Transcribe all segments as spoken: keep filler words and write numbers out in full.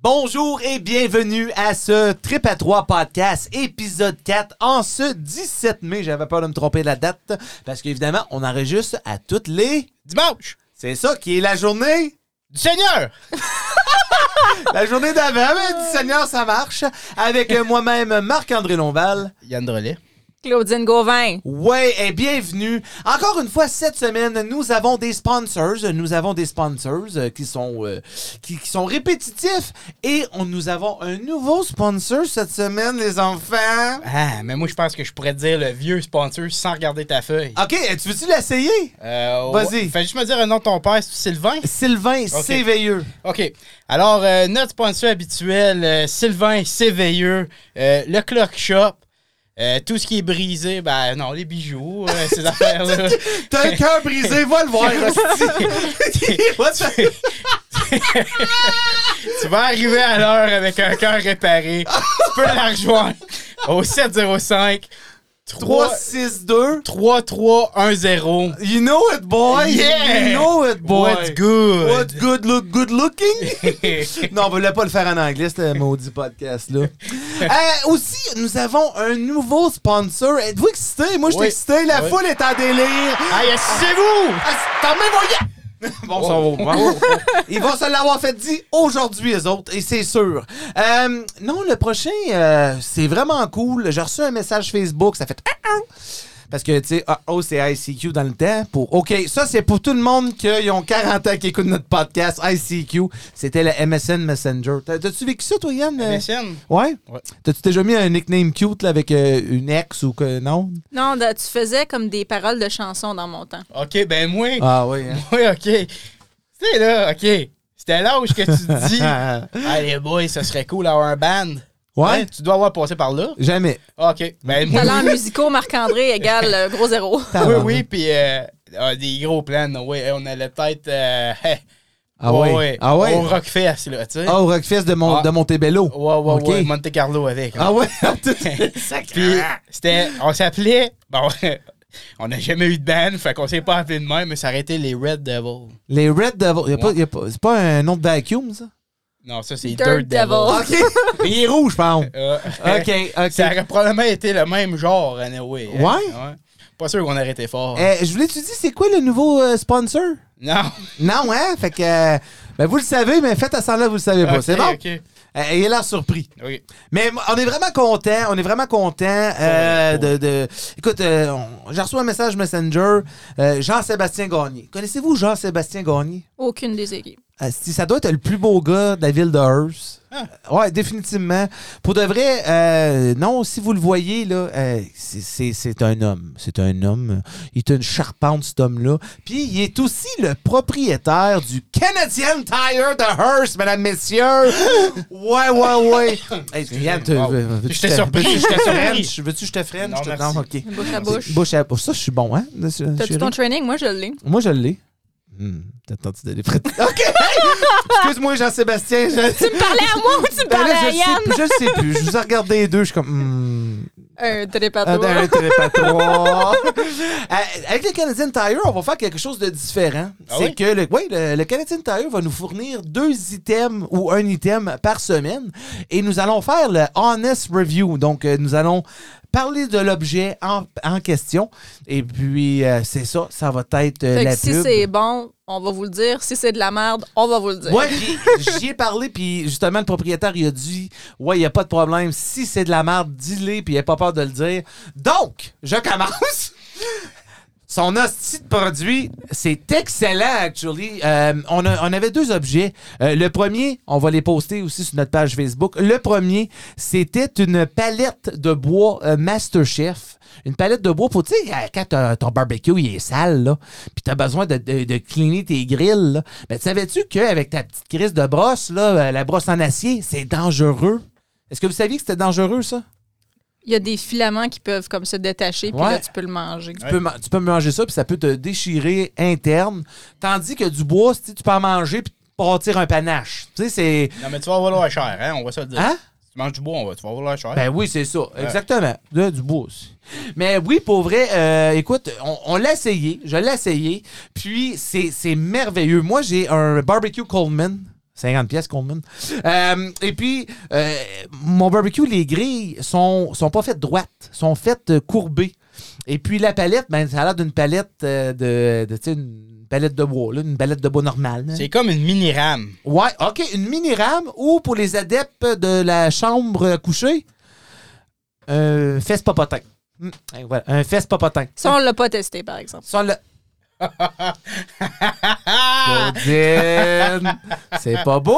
Bonjour et bienvenue à ce Trip à trois podcast, épisode quatre, en ce dix-sept mai. J'avais peur de me tromper de la date, parce qu'évidemment, on enregistre à toutes les... dimanches. C'est ça qui est la journée... du Seigneur. La journée d'avant, mais du Seigneur, ça marche. Avec moi-même, Marc-André Lonval. Yann Drolet. Claudine Gauvin. Ouais, et bienvenue. Encore une fois, cette semaine, nous avons des sponsors. Nous avons des sponsors euh, qui sont euh, qui, qui sont répétitifs. Et on, nous avons un nouveau sponsor cette semaine, les enfants. Ah, mais moi, je pense que je pourrais te dire le vieux sponsor sans regarder ta feuille. OK, tu veux-tu l'essayer? Euh, Vas-y. Ouais. Fais juste me dire un nom de ton père, c'est Sylvain? Sylvain Okay. Séveilleux. OK. Alors, euh, notre sponsor habituel, euh, Sylvain Séveilleux, euh, le Clock Shop. Euh, tout ce qui est brisé, ben non, les bijoux, euh, ces affaires-là. T'as un cœur brisé, va le voir, hostie. Tu vas arriver à l'heure avec un cœur réparé. Tu peux la rejoindre au sept zéro cinq trois six deux trois trois un zéro. You know it, boy. Yeah. You know it, boy. What's good? What's good look good looking? Non, on voulait pas le faire en anglais, ce maudit podcast-là. euh, aussi, nous avons un nouveau sponsor. Êtes-vous excités? Moi, je suis Oui. excité. La Oui. foule est en délire. Aïe, asseyez-vous! Ah, t'en mets, voyez! Bon, ça va. Bon. Ils vont se l'avoir fait dit aujourd'hui, les autres, et c'est sûr. Euh, non, le prochain, euh, c'est vraiment cool. J'ai reçu un message Facebook, ça fait... Parce que, tu sais, oh, c'est I C Q dans le temps. Pour... OK, ça, c'est pour tout le monde qui ont quarante ans qui écoutent notre podcast. I C Q, c'était le M S N Messenger. T'as- T'as-tu vécu ça, toi, Yann? M S N? Ouais? Ouais. T'as-tu déjà mis un nickname cute là, avec euh, une ex ou que non? Non, de- tu faisais comme des paroles de chansons dans mon temps. OK, ben moi, Ah oui, hein? oui, OK. C'est là, OK. C'était l'âge que tu te dis, allez, boy, ça serait cool d'avoir un band. Ouais? Hein, tu dois avoir passé par là. Jamais. OK. Ben, moi, Talents musicaux, Marc-André égale euh, gros zéro. oui, oui, puis euh, ah, des gros plans. Ouais, on allait peut-être. Euh, Ah ouais, ouais? ouais, Ah ouais? Au Rockfest, là, tu sais. Ah, au Rockfest de, Mon- Ah. de Montebello. Ouais, ouais, OK. ouais, Monte Carlo avec. Ah ouais? Puis, c'était. On s'appelait. Bon, on n'a jamais eu de band, fait qu'on s'est pas appelé de même, mais ça aurait été les Red Devils. Les Red Devils. Y a pas, Ouais. y a pas, c'est pas un nom de vacuum, ça? Non, ça, c'est Dirt Dirt, Devils. Devils. OK. Mais il est rouge, je pense. Euh, OK, OK. Ça aurait probablement été le même genre, anyway. hein. Ouais? Pas sûr qu'on aurait été fort. Euh, je voulais te dire, c'est quoi le nouveau euh, sponsor? Non. Non, hein? Fait que... euh, ben, vous le savez, mais faites à ça là, vous le savez pas. Ok, C'est bon? OK. Euh, ayez l'air surpris. Oui. Mais on est vraiment content, on est vraiment content euh, Ouais, de, de... Écoute, euh, on- j'ai reçu un message Messenger, euh, Jean-Sébastien Gagné. Connaissez-vous Jean-Sébastien Gagné? Aucune des équipes. Euh, si ça doit être le plus beau gars de la ville de Hearst. Ah. Ouais, définitivement. Pour de vrai, euh, non, si vous le voyez, là, euh, c'est- c'est c'est un homme. C'est un homme. Il est une charpente, cet homme-là. Puis, il est aussi le propriétaire du Canadian Tire de Hearst, mesdames, messieurs. Ouais, ouais, ouais. Hey, Yann, te- Wow. veux- veux-tu J'étais que je te- surpris, veux-tu que je j'étais te surpris. freine? Veux-tu que je te freine? Non, Je te- merci. OK. Bouche à bouche. Bouche à bouche. Ça, je suis bon, hein? T'as-tu ton training? Moi, je l'ai. Moi, je l'ai. Hmm, T'as tenté d'aller pratiquer. OK! Excuse-moi, Jean-Sébastien. Je... Tu me parlais à moi ou tu me Ben là, parlais à je, sais, Yann? plus, je sais plus. Je vous ai regardé les deux. Je suis comme... Hmm, Un un, télépato. un télépatoire. Euh, Avec le Canadian Tire, on va faire quelque chose de différent. Ah C'est oui? que le, oui, le, le Canadian Tire va nous fournir deux items ou un item par semaine. Et nous allons faire le Honest Review. Donc, euh, nous allons parler de l'objet en, en question. Et puis, euh, c'est ça. Ça va être euh, Fait la que si pub. c'est bon, on va vous le dire. Si c'est de la merde, on va vous le dire. Ouais, puis j'y ai parlé, puis justement, le propriétaire, il a dit « Ouais, il n'y a pas de problème. Si c'est de la merde, dis-le, puis il n'a pas peur de le dire. » Donc, je commence. Son hostie de produit, c'est excellent, actually. Euh, on, a- on avait deux objets. Euh, le premier, on va les poster aussi sur notre page Facebook. Le premier, c'était une palette de bois euh, Masterchef. Une palette de bois pour, tu sais, euh, quand t'as- ton barbecue, il est sale, là, puis t'as besoin de, de, de cleaner tes grilles, là. Ben, savais-tu qu'avec ta petite crise de brosse, là, euh, la brosse en acier, c'est dangereux? Est-ce que vous saviez que c'était dangereux, ça? Il y a des filaments qui peuvent comme se détacher, puis Ouais. là, tu peux le manger. Tu, peux, ma- tu peux manger ça, puis ça peut te déchirer interne. Tandis que du bois, tu sais, tu peux en manger, puis partir un panache. Tu sais, c'est... Non, mais tu vas avoir l'air cher, hein? On va se le dire. Hein? Si tu manges du bois, on va, tu vas avoir l'air cher. Ben oui, c'est ça. Exactement. De- du bois aussi. Mais oui, pour vrai, euh, écoute, on, on l'a essayé. Je l'ai essayé. Puis, c'est c'est merveilleux. Moi, j'ai un barbecue Coleman. cinquante pièces Coleman. Euh, et puis, euh, mon barbecue, les grilles sont, sont pas faites droites, sont faites euh, courbées. Et puis, la palette, ben, ça a l'air d'une palette euh, de, de tu sais, une palette de bois, là, une palette de bois normale. Hein. C'est comme une mini-rame. Ouais, OK, une mini-rame ou pour les adeptes de la chambre à coucher, un fesse popotin. Hum, voilà, un fesse popotin. Ça, on l'a pas testé, par exemple. Ça, on l'a... Claudine, c'est pas beau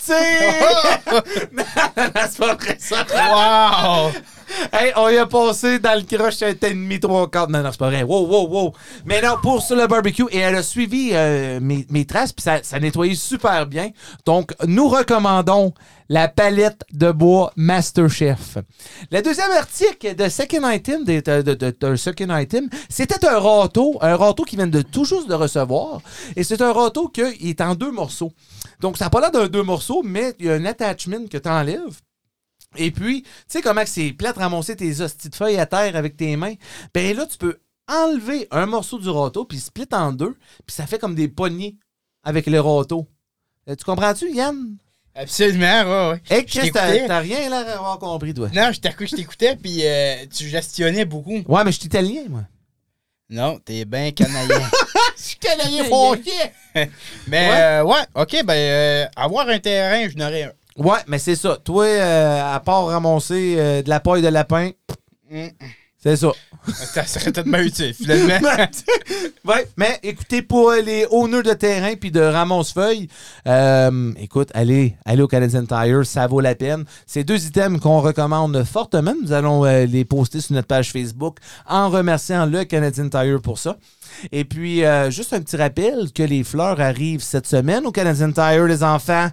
mentir! Non, c'est pas vrai ça. Wow! Hey, on y a passé dans le crush un demi, trois quarts. Non, non, c'est pas vrai. Wow, wow, wow. Mais non, pour sur le barbecue, et elle a suivi euh, mes, mes traces, puis ça, ça nettoyait super bien. Donc, nous recommandons la palette de bois MasterChef. Le deuxième article de Second Item, de, de, de, de, de Second Item, c'était un râteau, un râteau qui vient de tout juste de recevoir. Et c'est un râteau qui est en deux morceaux. Donc, ça n'a pas l'air d'un deux morceaux, mais il y a un attachment que tu enlèves. Et puis, tu sais comment c'est plate ramasser tes hosties de feuilles à terre avec tes mains? Ben là, tu peux enlever un morceau du râteau, puis split en deux, puis ça fait comme des poignées avec le râteau. Euh, tu comprends-tu, Yann? Absolument, ouais, ouais. Hey, Je Chris, t'as, t'écoutais. t'as rien l'air d'avoir compris, toi. Non, je t'écoutais, je t'écoutais, puis euh, tu gestionnais beaucoup. Ouais, mais je suis italien, moi. Non, t'es bien canadien. Je suis canadien foncier! Mais Ouais. euh, ouais, OK, ben, euh, avoir un terrain, je n'aurais un. Ouais, mais c'est ça. Toi, euh, à part ramasser euh, de la paille de lapin, Mm. c'est ça. Ça serait tellement utile, finalement. Ouais, mais écoutez, pour euh, les owners de terrain puis de ramasse-feuilles, euh, écoute, allez, allez au Canadian Tire, ça vaut la peine. C'est deux items qu'on recommande fortement. Nous allons euh, les poster sur notre page Facebook en remerciant le Canadian Tire pour ça. Et puis, euh, juste un petit rappel que les fleurs arrivent cette semaine au Canadian Tire, les enfants.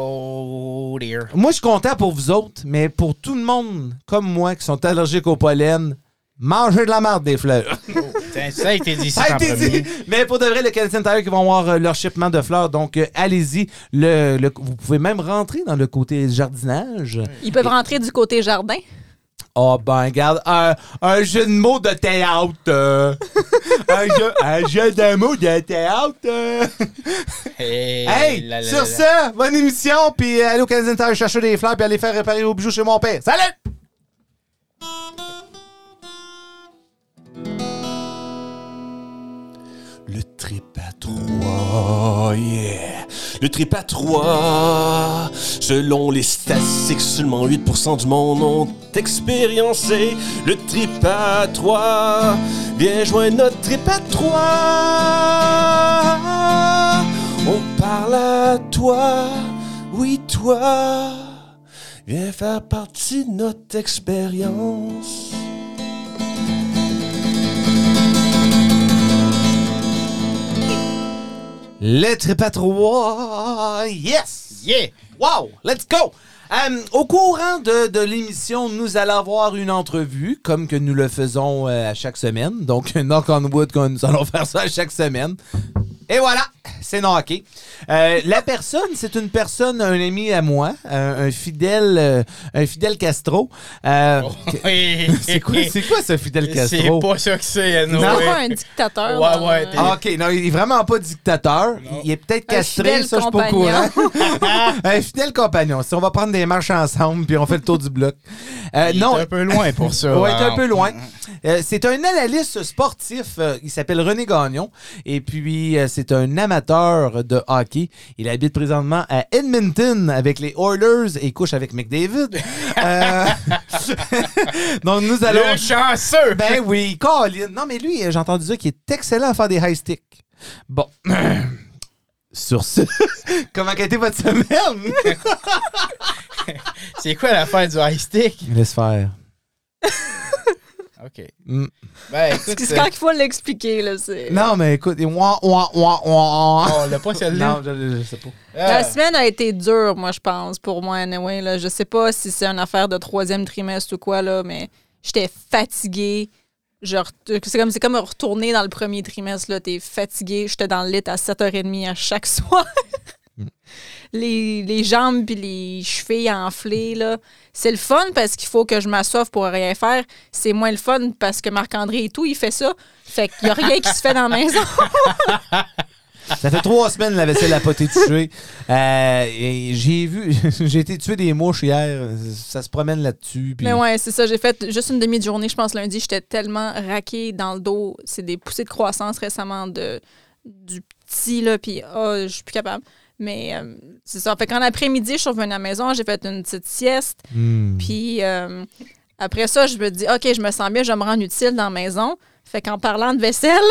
Oh dear. Moi, je suis content pour vous autres, mais pour tout le monde comme moi qui sont allergiques au pollen, mangez de la merde des fleurs. Oh, ça a été dit Ça ça a en été premier. dit. Mais pour de vrai, le Canadian Tire qui vont avoir euh, leur shipment de fleurs. Donc, euh, allez-y. Le, le- vous pouvez même rentrer dans le côté jardinage. Ils peuvent rentrer du côté jardin. Oh, ben, regarde, un, un jeu de mots de théâtre. euh. un, jeu, un jeu de mots de théâtre. euh. Hey, Hey, là, là, sur là. ça, bonne émission. Puis euh, allez au Canadian Tire chercher des fleurs puis aller faire réparer au bijou chez mon père. Salut! Le trip à trois, yeah. Le trip à trois. Selon les statistiques, seulement huit pour cent du monde ont expériencé le trip à trois. Viens joindre notre trip à trois. On parle à toi, oui toi. Viens faire partie de notre expérience. Le trip à trois. Yes! Yeah! Wow! Let's go! Euh, au courant de, de l'émission, nous allons avoir une entrevue, comme que nous le faisons euh, à chaque semaine. Donc, knock on wood, que nous allons faire ça à chaque semaine. Et voilà, c'est knocké. Euh, la personne, c'est une personne, un ami à moi, un, un fidèle, euh, un fidèle Castro. Euh, Oui. c'est quoi, c'est quoi ce fidèle C'est Castro? pas ça que c'est, C'est non. pas un dictateur. Ouais, dans- ouais, t'es- Ah, OK, non, il est vraiment pas dictateur. Non. Il est peut-être Un castré, fidèle ça, je suis pas au courant. compagnon. Un fidèle compagnon. Si on va prendre des marches ensemble, puis on fait le tour du bloc. Euh, Il non, est un peu loin pour ça. ouais, il est un hein. peu loin. Euh, c'est un analyste sportif. euh, il s'appelle René Gagnon. Et puis, euh, c'est un amateur de hockey. Il habite présentement à Edmonton avec les Oilers et couche avec McDavid. Euh, Donc, nous allons... Le chanceux! Ben oui, Colin. Non, mais lui, j'ai entendu dire qu'il est excellent à faire des high sticks. Bon. Sur ce, comment a été votre semaine? C'est quoi l'affaire du high stick? Laisse faire. OK. Mm. Ben, écoute... C'est quand qu'il faut l'expliquer, là. C'est... Non, mais écoute, ouah, ouah, ouah, ouah. Oh, on l'a pas celle-là? Non, je, je sais pas. Ah. La semaine a été dure, moi, je pense, pour moi, anyway. Là. Je sais pas si c'est une affaire de troisième trimestre ou quoi, là, mais j'étais fatiguée. Je re- C'est comme, c'est comme retourner dans le premier trimestre. Là. T'es fatigué. J'étais dans le lit à sept heures trente à chaque soir. les, les jambes puis les chevilles enflées. Là. C'est le fun parce qu'il faut que je m'assoive pour rien faire. C'est moins le fun parce que Marc-André et tout, il fait ça. Fait qu'il n'y a rien qui se fait dans la maison. Ça fait trois semaines la vaisselle n'a pas été touchée. Euh, et j'ai vu, j'ai été tuer des mouches hier. Ça se promène là-dessus. Puis... Mais ouais, c'est ça. J'ai fait juste une demi-journée, je pense, lundi. J'étais tellement raquée dans le dos. C'est des poussées de croissance récemment de, du petit, là. Puis, oh, je suis plus capable. Mais euh, c'est ça. Fait qu'en après-midi, je suis revenue à la maison. J'ai fait une petite sieste. Mm. Puis, euh, après ça, je me dis, OK, je me sens bien, je vais me rendre utile dans la maison. Fait qu'en parlant de vaisselle,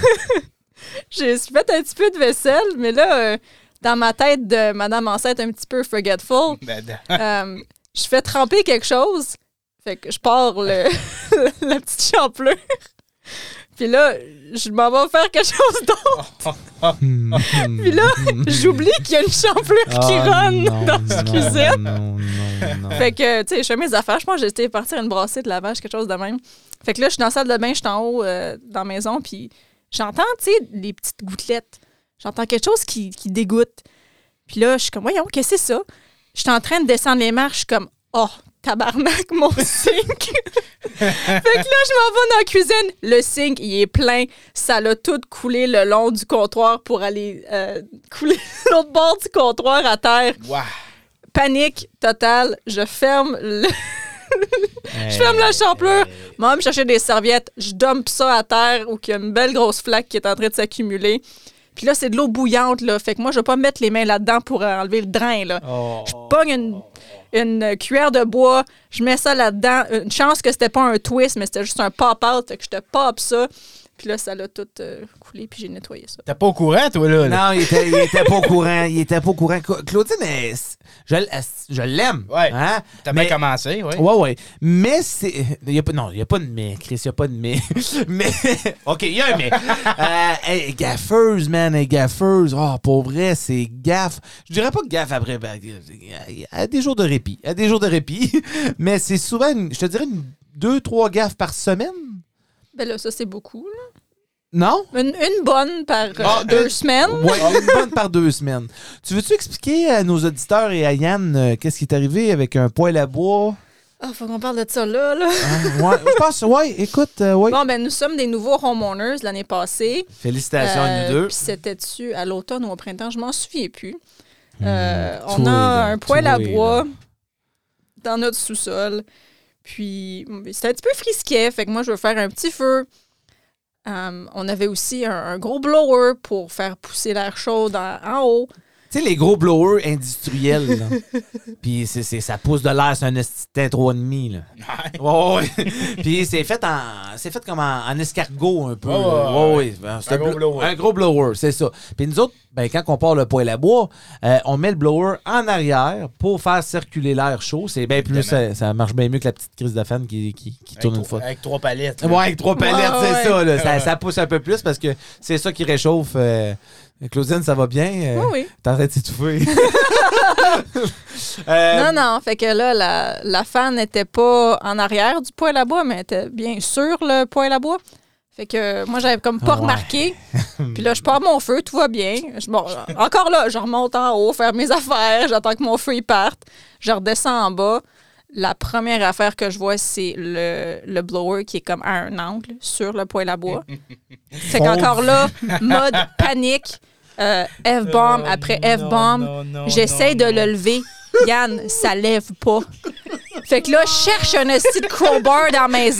j'ai fait un petit peu de vaisselle, mais là, euh, dans ma tête de Madame Ancêtre un petit peu forgetful, euh, je fais tremper quelque chose. Fait que je pars le, la petite champlure. Puis là, je m'en vais faire quelque chose d'autre. Puis là, j'oublie qu'il y a une champlure Oh, qui ronne non, dans la non, cuisine. Non, non, non. Fait que, tu sais, je fais mes affaires. Je pense que j'étais partir une brassée de lavage, quelque chose de même. Fait que là, je suis dans la salle de bain, je suis en haut euh, dans la maison, puis j'entends, tu sais, les petites gouttelettes. J'entends quelque chose qui, qui dégoûte. Puis là, je suis comme, voyons, qu'est-ce que c'est ça? Je suis en train de descendre les marches, je suis comme, oh, tabarnak, mon sink! Fait que là, je m'en vais dans la cuisine. Le sink, il est plein. Ça l'a tout coulé le long du comptoir pour aller euh, couler l'autre bord du comptoir à terre. Wow. Panique totale. Je ferme le... je ferme la champlure. Moi, me chercher des serviettes. Je dumpe ça à terre où il y a une belle grosse flaque qui est en train de s'accumuler. Puis là, c'est de l'eau bouillante, là. Fait que moi, je vais pas mettre les mains là-dedans pour enlever le drain, là. Oh. Je pogne une, une cuillère de bois, je mets ça là-dedans. Une chance que c'était pas un twist, mais c'était juste un pop-out. Fait que je te pop ça. Puis là, ça l'a tout euh, coulé, puis j'ai nettoyé ça. T'es pas au courant, toi, là? là? Non, il était, il était pas au courant. Il était pas au courant. Claudine, elle, je, elle, je l'aime. Ouais. Hein? T'as Mais- bien commencé, oui. Ouais, ouais. Mais c'est. Il y a pas, non, il n'y a pas de mais, Chris. Il n'y a pas de mais. Mais. OK, il y a un mais. euh, elle est gaffeuse, man. Elle est gaffeuse. Oh, pour vrai, c'est gaffe. Je dirais pas gaffe après. Ben, elle a des jours de répit. Elle a des jours de répit. Mais c'est souvent, une- je te dirais, une, deux, trois gaffes par semaine. Ben là, ça, c'est beaucoup, là. Non? Une, une bonne par euh, Ah, deux une- semaines. Oui, une bonne par deux semaines. Tu veux-tu expliquer à nos auditeurs et à Yann euh, qu'est-ce qui est arrivé avec un poêle à bois? Ah, faut qu'on parle de ça là, là. Hein? Ouais, je pense, ouais, écoute, euh, ouais. Bon, ben, nous sommes des nouveaux homeowners l'année passée. Félicitations à Euh, nous deux. Puis c'était-tu à l'automne ou au printemps? Je m'en souviens plus. Euh, on toi, a là, un poêle à toi, bois là. dans notre sous-sol. Puis c'était un petit peu frisquet. Fait que moi, je veux faire un petit feu. Euh, on avait aussi un, un gros blower pour faire pousser l'air chaud en, en haut. Tu sais, les gros blowers industriels, là. Puis c'est, c'est, ça pousse de l'air, c'est un esti de trois et demi, là. Ouais, ouais. Puis c'est fait en, c'est fait comme en, en escargot un peu. Ouais, là. ouais, Ouais, ouais. ouais. Un C'est gros blo- blower. Un gros blower, c'est ça. Puis nous autres, ben, quand on part le poêle à bois, euh, on met le blower en arrière pour faire circuler l'air chaud. C'est bien plus, ça, Évidemment. ça marche bien mieux que la petite crise de fan qui, qui, qui Avec tourne une trois- fois. Avec trois palettes. là. Ouais, avec trois palettes, Ouais, c'est ouais. ça, là. Ça, ça pousse un peu plus parce que c'est ça qui réchauffe. euh, Claudine, ça va bien? Euh, Oui, oui. T'es en train de s'étouffer. Euh, Non, non. Fait que là, la, la fan n'était pas en arrière du poêle à bois, mais elle était bien sur le poêle à bois. Fait que moi, j'avais comme pas Ah ouais. remarqué. Puis là, je pars mon feu, tout va bien. Je, bon, encore là, je remonte en haut, faire mes affaires, j'attends que mon feu il parte. Je redescends en bas. La première affaire que je vois, c'est le, le blower qui est comme à un angle sur le poêle à bois. Fait qu'encore là, mode panique, euh, F-bomb après F-bomb. non, non, J'essaie non, de le lever. Yann, ça lève pas. Fait que là, je cherche un esti de crowbar dans la maison.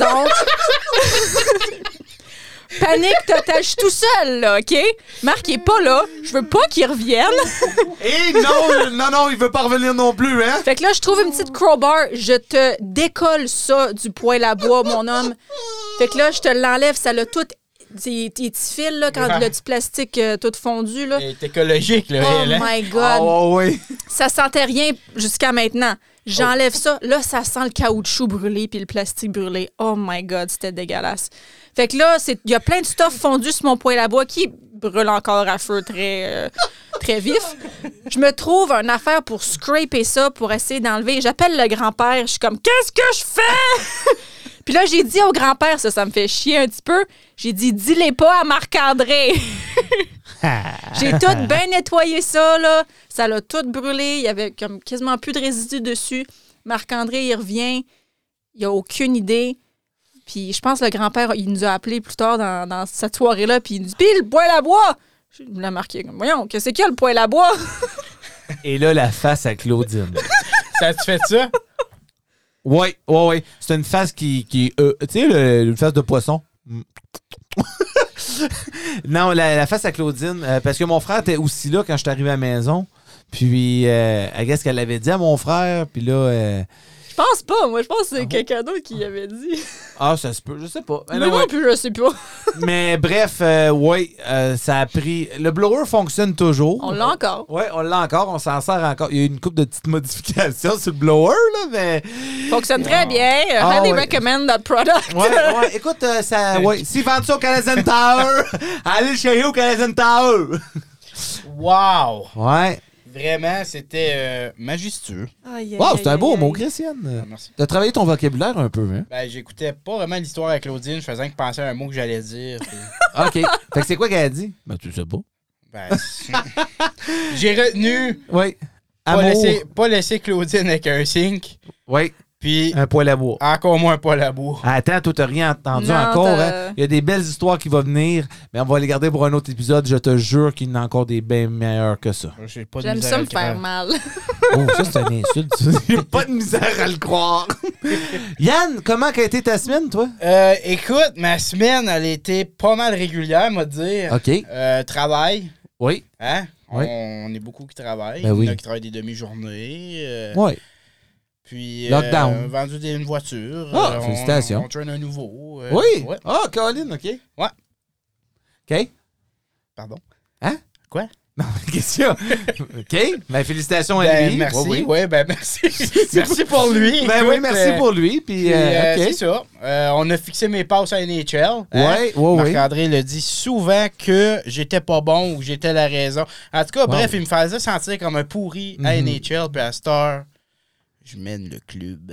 Panique totale. Je suis tout seul, là, OK? Marc, il est pas là. Je veux pas qu'il revienne. Et non, non, non, il veut pas revenir non plus, hein? Fait que là, je trouve une petite crowbar. Je te décolle ça du poêle à bois, mon homme. Fait que là, je te l'enlève. Ça l'a tout... Tes tes petits fils, là, quand le petit plastique euh, tout fondu, là. Elle est écologique, là. Oh elle, hein? my God. Ah, ouais, ouais. Ça sentait rien jusqu'à maintenant. J'enlève ça. Là, ça sent le caoutchouc brûlé puis le plastique brûlé. Oh my God, c'était dégueulasse. Fait que là, il y a plein de stuff fondu sur mon poêle à bois qui brûle encore à feu très, euh, très vif. Je me trouve une affaire pour scraper ça, pour essayer d'enlever. J'appelle le grand-père. Je suis comme, qu'est-ce que je fais? Puis là, j'ai dit au grand-père, ça, ça me fait chier un petit peu. J'ai dit, dis-les pas à Marc-André. J'ai tout bien nettoyé ça, là. Ça l'a tout brûlé. Il y avait comme quasiment plus de résidus dessus. Marc-André, il revient. Il a aucune idée. Puis je pense que le grand-père, il nous a appelés plus tard dans, dans cette soirée-là. Puis il nous dit, puis le poêle à bois. Je me l'ai marqué comme, voyons, qu'est-ce qu'il y a, le poêle à bois? Et là, la face à Claudine. Ça tu fait ça? Oui, oui, oui. C'est une face qui... qui euh, tu sais, le- une face de poisson. Mm. Non, la, la face à Claudine, euh, parce que mon frère était aussi là quand je suis arrivé à la maison. Puis, euh, I guess qu'elle l'avait dit à mon frère. Puis là... euh, Je pense pas, moi, je pense que c'est Ah bon? quelqu'un d'autre qui avait dit. ah, ça se peut, je sais pas. Mais Anyway. non plus, je sais pas. Mais bref, euh, oui, euh, ça a pris... Le blower fonctionne toujours. On l'a encore. Oui, on l'a encore, on s'en sert encore. Il y a eu une couple de petites modifications sur le blower, là, mais... Fonctionne très bien. Ah, Highly ouais. recommend that product. Ouais, ouais, écoute, euh, ça... Ouais, s'ils vendent ça au Canadian Tower, allez chez eux au Canadian Tower. Wow! Ouais. Vraiment, c'était euh, majestueux. Aïe, aïe, Wow, aïe, c'est un aïe, beau aïe. mot, Christiane. Ah, merci. T'as travaillé ton vocabulaire un peu, hein? Ben, j'écoutais pas vraiment l'histoire avec Claudine. Je faisais que penser à un mot que j'allais dire. puis- OK. Fait que c'est quoi qu'elle a dit? Ben, tu sais pas. Ben, j'ai retenu Oui. pas Amour. laisser, pas laisser Claudine avec un sink. Oui, Puis un poêle à bois. encore moins pas la boue. Ah, attends, toi, t'as rien entendu Non, encore. t'as- Hein? Il y a des belles histoires qui vont venir, mais on va les garder pour un autre épisode. Je te jure qu'il y en a encore des bien meilleurs que ça. J'ai pas de J'aime misère ça à me le faire croire. mal. Oh, ça, c'est une insulte. J'ai pas de misère à le croire. Yann, comment a été ta semaine, toi? Euh, écoute, ma semaine, elle était pas mal régulière, moi dire. OK. Euh, travail, Oui. hein? Oui. On, on est beaucoup qui travaillent. Ben oui. Il y en a qui travaillent des demi-journées. euh, Oui. Puis, Lockdown. euh, vendu des, une voiture. Ah, Euh, on- félicitations. On, traîne un nouveau. euh, Oui. Ouais, Ah, Colin, OK. Ouais. OK. pardon. Hein? Quoi? Non, qu'est-ce qu'il y a? OK. Ben, félicitations à Ben, lui. merci. Oui, oui. Ouais, ben, merci. merci pour lui. Ben oui, Écoute, merci euh, pour lui. Puis, puis, euh, euh, OK. C'est ça. Euh, on a fixé mes passes à N H L. hein. Oui, oui, oui. Marc-André le dit souvent que j'étais pas bon ou que j'étais la raison. En tout cas, Wow. bref, il me faisait sentir comme un pourri à Mhm. N H L, puis à Star, je mène le club.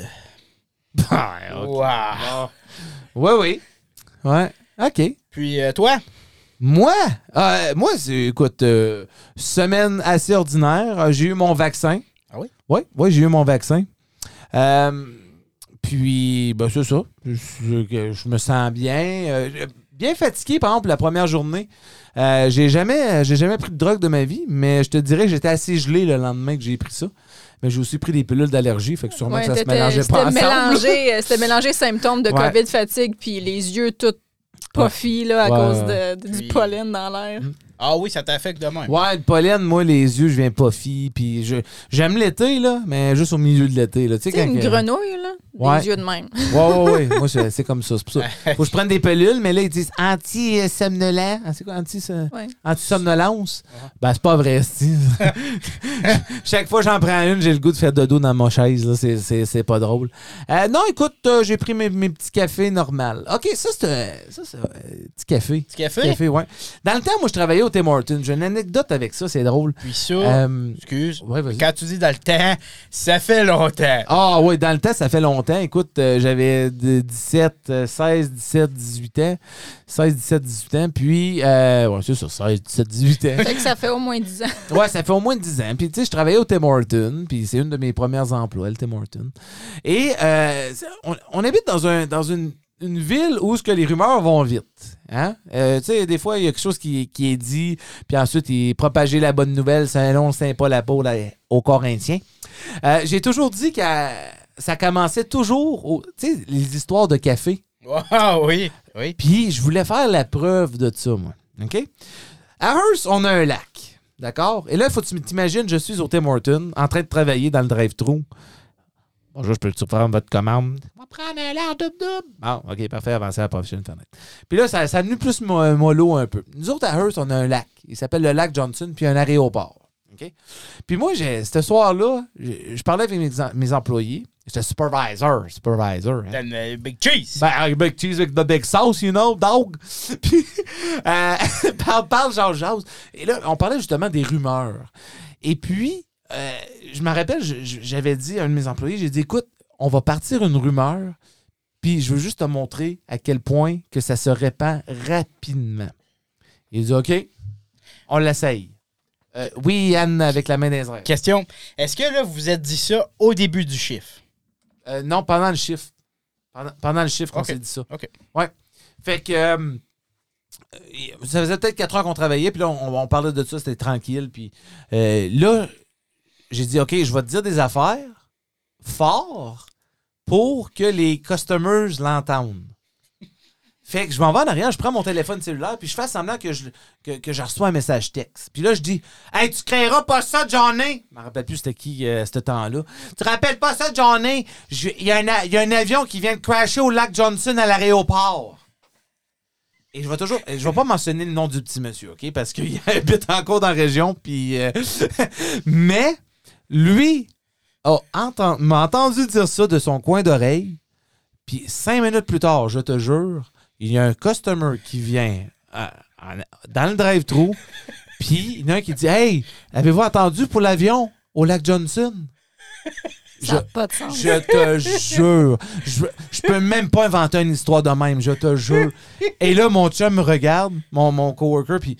Ah, OK. Wow. Oui, oui. Ouais. OK. Puis euh, toi? Moi, euh, moi, c'est, écoute, euh, semaine assez ordinaire. Euh, J'ai eu mon vaccin. Ah oui? Oui, oui, j'ai eu mon vaccin. Euh, puis, ben, c'est ça. Je, je- je me sens bien. Euh, bien fatigué, par exemple, la première journée. Euh, j'ai jamais, j'ai jamais pris de drogue de ma vie, mais je te dirais que j'étais assez gelé le lendemain que j'ai pris ça. Mais j'ai aussi pris des pilules d'allergie, fait que sûrement Ouais, que ça se t'étais- mélangeait pas c'était ensemble. mélangé, euh, C'était mélangé symptômes de Ouais. COVID, fatigue, puis les yeux tout puffy là, à Ouais, cause ouais. de, de- Puis- du pollen dans l'air. Ah oui, ça t'affecte de même. Ouais, le pollen, moi, les yeux, je viens pas fi. Puis je, j'aime l'été, là, mais juste au milieu de l'été. Là. Tu sais, Tu sais, quand une que- grenouille, là, Ouais. des yeux de même. Ouais, ouais, ouais. Moi, c'est, c'est comme ça. C'est pour ça. Faut que je prenne des pilules, mais là, ils disent anti-somnolent. Ah, c'est quoi, anti, Ouais. anti-somnolence? Ben, c'est pas vrai, c'est. Chaque fois que j'en prends une, j'ai le goût de faire dodo dans ma chaise. Là. C'est, c'est, c'est pas drôle. Euh, non, écoute, euh, j'ai pris mes, mes petits cafés normaux. OK, ça, c'est un ça, c'est un petit café. Petit café? Café, ouais. Dans le temps, moi, je travaillais au Tim Hortons. J'ai une anecdote avec ça, c'est drôle. Puis ça, Euh, excuse, ouais, vas-y. quand tu dis dans le temps, ça fait longtemps. Ah oui, dans le temps, ça fait longtemps. Écoute, euh, j'avais de dix-sept, euh, seize, dix-sept, dix-huit ans. seize, dix-sept, dix-huit ans. Puis, euh, ouais, c'est ça, seize, dix-sept, dix-huit ans. Fait que ça fait au moins dix ans. Ouais, ça fait au moins dix ans. Puis, tu sais, je travaillais au Tim Hortons. Puis, c'est une de mes premières emplois, le Tim Hortons. Et euh, on, on habite dans, un, dans une, une ville où ce que les rumeurs vont vite. Hein? Euh, tu sais, des fois, il y a quelque chose qui, qui est dit. Puis ensuite, il est propagé la bonne nouvelle. C'est un long Saint-Paul-à-Paul là, aux Corinthiens. Euh, j'ai toujours dit que ça commençait toujours, au- tu sais, les histoires de café. Ah oui, oui. Puis je voulais faire la preuve de ça, moi. OK? À Hearst, on a un lac. D'accord? Et là, il faut que tu t'imagines, je suis au Tim Hortons en train de travailler dans le drive-thru. Bonjour, je peux te prendre votre commande? On va prendre un lac double-double. Bon, OK, parfait, avancez à la prochaine fenêtre. Puis là, ça, ça a venu plus mo- mollo un peu. Nous autres, à Hearst, on a un lac. Il s'appelle le lac Johnson, puis un aéroport. OK? Puis moi, j'ai, ce soir-là, je, je parlais avec mes, mes employés. J'étais supervisor, supervisor. Hein? Then, uh, big cheese. Ben, big cheese with the big sauce, you know, dog. Puis, euh, parle, parle, jase, jase. Et là, on parlait justement des rumeurs. Et puis, euh, je me rappelle, je- je- j'avais dit à un de mes employés, j'ai dit, écoute, on va partir une rumeur, puis je veux juste te montrer à quel point que ça se répand rapidement. Il dit, OK, on l'essaye. Euh, oui, Anne, avec la main dans les airs. Question, est-ce que là, vous vous êtes dit ça au début du chiffre? Euh, non, pendant le chiffre. Pendant, pendant le chiffre, on OK. s'est dit ça. OK. Ouais. Fait que, euh, ça faisait peut-être quatre heures qu'on travaillait, puis là, on, on parlait de ça, c'était tranquille. Puis euh, là, j'ai dit, OK, je vais te dire des affaires fort pour que les customers l'entendent. Fait que je m'en vais en arrière, je prends mon téléphone cellulaire, puis je fais semblant que je, que, que je reçois un message texte. Puis là, je dis « Hey, tu créeras pas ça, Johnny! » Je me rappelle plus c'était qui, euh, ce temps-là. « Tu rappelles pas ça, Johnny? Il y, y a un avion qui vient de crasher au lac Johnson à l'aéroport. » Et je vais toujours... Je vais pas mentionner le nom du petit monsieur, OK? Parce qu'il habite encore dans la région, puis... Euh, mais, lui a enten- m'a entendu dire ça de son coin d'oreille, puis cinq minutes plus tard, je te jure... Il y a un customer qui vient euh, en, dans le drive-thru, puis il y en a un qui dit « Hey, avez-vous entendu pour l'avion au lac Johnson? » Ça n'a pas de sens. Je te jure. Je, je peux même pas inventer une histoire de même, je te jure. Et là, mon chum me regarde, mon, mon coworker, puis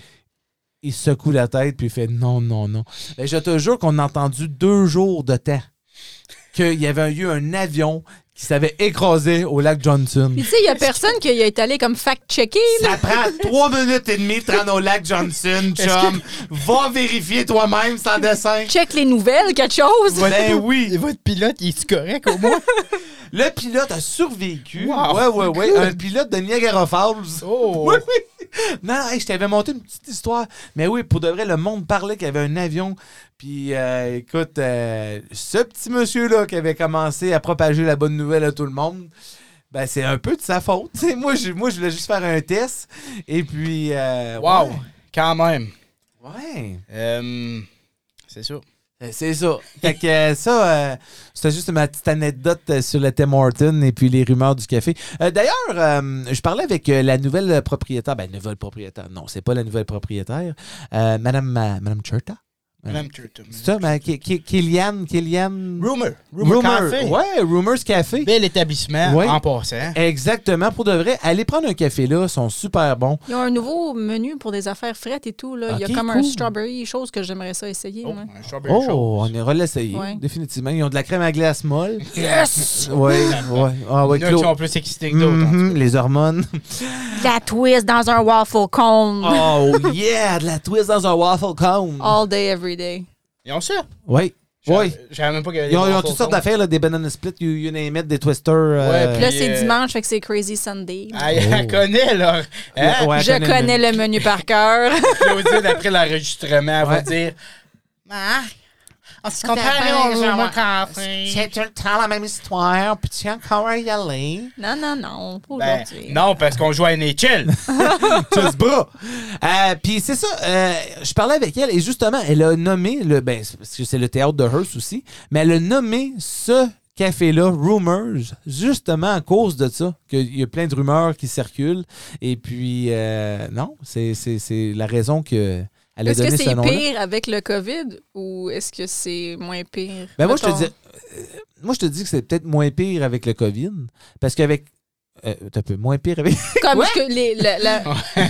il secoue la tête, puis il fait « Non, non, non. » Et je te jure qu'on a entendu deux jours de temps qu'il y avait eu un avion qui s'avait écrasé au lac Johnson. Puis tu sais, il y a personne qui a été allé comme fact-checker. Ça prend trois minutes et demie de te rendre au lac Johnson, chum. Va vérifier toi-même sans dessin. Check les nouvelles, quelque chose. Ben oui. Et votre pilote, il est correct au moins? Le pilote a survécu. Wow. Ouais, ouais, ouais. Un pilote de Niagara Falls. Oh! Oui, oui. Non, hey, je t'avais monté une petite histoire. Mais oui, pour de vrai, le monde parlait qu'il y avait un avion. Puis, euh, écoute, euh, ce petit monsieur-là qui avait commencé à propager la bonne nouvelle à tout le monde, ben c'est un peu de sa faute. T'sais, moi, je, moi, je voulais juste faire un test. Et puis... Euh, Wow! Ouais. Quand même. Ouais. Euh, c'est ça. Euh, C'est ça. Fait que euh, ça, euh, c'était juste ma petite anecdote euh, sur le Tim Horton et puis les rumeurs du café. Euh, D'ailleurs, euh, je parlais avec euh, la nouvelle propriétaire. Ben, nouvelle propriétaire. Non, c'est pas la nouvelle propriétaire. Euh, Madame, euh, Madame Cherta. Madame Turtle. C'est ça, mais Ki- Ki- Kylian, Kylian... Rumor. Rumor, Café. Ouais, Rumors Café. Bel établissement, Ouais. en passant. Exactement, pour de vrai. Allez prendre un café là, ils sont super bons. Ils ont un nouveau menu pour des affaires frettes et tout. Là. Il y Ok, a comme cool. un strawberry, chose que j'aimerais ça essayer. Oh, ouais. un strawberry Oh, show. on ira l'essayer, Ouais. définitivement. Ils ont de la crème à glace molle. Yes! Ouais, ouais. Ah, ouais, Il y en a qui Claude. sont plus excités que d'autres. en tout Mhm, les hormones. La twist dans un waffle cone. Oh yeah, de la twist dans un waffle cone. All day, every day. cas. Ils ont ça? Oui, Je oui. je savais même pas qu'il y avait Ils ont, des ils ont waffles toutes sortes cones. d'affaires, là, des banana split, you, you name it, des twisters. euh, Ouais, Puis là, Puis, c'est euh, dimanche, fait que c'est Crazy Sunday. Ah, elle connaît, là. Hein? Ouais, Je elle connais le menu par cœur. Claudine, après l'enregistrement, elle va Ouais. dire Marc, on se fait compare bien, au je Rumor vois. Café. C'est tout le temps la même histoire, puis tu encore à y aller. Non, non, non. Pas Ben, aujourd'hui. non, parce qu'on joue à N H L. Tous bras. Euh, Puis c'est ça, euh, je parlais avec elle et justement, elle a nommé, le, ben, c'est parce que c'est le théâtre de Hearst aussi, mais elle a nommé ce café-là, Rumors, justement à cause de ça, qu'il y a plein de rumeurs qui circulent. Et puis, euh, non, c'est c'est- c'est la raison que elle a Est-ce donné que ce c'est nom-là. pire avec le COVID ou est-ce que c'est moins pire? Ben moi, je te Mettons. dis, euh, moi, je te dis que c'est peut-être moins pire avec le COVID, parce qu'avec... Euh, t'as un peu moins pire avec... Comme Ouais. que les, la, la-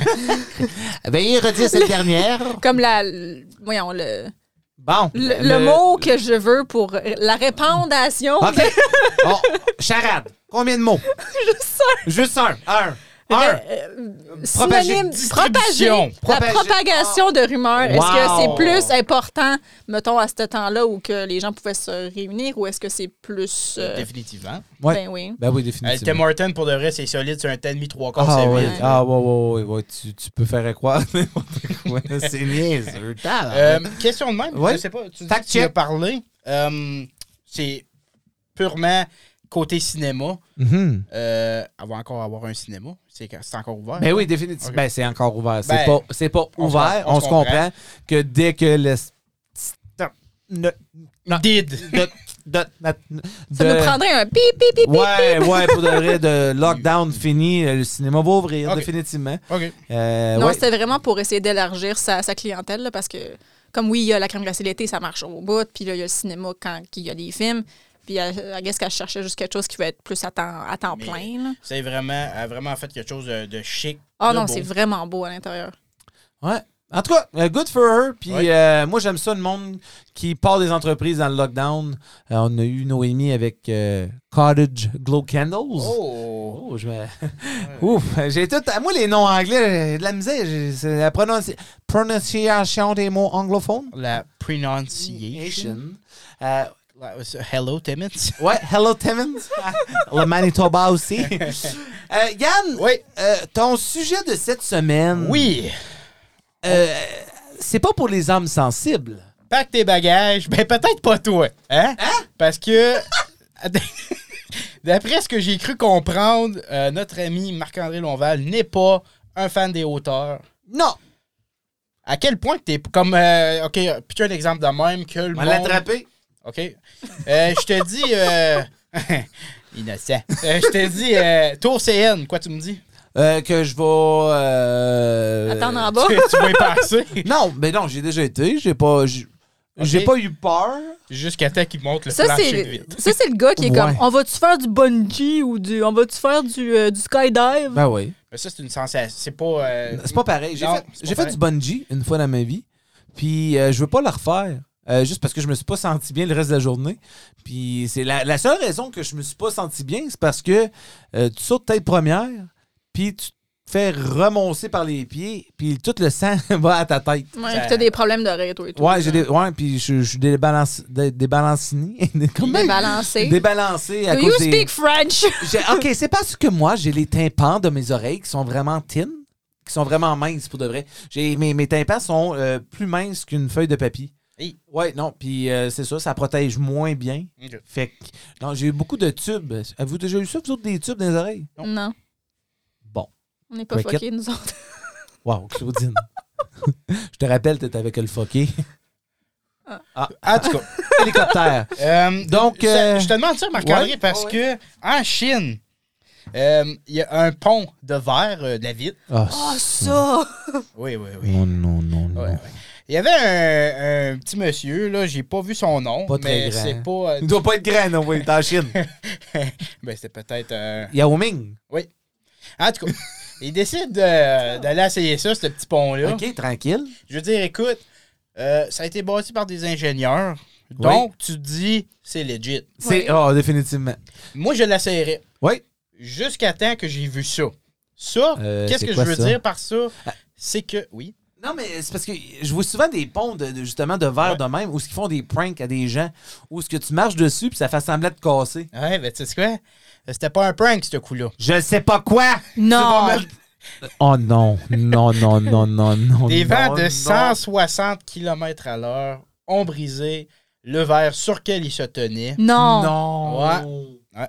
Veuillez redire cette dernière. comme la, le- voyons, le, Bon. le, le mot que je veux pour la répandation. OK. Bon, charade. Combien de mots? Juste un. Juste un. Un. Un. Euh, Propager. synonyme, Distribution. propager, la Propager. propagation de rumeurs. Est-ce que Wow. c'est plus important, mettons, à ce temps-là où que les gens pouvaient se réunir ou est-ce que c'est plus... euh, Définitivement. Ouais. Ben oui. Ben oui, Euh, définitivement. Tim Horton, pour de vrai, c'est solide. C'est un ten demi trois quarts, Ah c'est ouais. vide. Ah ouais, ouais, ouais, ouais. Tu, tu peux faire croire n'importe quoi. C'est niaiseux. Euh, question de même, Ouais. je sais pas, tu, dis Fact que tu as check. parlé. Euh, c'est purement côté cinéma. Mhm. Euh, elle va encore avoir un cinéma. C'est c'est encore ouvert. Ben oui, définitivement. Ok. Ben c'est encore ouvert. C'est Ben, pas, c'est pas on se- ouvert. on On, se se comprend. comprend que dès que le... Ne- non, Did. de- de- de- Ça de- nous prendrait un pip, pip, pip, pip, Ouais, pip. ouais, pour de vrai, de lockdown fini, le cinéma va ouvrir, Ok. définitivement. OK. Euh, Non, ouais. c'était vraiment pour essayer d'élargir sa, sa clientèle, là, parce que, comme oui, il y a la crème glacée l'été, ça marche au bout, puis là, il y a le cinéma quand il y a des films, puis elle, I guess qu'elle cherchait juste quelque chose qui va être plus à temps, à temps Mais- plein. Là. C'est vraiment, elle a vraiment fait quelque chose de, de chic. Ah de non, beau. c'est vraiment beau à l'intérieur. Ouais. En tout cas, uh, good for her. Puis Ouais. euh, moi, j'aime ça, le monde qui part des entreprises dans le lockdown. Euh, on a eu Noémie avec euh, Cottage Glow Candles. Oh! Oh, je me... Ouf, j'ai tout... Moi, les noms anglais, j'ai de la misère. J'ai- C'est la prononci- prononciation des mots anglophones. La pronunciation. Euh, Hello, Timmons. ouais, Hello Timmons. Le Manitoba aussi. Euh, Yann, Oui. euh, ton sujet de cette semaine... Oui. Euh, c'est pas pour les âmes sensibles. Pack tes bagages. Ben, peut-être pas toi. Hein? Parce que, d'après ce que j'ai cru comprendre, euh, notre ami Marc-André Lonval n'est pas un fan des hauteurs. Non. À quel point que t'es comme... euh, OK, pitch un exemple de même que le On va monde... l'attraper. OK. Euh, je te dis... Euh... Innocent. Euh, je te dis... Euh, Tour C N, quoi tu me dis? Euh, que je vais... Euh... Attendre en bas. tu, tu vas y passer. Non, mais non, j'ai déjà été. J'ai pas... J'ai j'ai Ok. pas eu peur. Jusqu'à temps qu'il monte le Ça, plancher de c'est vite. ça, c'est le gars qui est Ouais. comme on va-tu faire du bungee ou du. On va-tu faire du, euh, du skydive? Ben oui. Mais ça, c'est une sensation. C'est pas... euh, C'est pas pareil. J'ai non, fait, c'est j'ai pas fait du bungee une fois dans ma vie. Puis euh, je veux pas le refaire. Euh, juste parce que je me suis pas senti bien le reste de la journée. Puis c'est la, la seule raison que je me suis pas senti bien, c'est parce que euh, tu sautes tête première, puis tu te fais remoncer par les pieds, puis tout le sang va à ta tête. Ouais, Ça- puis t'as des problèmes d'oreille, toi et tout. Ouais, j'ai des. Ouais, puis je, je suis débalance, dé, débalancini. Comment? Débalancé. Débalancé à Do you cause des. speak French? J'ai- OK, c'est parce que moi, j'ai les tympans de mes oreilles qui sont vraiment thin, qui sont vraiment minces pour de vrai. J'ai, mes, mes tympans sont euh, plus minces qu'une feuille de papier. Hey. Ouais, non, puis euh, c'est ça, ça protège moins bien. Ok. Fait que, non, j'ai eu beaucoup de tubes. Avez-vous déjà eu ça, vous autres, des tubes dans les oreilles? Non. Non. Bon. On n'est pas Cricket. fuckés, nous autres. Wow, Claudine. Je te rappelle, t'étais avec le fucké. Ah, En tout cas. hélicoptère. Euh, Donc, ça- euh, je te demande ça, Marc-André, ouais, parce ouais. que en Chine, euh, il y a un pont de verre, euh, de la vitre. Ah, Oh, ça! Oui, oui, oui. non, non, non, non. Ouais, ouais. Il y avait un, un petit monsieur, là, j'ai pas vu son nom, Pas très mais grand. c'est pas... euh, Il doit pas être grand, non, oui, t'es en Chine. ben, c'était peut-être... euh, Yao Ming. Oui. En tout cas, il décide de- d'aller essayer ça, ce petit pont-là. OK, tranquille. Je veux dire, écoute, euh, ça a été bâti par des ingénieurs, donc tu te dis, c'est legit. C'est. Oui. Oh, définitivement. Moi, je l'essayerais. Oui. Jusqu'à temps que j'ai vu ça. Ça, Euh, qu'est-ce c'est que quoi je veux ça? dire par ça? C'est que, oui. Non, mais c'est parce que je vois souvent des ponts, de, de- justement, de verre Ouais. de même, où ils font des pranks à des gens, où ce que tu marches dessus, puis ça fait semblant de casser. Ouais, ben, tu sais quoi? C'était pas un prank, ce coup-là. Je sais pas quoi! Non! Tu vas me- Oh non, non, non, non, non, non. Des non, vents de non. cent soixante kilomètres à l'heure ont brisé le verre sur lequel il se tenait. Non! Non. Ouais. Ouais.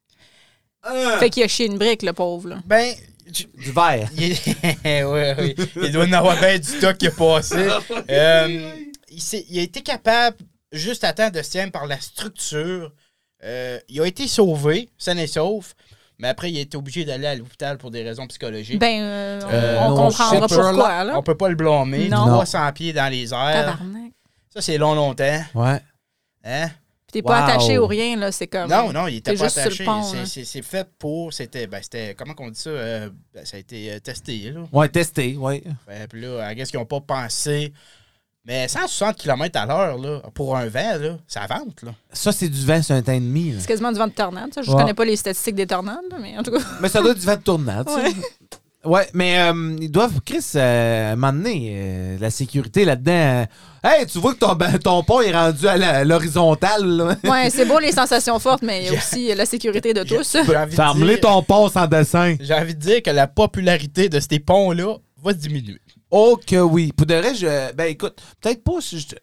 Euh, Fait qu'il a chié une brique, le pauvre, là. Ben, tu- Du verre. il, ouais, ouais. Il doit en avoir bien du stock qui est passé. Euh, il, s'est- il a été capable, juste à temps de se tiendre par la structure. Euh, il a été sauvé, sain et sauf, mais après, il a été obligé d'aller à l'hôpital pour des raisons psychologiques. Ben, euh, on, Euh, on non, comprendra shit, pourquoi, là. On peut pas le blâmer. Non. trois cents pieds dans les airs. Tabarnak. Ça, c'est long, longtemps. Ouais. Hein? Puis t'es pas Wow. attaché ou rien, là. C'est comme. Non, non, il était t'es pas juste sur le attaché. pont, C'est- là. c'est c'est fait pour... C'était... Ben, c'était... Comment qu'on dit ça? Euh, ben, ça a été euh, testé, là. Ouais, testé, ouais. Ben, puis là, I guess qu'ils n'ont pas pensé... Mais cent soixante kilomètres à l'heure, là, pour un vent, là, ça vente, là. Ça, c'est du vent sur un temps et demi. là. C'est quasiment du vent de tornade. Ça. Je Ouais. connais pas les statistiques des tornades, là, mais en tout cas. Mais ça doit être du vent de tournade, ça. Ouais. Ouais, mais euh, ils doivent, Chris, euh, à un moment donné, euh, la sécurité là-dedans. euh, hey, tu vois que ton, ben, ton pont est rendu à la- à l'horizontale. là. Ouais, c'est beau les sensations fortes, mais il y a J'ai- aussi la sécurité de tous. J'ai envie de Ferme-les dire- ton pont sans dessin. J'ai envie de dire que la popularité de ces ponts-là va diminuer. Oh que oui. Pour de vrai, je. Ben écoute, peut-être pas si je.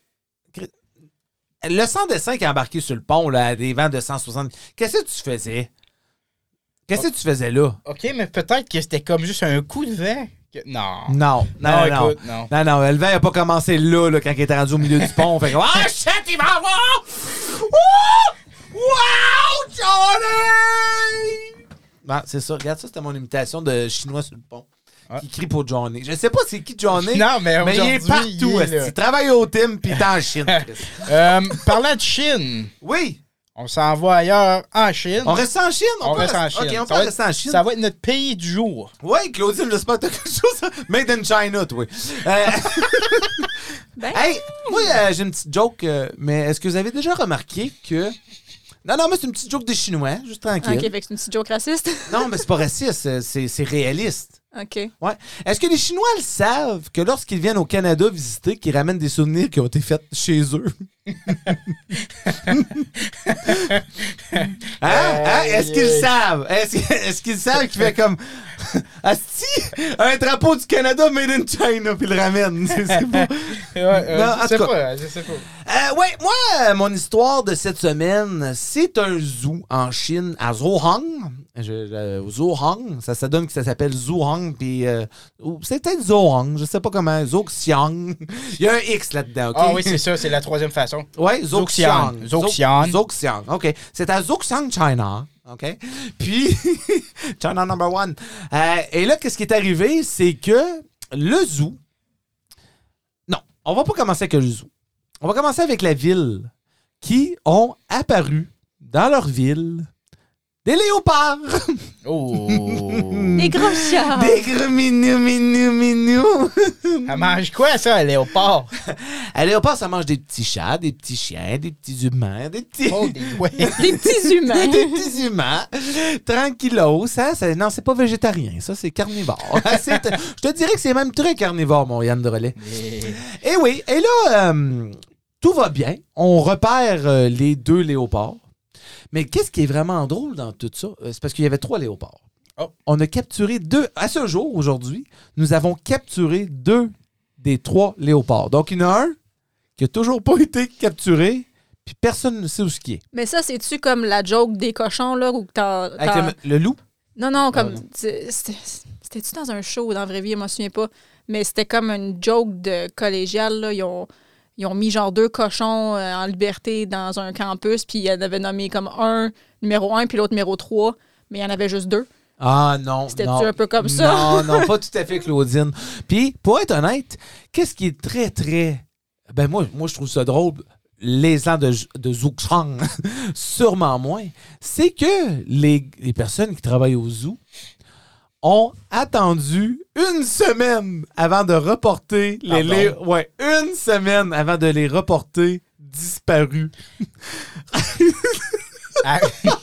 Le sans dessin qui est embarqué sur le pont, là, à des vents de cent soixante. Qu'est-ce que tu faisais? Qu'est-ce que tu faisais là? OK, mais peut-être que c'était comme juste un coup de vent. que- Non. Non. Non, Non, non. écoute, non. Non, non, le vent n'a pas commencé là, là, quand il était rendu au milieu du pont. Fait que, ah, shit, il va avoir! Wouh! Wow, Johnny! Non, c'est ça. Regarde, ça, c'était mon imitation de chinois sur le pont. Ouais. Qui crie pour Johnny. Je sais pas c'est qui Johnny. Non, mais mais il est aujourd'hui, partout. il est esti. là. Il travaille au team puis il est en Chine. Chris. Euh, parlant de Chine, Oui. On s'en va ailleurs, en Chine. On reste en Chine? On peut reste en rester- Chine. OK, on Ça peut va rester en Chine. Ça va être notre pays du jour. Oui, Claudine, j'espère que t'as quelque chose. Made in China, toi. Euh, Ben, hey, moi, euh, j'ai une petite joke, euh, mais est-ce que vous avez déjà remarqué que. Non, non, mais c'est une petite joke des Chinois, juste tranquille. OK, fait que c'est une petite joke raciste. Non, mais c'est pas raciste, c'est- c'est c'est réaliste. OK. Ouais. Est-ce que les Chinois le savent que lorsqu'ils viennent au Canada visiter, qu'ils ramènent des souvenirs qui ont été faits chez eux? hein? Hein? Est-ce qu'ils le savent? Est-ce est-ce qu'ils savent qu'il fait comme Asti, un drapeau du Canada made in China puis le ramène? C'est c'est pas... Ouais, euh, Non, en je sais tout cas. pas, je sais pas. Euh, ouais, moi, euh, mon histoire de cette semaine, c'est un zoo en Chine, à Zhuhang. Je, je- Zhuhang, ça, ça donne que ça s'appelle Zhuhang, puis euh, ou c'est peut-être Zhuhang, je sais pas comment, Zhuxiang. Il y a un X là-dedans, OK? Ah oui, c'est ça, c'est la troisième façon. Ouais, Zhuxiang. Zhuxiang. Zhuxiang. Zhu- Zhuxiang, OK. C'est à Zhuxiang, China, OK? Puis, China number one. Euh, et là, qu'est-ce qui est arrivé? C'est que le zoo... Non, on va pas commencer avec le zoo. On va commencer avec la ville qui ont apparu dans leur ville des léopards. Oh! Des gros chats. Des gros minous, minous, minous. Elle mange quoi, ça, un léopard? Un léopard, ça mange des petits chats, des petits chiens, des petits humains, des petits... Oh, des ouais. Des petits humains. des petits humains, tranquillos, ça, ça- non, c'est pas végétarien, ça, c'est carnivore. C'est- je te dirais que c'est même très carnivore, mon Yann de relais. Et oui, et là, euh, tout va bien. On repère euh, les deux léopards. Mais qu'est-ce qui est vraiment drôle dans tout ça? Euh, C'est parce qu'il y avait trois léopards. Oh. On a capturé deux. À ce jour, aujourd'hui, nous avons capturé deux des trois léopards. Donc, il y en a un qui n'a toujours pas été capturé, puis personne ne sait où ce qui est. Mais ça, c'est-tu comme la joke des cochons, là, où t'as... Avec t'as- le, le loup? Non, non, comme... Ah, non. c'est- c'était- C'était-tu dans un show ou dans la vraie vie? Je m'en souviens pas. Mais c'était comme une joke de collégial, là. Ils ont, ils ont mis genre deux cochons euh, en liberté dans un campus, puis ils en avaient nommé comme un numéro un, puis l'autre numéro trois, mais il y en avait juste deux. Ah non, C'était-tu non. un peu comme ça? Non, non, pas tout à fait, Claudine. Puis, pour être honnête, qu'est-ce qui est très, très... Ben moi, moi je trouve ça drôle, les gens de, de Zhuxiang, sûrement moins, c'est que les, les personnes qui travaillent au zoo ont attendu une semaine avant de reporter les... Pardon? les- ouais, une semaine avant de les reporter disparus. À,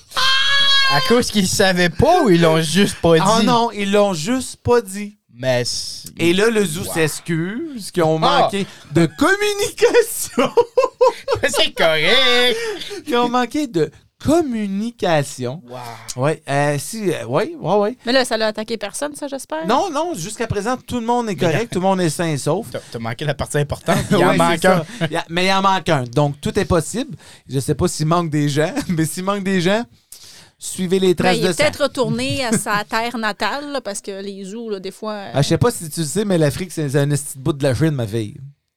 à cause qu'ils savaient pas ou ils l'ont juste pas dit? Ah non, ils l'ont juste pas dit. Mais c'est- Et là, le zoo Wow. s'excuse qu'ils ont Ah! manqué de communication. c'est correct! Ils ont manqué de communication. Wow. Ouais, euh, si, euh, ouais, ouais, ouais. Mais là, ça l'a attaqué personne, ça, j'espère? Non, non, jusqu'à présent, tout le monde est correct, tout le monde est sain et sauf. T'as, t'as manqué la partie importante. Il en Ouais, manque c'est un. ça. Il y a- mais il en manque un. Donc, tout est possible. Je sais pas s'il manque des gens, mais s'il manque des gens, suivez les Ben, traces il de est ça. peut-être retourné à sa terre natale, là, parce que les zoos, là, des fois... euh, Ah, je sais pas si tu le sais, mais l'Afrique, c'est un petit bout de la Chine, ma fille.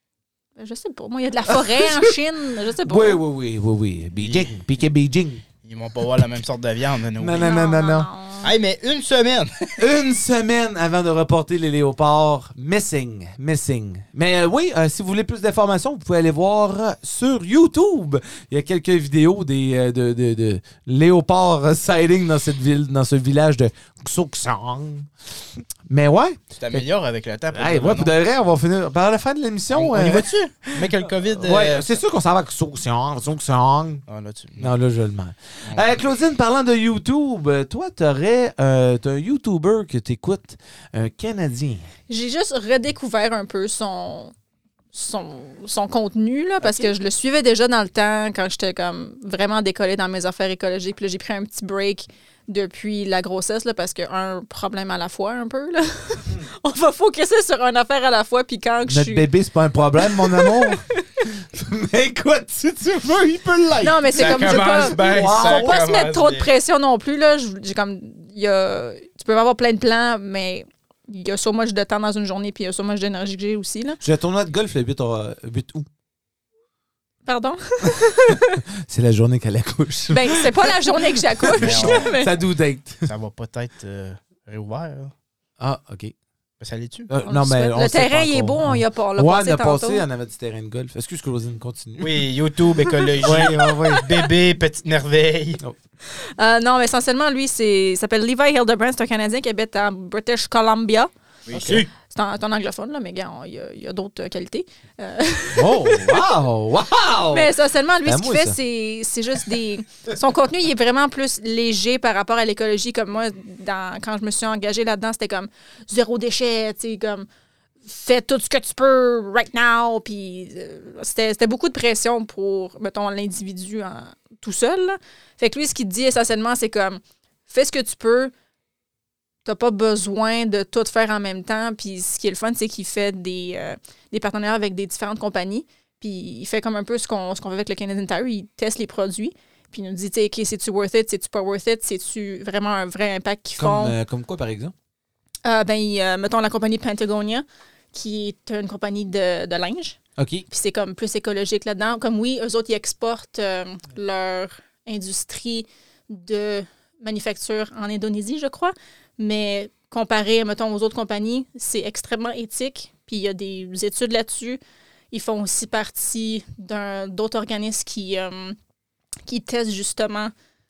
Je sais pas. Moi, il y a de la forêt en Chine. Je sais pas. Oui, oui, oui, oui, oui. Beijing, piqué Beijing. Ils vont pas voir la même sorte de viande. Non, Non, non, non, non, non. Hey, mais une semaine! Une semaine avant de reporter les léopards missing. Missing. Mais euh, oui, euh, si vous voulez plus d'informations, vous pouvez aller voir euh, sur YouTube. Il y a quelques vidéos des, euh, de, de, de léopards euh, sighting dans cette ville, dans ce village de Xuxiang. Mais ouais, Tu t'améliores avec le temps. pour hey, dire ouais, le pour nom. de vrai, on va finir par la fin de l'émission. On, on y euh, va-tu? Mais que le COVID. euh, ouais, c'est sûr qu'on s'en va à Xuxiang, Xuxiang. Ah, là, tu... Non, là, je le mets. Euh, Claudine, parlant de YouTube, euh, toi, t'aurais euh, t'as un YouTuber que t'écoutes, un Canadien. J'ai juste redécouvert un peu son, son, son contenu, là, parce que je le suivais déjà dans le temps quand j'étais comme vraiment décollée dans mes affaires écologiques. Puis là, j'ai pris un petit break depuis la grossesse, là, parce que un problème à la fois, un peu. Là. On va focuser sur une affaire à la fois, puis quand je Notre suis... bébé, c'est pas un problème, mon amour. Mais écoute, si tu veux, il peut l'être. Non, mais c'est Ça comme... j'ai pas... commence bien, Wow. ça Faut pas se mettre commence trop de bien. pression non plus, là. Je- J'ai comme... Il y a... Tu peux avoir plein de plans, mais il y a so much de temps dans une journée, puis il y a so much d'énergie que j'ai aussi, là. J'ai un tournoi de golf le huit août. Pardon? C'est la journée qu'elle accouche. Ben, c'est pas la journée que j'accouche, Mais on- là, mais... Ça do date. Ça va peut-être euh, réouvert. là. Ah, OK. Ça l'est-tu? Euh, On non, le mais souhaite. on Le sait terrain, pas il est encore. beau, on y a pas. On l'a Ouais, passé on a tantôt. passé, on avait du terrain de golf. Excuse, Claudine, continue. Oui, YouTube, écologie, Ouais, ouais, ouais. bébé, petite merveille. Euh, non, mais essentiellement, lui, c'est, il s'appelle Levi Hildebrand. C'est un Canadien qui habite en British Columbia. Oui, Ok. si. C'est un, c'est un anglophone, là, mais gars, il y a, il y a d'autres euh, qualités. Euh, Oh, wow, wow! mais essentiellement, lui, C'est à ce qu'il moi, fait, ça. c'est, c'est juste des... Son contenu, il est vraiment plus léger par rapport à l'écologie. Comme moi, dans, quand je me suis engagée là-dedans, c'était comme zéro déchet, tu sais, comme fais tout ce que tu peux right now. Puis euh, c'était, c'était beaucoup de pression pour, mettons, l'individu en- tout seul. là. Fait que lui, ce qu'il dit essentiellement, c'est comme fais ce que tu peux. T'as pas besoin de tout faire en même temps. Puis ce qui est le fun, c'est qu'il fait des, euh, des partenariats avec des différentes compagnies. Puis il fait comme un peu ce qu'on, ce qu'on fait avec le Canadian Tire. Il teste les produits. Puis il nous dit, tu sais, OK, c'est-tu worth it? C'est-tu pas worth it? C'est-tu vraiment un vrai impact qu'ils font? Comme, euh, comme quoi, par exemple? Euh, ben, il, euh, mettons la compagnie Patagonia, qui est une compagnie de, de linge. OK. Puis c'est comme plus écologique là-dedans. Comme oui, eux autres, ils exportent euh, leur industrie de manufacture en Indonésie, je crois. Mais comparé, mettons, aux autres compagnies, c'est extrêmement éthique. Puis il y a des études là-dessus. Ils font aussi partie d'un, d'autres organismes qui, euh, qui testent justement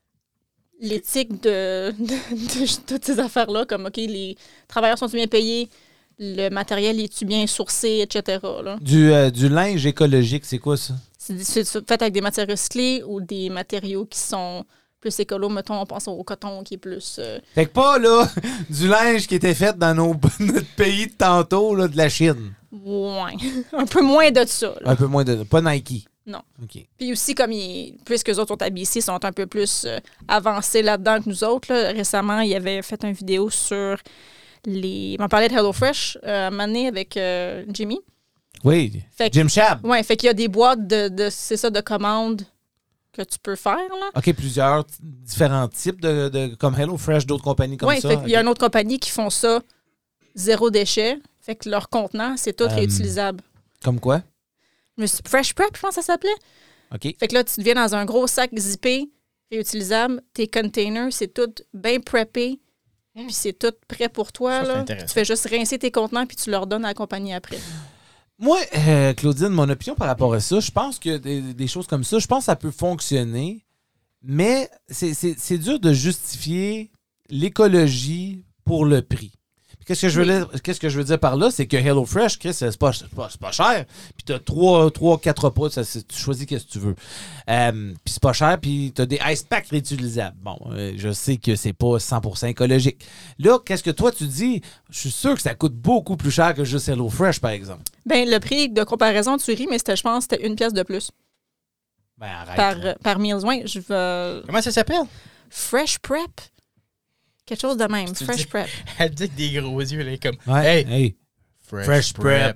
l'éthique de, de, de toutes ces affaires-là. Comme, OK, les travailleurs sont-ils bien payés? Le matériel est-tu bien sourcé, et cetera là. Du, euh, du linge écologique, c'est quoi ça? C'est, c'est fait avec des matières recyclées ou des matériaux qui sont plus écolos. Mettons, on pense au coton qui est plus... euh, Fait que pas, là, du linge qui était fait dans nos, notre pays de tantôt, là, de la Chine. ouais, un peu moins de ça. là. Un peu moins de... Pas Nike. Non. OK. Puis aussi, comme ils, puisque les autres sont habillés ici, sont un peu plus euh, avancés là-dedans que nous autres. Là. Récemment, il avait fait une vidéo sur les... On parlait de HelloFresh, euh, à un moment donné, avec euh, Jimmy. Oui. Fait que- Jim Shab. Ouais, fait qu'il y a des boîtes de, de c'est ça, de commandes que tu peux faire, là. OK, plusieurs t- différents types de, de comme HelloFresh, d'autres compagnies comme Oui, ça. fait qu'il y a OK. une autre compagnie qui font ça zéro déchet. Fait que leur contenant, c'est tout Euh, réutilisable. Comme quoi? Je me suis- Fresh Prep, je pense que ça s'appelait. OK. Fait que là, tu deviens dans un gros sac zippé, réutilisable. Tes containers, c'est tout bien preppé. Puis c'est tout prêt pour toi. Ça, c'est Là. intéressant. Tu fais juste rincer tes contenants puis tu leur donnes à la compagnie après. Moi, euh, Claudine, mon opinion par rapport à ça, je pense que des, des choses comme ça, je pense que ça peut fonctionner, mais c'est, c'est, c'est dur de justifier l'écologie pour le prix. Puis Qu'est-ce que je veux Oui. dire, qu'est-ce que je veux dire par là, c'est que HelloFresh, Chris, c'est pas, c'est pas, c'est pas cher. Puis t'as trois, trois, quatre repas, ça, c'est- tu choisis qu'est-ce que tu veux. Euh, puis c'est pas cher, puis t'as des ice packs réutilisables. Bon, euh, je sais que c'est pas cent pour cent écologique. Là, qu'est-ce que toi tu dis? Je suis sûr que ça coûte beaucoup plus cher que juste HelloFresh, par exemple. Ben, le prix de comparaison, tu ris, mais c'était, je pense, c'était une pièce de plus Ben arrête. par, là. par Meals. Ouais, je veux... Comment ça s'appelle? Fresh Prep. Quelque chose de même. Tu Fresh dis- Prep. Elle dit avec des gros yeux, elle est comme Ouais. Hey, Hey. Fresh, Fresh Prep.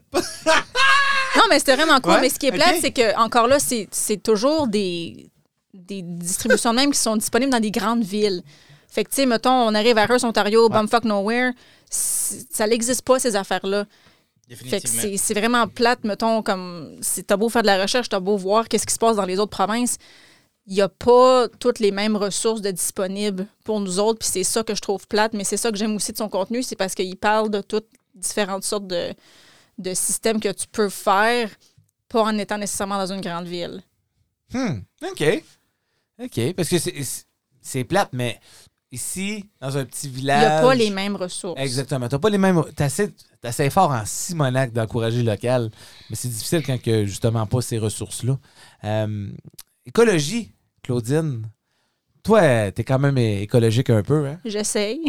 Non, mais c'était vraiment cool. Ouais, Mais ce qui est plate, ok. c'est que encore là, c'est, c'est toujours des, des distributions de même qui sont disponibles dans des grandes villes. Fait que, tu sais, mettons, on arrive à Hearst, Ontario, Bumfuck Nowhere. c'est- Ça n'existe pas, ces affaires-là. Fait que Définitivement. c'est, c'est vraiment plate, mettons, comme si t'as beau faire de la recherche, t'as beau voir qu'est-ce qui se passe dans les autres provinces. Il n'y a pas toutes les mêmes ressources de disponibles pour nous autres, puis c'est ça que je trouve plate, mais c'est ça que j'aime aussi de son contenu, c'est parce qu'il parle de toutes différentes sortes de, de systèmes que tu peux faire, pas en étant nécessairement dans une grande ville. Hmm. OK. OK. Parce que c'est, c'est- c'est plate, mais ici, dans un petit Il village. n'y a pas les mêmes ressources. Exactement. T'as pas les mêmes. T'es assez, t'es assez fort en Simonac d'encourager le local, mais c'est difficile quand que justement pas ces ressources-là. Euh, écologie, Claudine. Toi, t'es quand même é- écologique un peu, hein? J'essaye.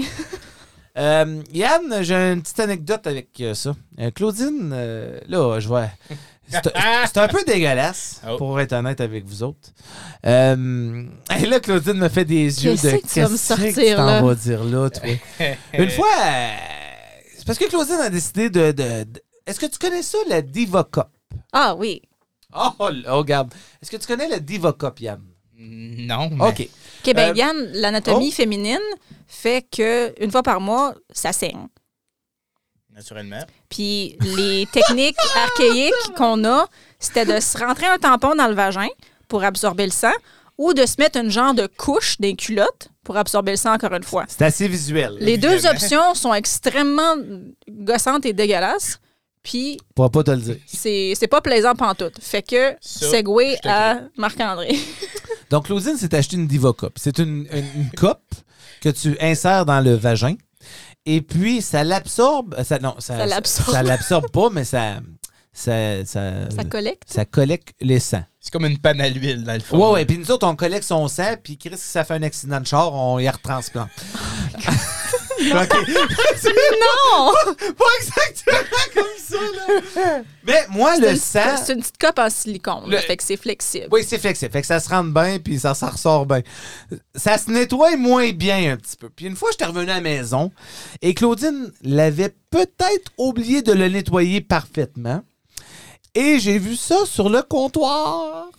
Euh, Yann, j'ai une petite anecdote avec euh, ça. Euh, Claudine, euh, là, je vois. C'est c'est un peu dégueulasse, Oh. pour être honnête avec vous autres. Euh, et là, Claudine me fait des yeux Qu'est-ce de que tu vas me qu'est-ce que sortir, t'en là? vas dire là, toi? Une fois, euh, c'est parce que Claudine a décidé de. de- de- Est-ce que tu connais ça, la Diva Cup? Ah oui. Oh, là, regarde. Est-ce que tu connais la Diva Cup, Yann? Non, mais... OK. OK, ben Euh, Yann, l'anatomie oh. féminine fait que une fois par mois, ça saigne. Naturellement. Puis les techniques archaïques qu'on a, c'était de se rentrer un tampon dans le vagin pour absorber le sang. ou de se mettre une genre de couche des culottes pour absorber le sang encore une fois. C'est assez visuel. Les deux Évidemment. options sont extrêmement gossantes et dégueulasses. Puis, Je pourrais pas te le dire. c'est c'est pas plaisant pantoute. Fait que, Ça, segway je te à Marc-André. Donc, Claudine s'est acheté une Diva Cup. C'est une, une, une coupe que tu insères dans le vagin. Et puis, ça l'absorbe. Ça, non, ça, Ça l'absorbe. Ça, l'absorbe pas, mais ça. Ça, ça, Ça collecte. ça collecte les sangs. C'est comme une panne à l'huile, dans le fond. Ouais, ouais. Puis nous autres, on collecte son sang. Puis, Chris, si ça fait un accident de char, on y retransplante. OK. Non! Pas exactement comme ça, là. Mais moi, C'est le une, sang. petite- c'est une petite cope en silicone. là, Le- Fait que c'est flexible. Oui, c'est flexible. Fait que ça se rentre bien, puis ça, ça ressort bien. Ça se nettoie moins bien un petit peu. Puis une fois, j'étais revenu à la maison et Claudine l'avait peut-être oublié de le nettoyer parfaitement. Et j'ai vu ça sur le comptoir.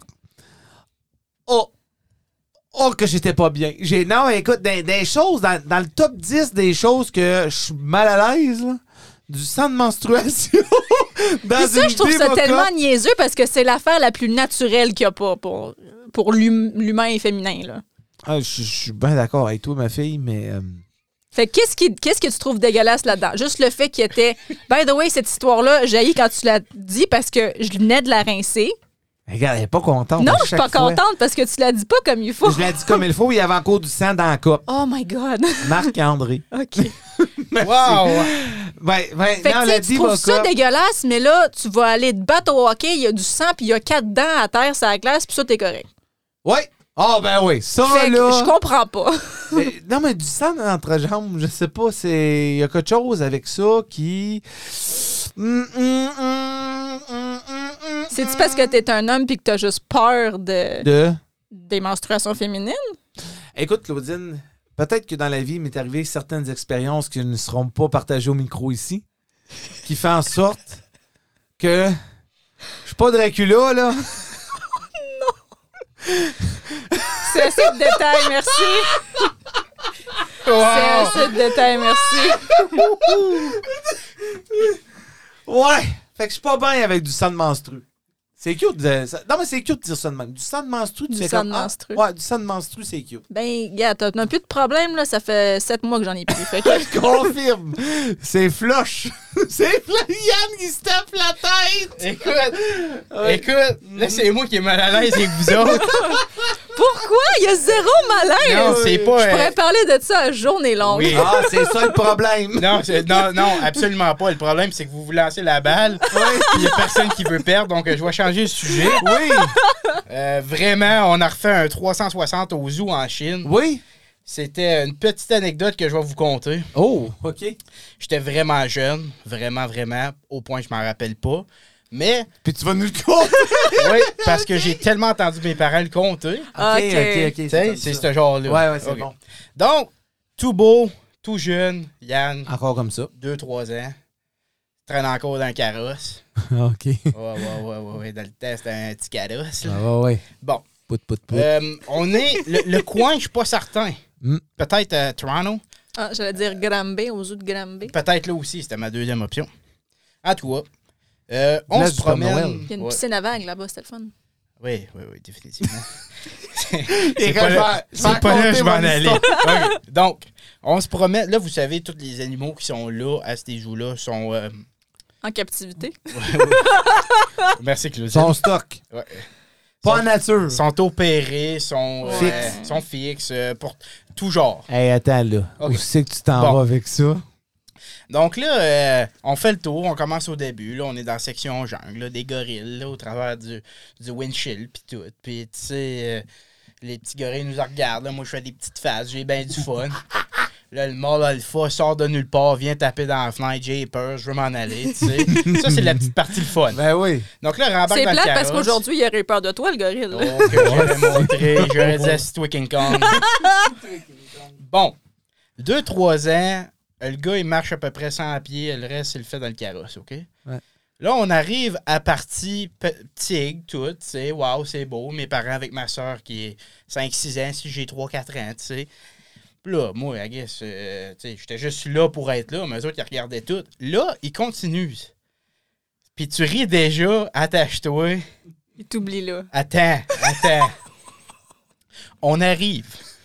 Oh! Oh, que j'étais pas bien. J'ai, non, écoute, des, des choses, dans, dans le top dix des choses que je suis mal à l'aise, là, du sang de menstruation. dans Puis ça, une je trouve ça Diva Cup. tellement niaiseux parce que c'est l'affaire la plus naturelle qu'il n'y a pas pour, pour l'hum- l'humain et féminin. Là. Ah, je, je suis bien d'accord avec toi, ma fille, mais. euh, Fait que qu'est-ce, qui, qu'est-ce que tu trouves dégueulasse là-dedans? Juste le fait qu'il était. By the way, cette histoire-là, j'ai quand tu l'as dit parce que je venais de la rincer. Regarde, elle est pas contente. Non, à je suis chaque pas fois. contente parce que tu l'as dit pas comme il faut. Je l'ai dit comme il faut, il y avait encore du sang dans la coupe. Oh my God. Marc-André. OK. Wow! Ben, ben, Fait non, que la tu sais, tu trouves Diva ça Cup. dégueulasse, mais là, tu vas aller te battre au hockey, il y a du sang, puis il y a quatre dents à terre sur la glace, puis ça, t'es correct. Oui. Ah, ben oui. Ça, Fait que là. je comprends pas. Mais- non, mais du sang dans l'entrejambe, je sais pas. c'est Il y a quelque chose avec ça qui. Hum, hum, hum, hum, hum, hum, C'est-tu parce que t'es un homme puis que t'as juste peur de, De. des menstruations féminines? Écoute, Claudine, peut-être que dans la vie, il m'est arrivé certaines expériences qui ne seront pas partagées au micro ici, qui fait en sorte que je suis pas Dracula, là. C'est assez de détails, merci. C'est Wow! assez de détails, merci. Ouais! Fait que je suis pas bien avec du sang de menstru. C'est cute de... ça- Non, mais c'est cute de dire ça de même. Du sang de menstru, tu Du fais sang comme... de ah, menstru. ouais, du sang de menstru, c'est cute. Ben, gars, t'as t'as plus de problème, là. Ça fait sept mois que j'en ai plus. Fait que... Je confirme! C'est flush! C'est flush! Yann qui se tape la tête! Écoute, écoute, là, c'est moi qui est mal à l'aise avec vous autres. Pourquoi? Il y a zéro malaise. Non, c'est pas... Je euh, pourrais parler de ça à journée longue. Oui. Ah, c'est ça le problème! Non, c'est- non, non, absolument pas. Le problème, c'est que vous vous lancez la balle. Il n'y a personne qui veut perdre, donc euh, je vais changer le sujet. Oui! Euh, vraiment, on a refait un trois cent soixante au zoo en Chine. Oui! C'était une petite anecdote que je vais vous conter. Oh, OK. J'étais vraiment jeune, vraiment, vraiment, au point que je m'en rappelle pas. Mais, Puis tu vas nous le compter! oui, parce que j'ai tellement entendu mes parents le conter. OK, OK, OK. Tu sais, comme c'est ça. ce genre-là. Ouais, ouais, c'est Ok. bon. Donc, tout beau, tout jeune, Yann, Encore comme ça. deux trois ans, traîne encore dans un carrosse. OK. Ouais, ouais, ouais, ouais, ouais, dans le temps, c'était un petit carrosse. là. Ah, ouais, ouais. Bon, Pout, pout, pout. euh, on est... Le, le coin, je suis pas certain. Mm. Peut-être à Toronto. Ah, j'allais dire Granby, aux zoo de Granby. Peut-être là aussi, c'était ma deuxième option. En tout cas, euh, on Village se du Père Noël. promène... Il y a une Ouais. piscine à vagues là-bas, c'était le fun. Oui, oui, oui, définitivement. Et c'est quand pas je là, vais- je c'est vais pas là raconter que je m'en mon allais. histoire. Ok. Donc, on se promène. Là, vous savez, tous les animaux qui sont là, à ces zoos-là, sont... euh, En captivité. Merci, Claudine. Son stock. Ouais. Pas Sont- en nature. sont opérés, sont euh, Fixes. sont fixes, euh, pour tout genre. Hey, attends, là. Ok. Où c'est que tu t'en Bon. vas avec ça? Donc là, euh, on fait le tour, on commence au début. Là, on est dans la section jungle, là, des gorilles, là, au travers du, du windshield, puis tout. Puis, tu sais, euh, les petits gorilles nous regardent. Là, moi, je fais des petites faces, j'ai bien du fun. Là, le mâle alpha sort de nulle part, vient taper dans la fenêtre, j'ai peur, je veux m'en aller, tu sais. Ça, c'est la petite partie le fun. Ben oui. Donc là, rembarque C'est dans le plate carrosse. parce qu'aujourd'hui, il aurait eu peur de toi, le gorille. là. Oh, que j'aurais montré, j'aurais dit assis-toi King Kong. Bon, deux trois ans, le gars, il marche à peu près cent pieds, le reste, il le fait dans le carrosse, OK? Ouais. Là, on arrive à partie pe- tigre, tout, tu sais, waouh, c'est beau. Mes parents avec ma soeur qui est cinq six ans, si j'ai trois quatre ans, tu sais. Puis là, moi, I guess, euh, tu sais, j'étais juste là pour être là, mais eux autres, ils regardaient tout. Là, ils continuent. Puis tu ris déjà, attache-toi. Il t'oublie là. Attends, attends. On arrive.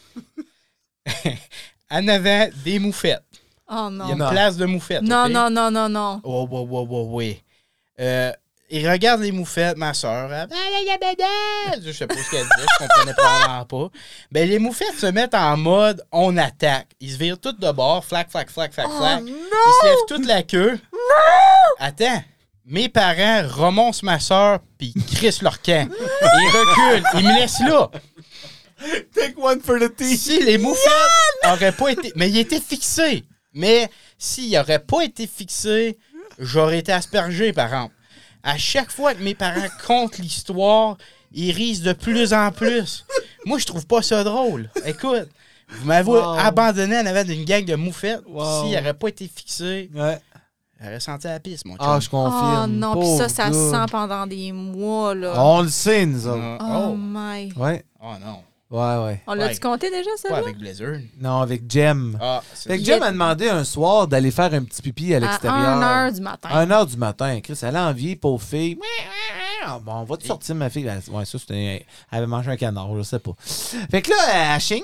En avant, des moufettes. Oh Il y a non. une Non. place de moufettes. Non, OK? non, non, non, non. Oh, oh, oh, oh, oui. Euh, il regarde les moufettes, ma soeur. Je sais pas ce qu'elle dit, je comprenais probablement pas. Ben, les moufettes se mettent en mode on attaque. Ils se virent toutes de bord, flac, flac, flac, flac, flac. Oh, Ils se lèvent toute la queue. Attends. Mes parents remontent ma soeur puis ils crissent leur camp. Ils reculent. Ils me laissent là. Take one for the team. Si les moufettes n'auraient pas été... Mais ils étaient fixés. Mais s'ils n'auraient pas été fixés, j'aurais été aspergé, par exemple. À chaque fois que mes parents comptent l'histoire, ils risent de plus en plus. Moi, je trouve pas ça drôle. Écoute, vous m'avez Wow. abandonné en avant d'une gang de moufettes. Wow. S'ils n'auraient pas été fixés, Ouais. j'aurais senti la piste, mon chum. Ah, je confirme. Oh non, puis Pauvre ça, ça gars. sent pendant des mois, là. On le sait, nous autres. Ah, Oh, oh. my. Ouais. Oh non. Ouais, ouais. On l'a-tu Ouais. compté déjà, ça? Pas avec Blizzard. Non, avec Jem. Ah, Fait que Il Jem est- a demandé un soir d'aller faire un petit pipi à À l'extérieur. une heure du matin. À une heure du matin. Chris, elle a envie, pauvre fille. Ah, bon, on va te sortir, ma fille. Ouais, ça, c'était. Elle avait mangé un canard, je sais pas. Fait que là, elle chigne.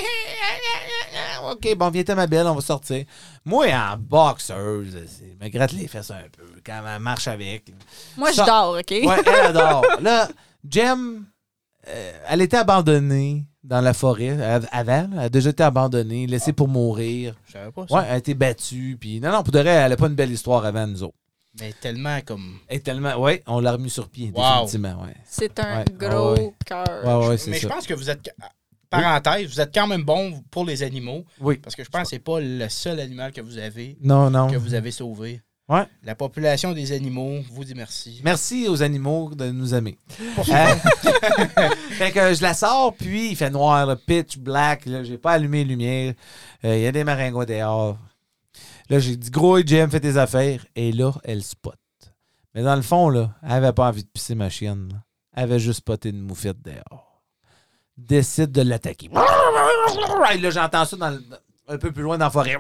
OK, bon, viens-t'en, ma belle, on va sortir. Moi, en boxeuse, je me gratte les fesses un peu quand elle marche avec. Moi, je Ça- dors, OK? Ouais, elle adore. Là, Jem, euh, elle était abandonnée dans la forêt av- avant. Elle a déjà été abandonnée, laissée pour mourir. Je savais pas ça. Ouais, elle a été battue. Puis non, non, pour de vrai, elle n'a pas une belle histoire avant nous autres. Mais tellement comme... Elle est tellement. Ouais, on l'a remis sur pied, Wow. définitivement. Ouais, C'est un Ouais, gros ouais. cœur. ouais, ouais c'est Mais ça. je pense que vous êtes... Parenthèse, vous êtes quand même bon pour les animaux. Oui. Parce que je pense que c'est pas le seul animal que vous avez, Non, non. que vous avez sauvé. Ouais. La population des animaux vous dit merci. Merci aux animaux de nous aimer. Euh, fait que je la sors, puis il fait noir, là, pitch black. Là, j'ai pas allumé les lumières. Euh, Il y a des maringouins dehors. Là, j'ai dit, gros, Jem, fais tes affaires. Et là, elle spot. Mais dans le fond, là, elle avait pas envie de pisser ma chienne. Là. Elle avait juste spoté une moufette dehors. Décide de l'attaquer. Et là, j'entends ça dans le- un peu plus loin dans la forêt.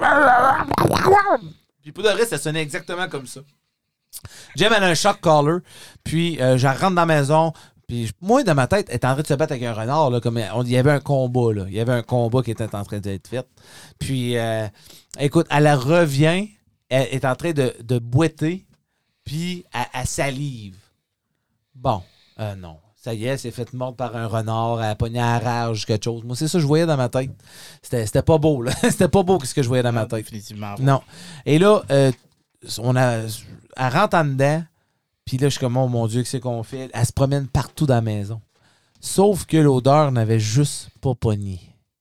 Puis pour de vrai, ça sonnait exactement comme ça. Jem, elle a un shock collar. Puis, euh, je rentre dans la maison. Puis, je- moi, dans ma tête, elle est en train de se battre avec un renard. Là, comme on- il y avait un combat. Là. Il y avait un combat qui était en train d'être fait. Puis, euh, écoute, elle la revient. Elle est en train de, de boiter. Puis, elle, elle salive. Bon, euh, non. Ça y est, elle s'est faite mordre par un renard. Elle a pogné à la rage, quelque chose. Moi, c'est ça que je voyais dans ma tête. C'était, c'était pas beau, là. C'était pas beau ce que je voyais dans ma tête. Définitivement. pas. Non. Et là, euh, on a, elle rentre en dedans. Puis là, je suis comme, oh mon Dieu, qu'est-ce qu'on fait? Elle se promène partout dans la maison. Sauf que l'odeur n'avait juste pas pogné.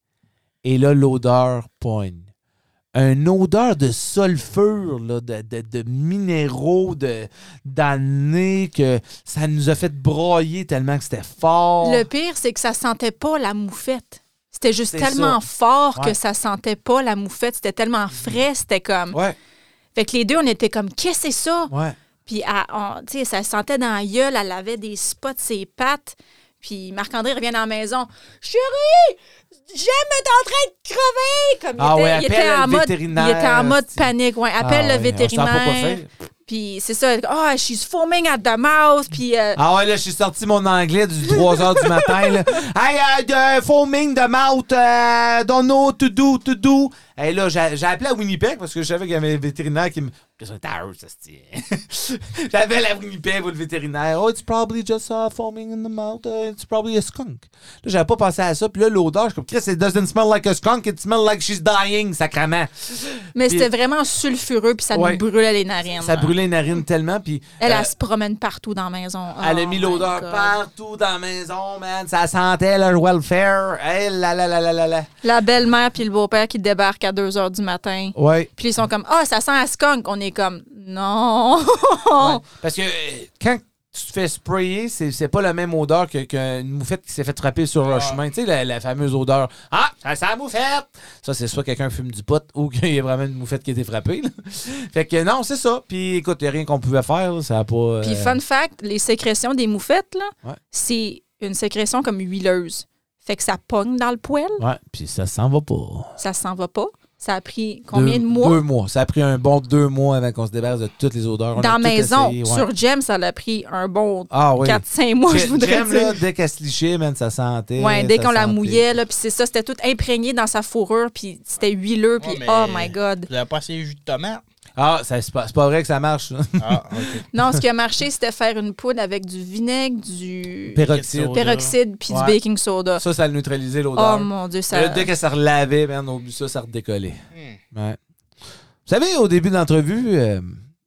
Et là, l'odeur pogne. Une odeur de sulfure, là, de, de, de minéraux, de, dans le nez, que ça nous a fait broyer tellement que c'était fort. Le pire, c'est que ça sentait pas la moufette. C'était juste C'est tellement ça. fort Ouais. que ça sentait pas la moufette. C'était tellement frais, c'était comme... Ouais, Fait que les deux, on était comme, qu'est-ce que c'est ça? ouais. Puis, elle- on- tu sais, ça sentait dans la gueule, elle avait des spots ses pattes. Puis, Marc-André revient dans la maison. Chérie, Jem est en train de crever! Comme il Ah était, ouais, il appelle était en le mode, vétérinaire, il était en mode c'est- panique. Ouais, appelle Ah le ouais, on savait pas quoi vétérinaire. faire. Puis, c'est ça. Ah, she's foaming at the mouth. Puis, euh, Ah ouais, là, je suis sorti mon anglais du trois heures du matin, là. Hey, uh, the foaming the mouth, uh, don't know what to do, to do. Hey, là, j'ai, j'ai appelé à Winnipeg parce que je savais qu'il y avait un vétérinaire qui me... Qu'est-ce que c'est, ça se tient? J'appelle à Winnipeg pour le vétérinaire. Oh, it's probably just uh, foaming in the mouth. Uh, it's probably a skunk. Là, j'avais pas pensé à ça. Puis là, l'odeur, je suis comme, Chris, it doesn't smell like a skunk, it smells like she's dying, sacrament. mais Puis- c'était vraiment sulfureux. Puis, ça Ouais. nous brûlait les narines. Ça brûlait les narines tellement. Puis Elle, euh, elle se promène partout dans la maison. elle a Oh mis my l'odeur God. partout dans la maison, man. Ça sentait le welfare. Hey, là, là, là, là, là, là. La belle-mère puis le beau-père qui débarquent à deux heures du matin. Ouais. Puis ils sont comme, ah, ça sent à skunk. On est comme, non. Ouais. Parce que euh, quand tu te fais sprayer, c'est, c'est pas la même odeur que, qu'une moufette qui s'est fait frapper sur le Ah. chemin. Tu sais, la, la fameuse odeur. Ah, ça sent la moufette! Ça, c'est soit quelqu'un fume du pot ou qu'il y a vraiment une moufette qui a été frappée. là. Fait que non, c'est ça. Puis écoute, il n'y a rien qu'on pouvait faire. là. Ça a pas. euh, Puis fun fact, les sécrétions des moufettes, là, Ouais. c'est une sécrétion comme huileuse. Fait que ça pogne dans le poêle, Ouais, puis ça s'en va pas. ça s'en va pas. Ça a pris combien deux, de mois? Deux mois. Ça a pris un bon deux mois avant qu'on se débarrasse de toutes les odeurs. On Dans a la tout maison, essayé, ouais. sur Jem, ça l'a pris un bon Ah oui. quatre cinq mois, je voudrais Jem, dire. là, dès qu'elle se lichait, man, ça sentait. Ouais, dès ça qu'on la sentait. mouillait, là, puis c'est ça, c'était tout imprégné dans sa fourrure, puis c'était huileux, puis Ouais, mais- oh my God. Vous avez pas essayé jus de tomate? Ah, ça, c'est, pas, c'est pas vrai que ça marche, ça. Ah, OK. Non, ce qui a marché, c'était faire une poudre avec du vinaigre, du Peroxyde. Soda. peroxyde, puis Ouais. du baking soda. Ça, ça a neutralisé l'odeur. Oh mon Dieu, Mais ça... là, dès que ça relavait, man, on oublie ça, ça redécollait. Hmm. Ouais. Vous savez, au début de l'entrevue, euh,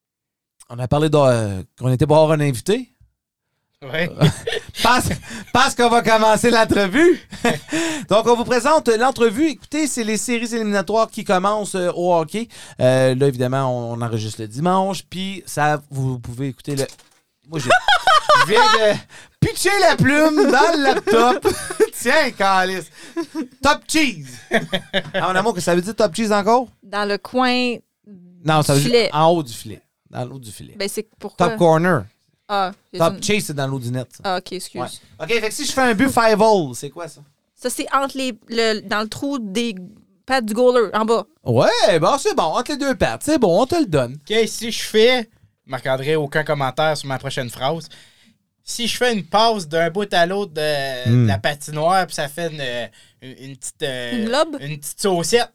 on a parlé de, euh, qu'on était pour avoir un invité. Ouais. Pense, pense qu'on va commencer l'entrevue. Donc, on vous présente l'entrevue. Écoutez, c'est les séries éliminatoires qui commencent euh, au hockey. Euh, là, évidemment, on, on enregistre le dimanche. Puis, ça, vous pouvez écouter le... Moi, j'ai... Je viens de pitcher la plume dans le laptop. Tiens, calice. Top cheese. Ah, mon amour, que ça veut dire top cheese encore? Dans le coin Non, ça veut du dire filet. en haut du filet. Dans l'eau du filet. Ben, c'est pourquoi... Top corner. Ah, c'est Top une- cheese, c'est dans l'eau du net. Ça. Ah, OK, excuse. Ouais. OK, fait que si je fais un but five-hole, c'est quoi ça? Ça, c'est entre les... Le, dans le trou des pattes du goaler, en bas. Ouais, bon, c'est bon. Entre les deux pattes, c'est bon, on te le donne. OK, si je fais... Marc-André, aucun commentaire sur ma prochaine phrase. Si je fais une passe d'un bout à l'autre de, Mm. de la patinoire, puis ça fait une, une, une petite... euh, Une lobe? Une petite saucette.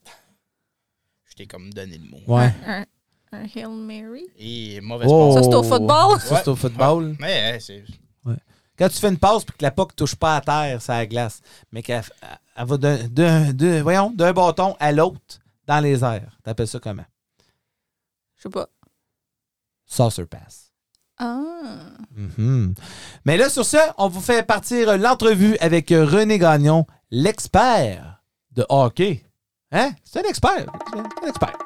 Je t'ai comme donné le mot. Ouais. Un, un Hail Mary. Et mauvaise Oh. Ça, c'est au football? Ça, c'est au football. passe. Mais ouais, c'est... Quand tu fais une passe puis que la puck touche pas à terre, ça glace, mais qu'elle elle- elle va d'un, d'un, d'un- voyons, d'un bâton à l'autre dans les airs. T'appelles ça comment? Je sais pas. Saucer pass. Ah. Mhm. Mais là, sur ça, on vous fait partir l'entrevue avec René Gagnon, l'expert de hockey. Hein? C'est un expert. C'est un expert.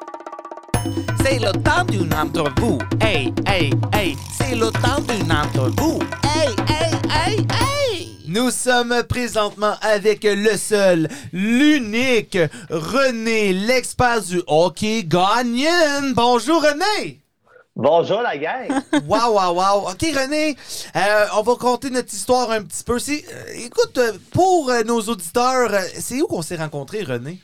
C'est le temps d'une entrevue. Hey, hey, hey. C'est le temps d'une entrevue. Hey, hey, hey, hey. Nous sommes présentement avec le seul, l'unique René, l'expert du hockey Gagnon. Bonjour René! Bonjour la gang! Wow, wow, wow. OK, René, euh, on va compter notre histoire un petit peu. C'est, euh, écoute, euh, pour euh, nos auditeurs, euh, c'est où qu'on s'est rencontrés, René?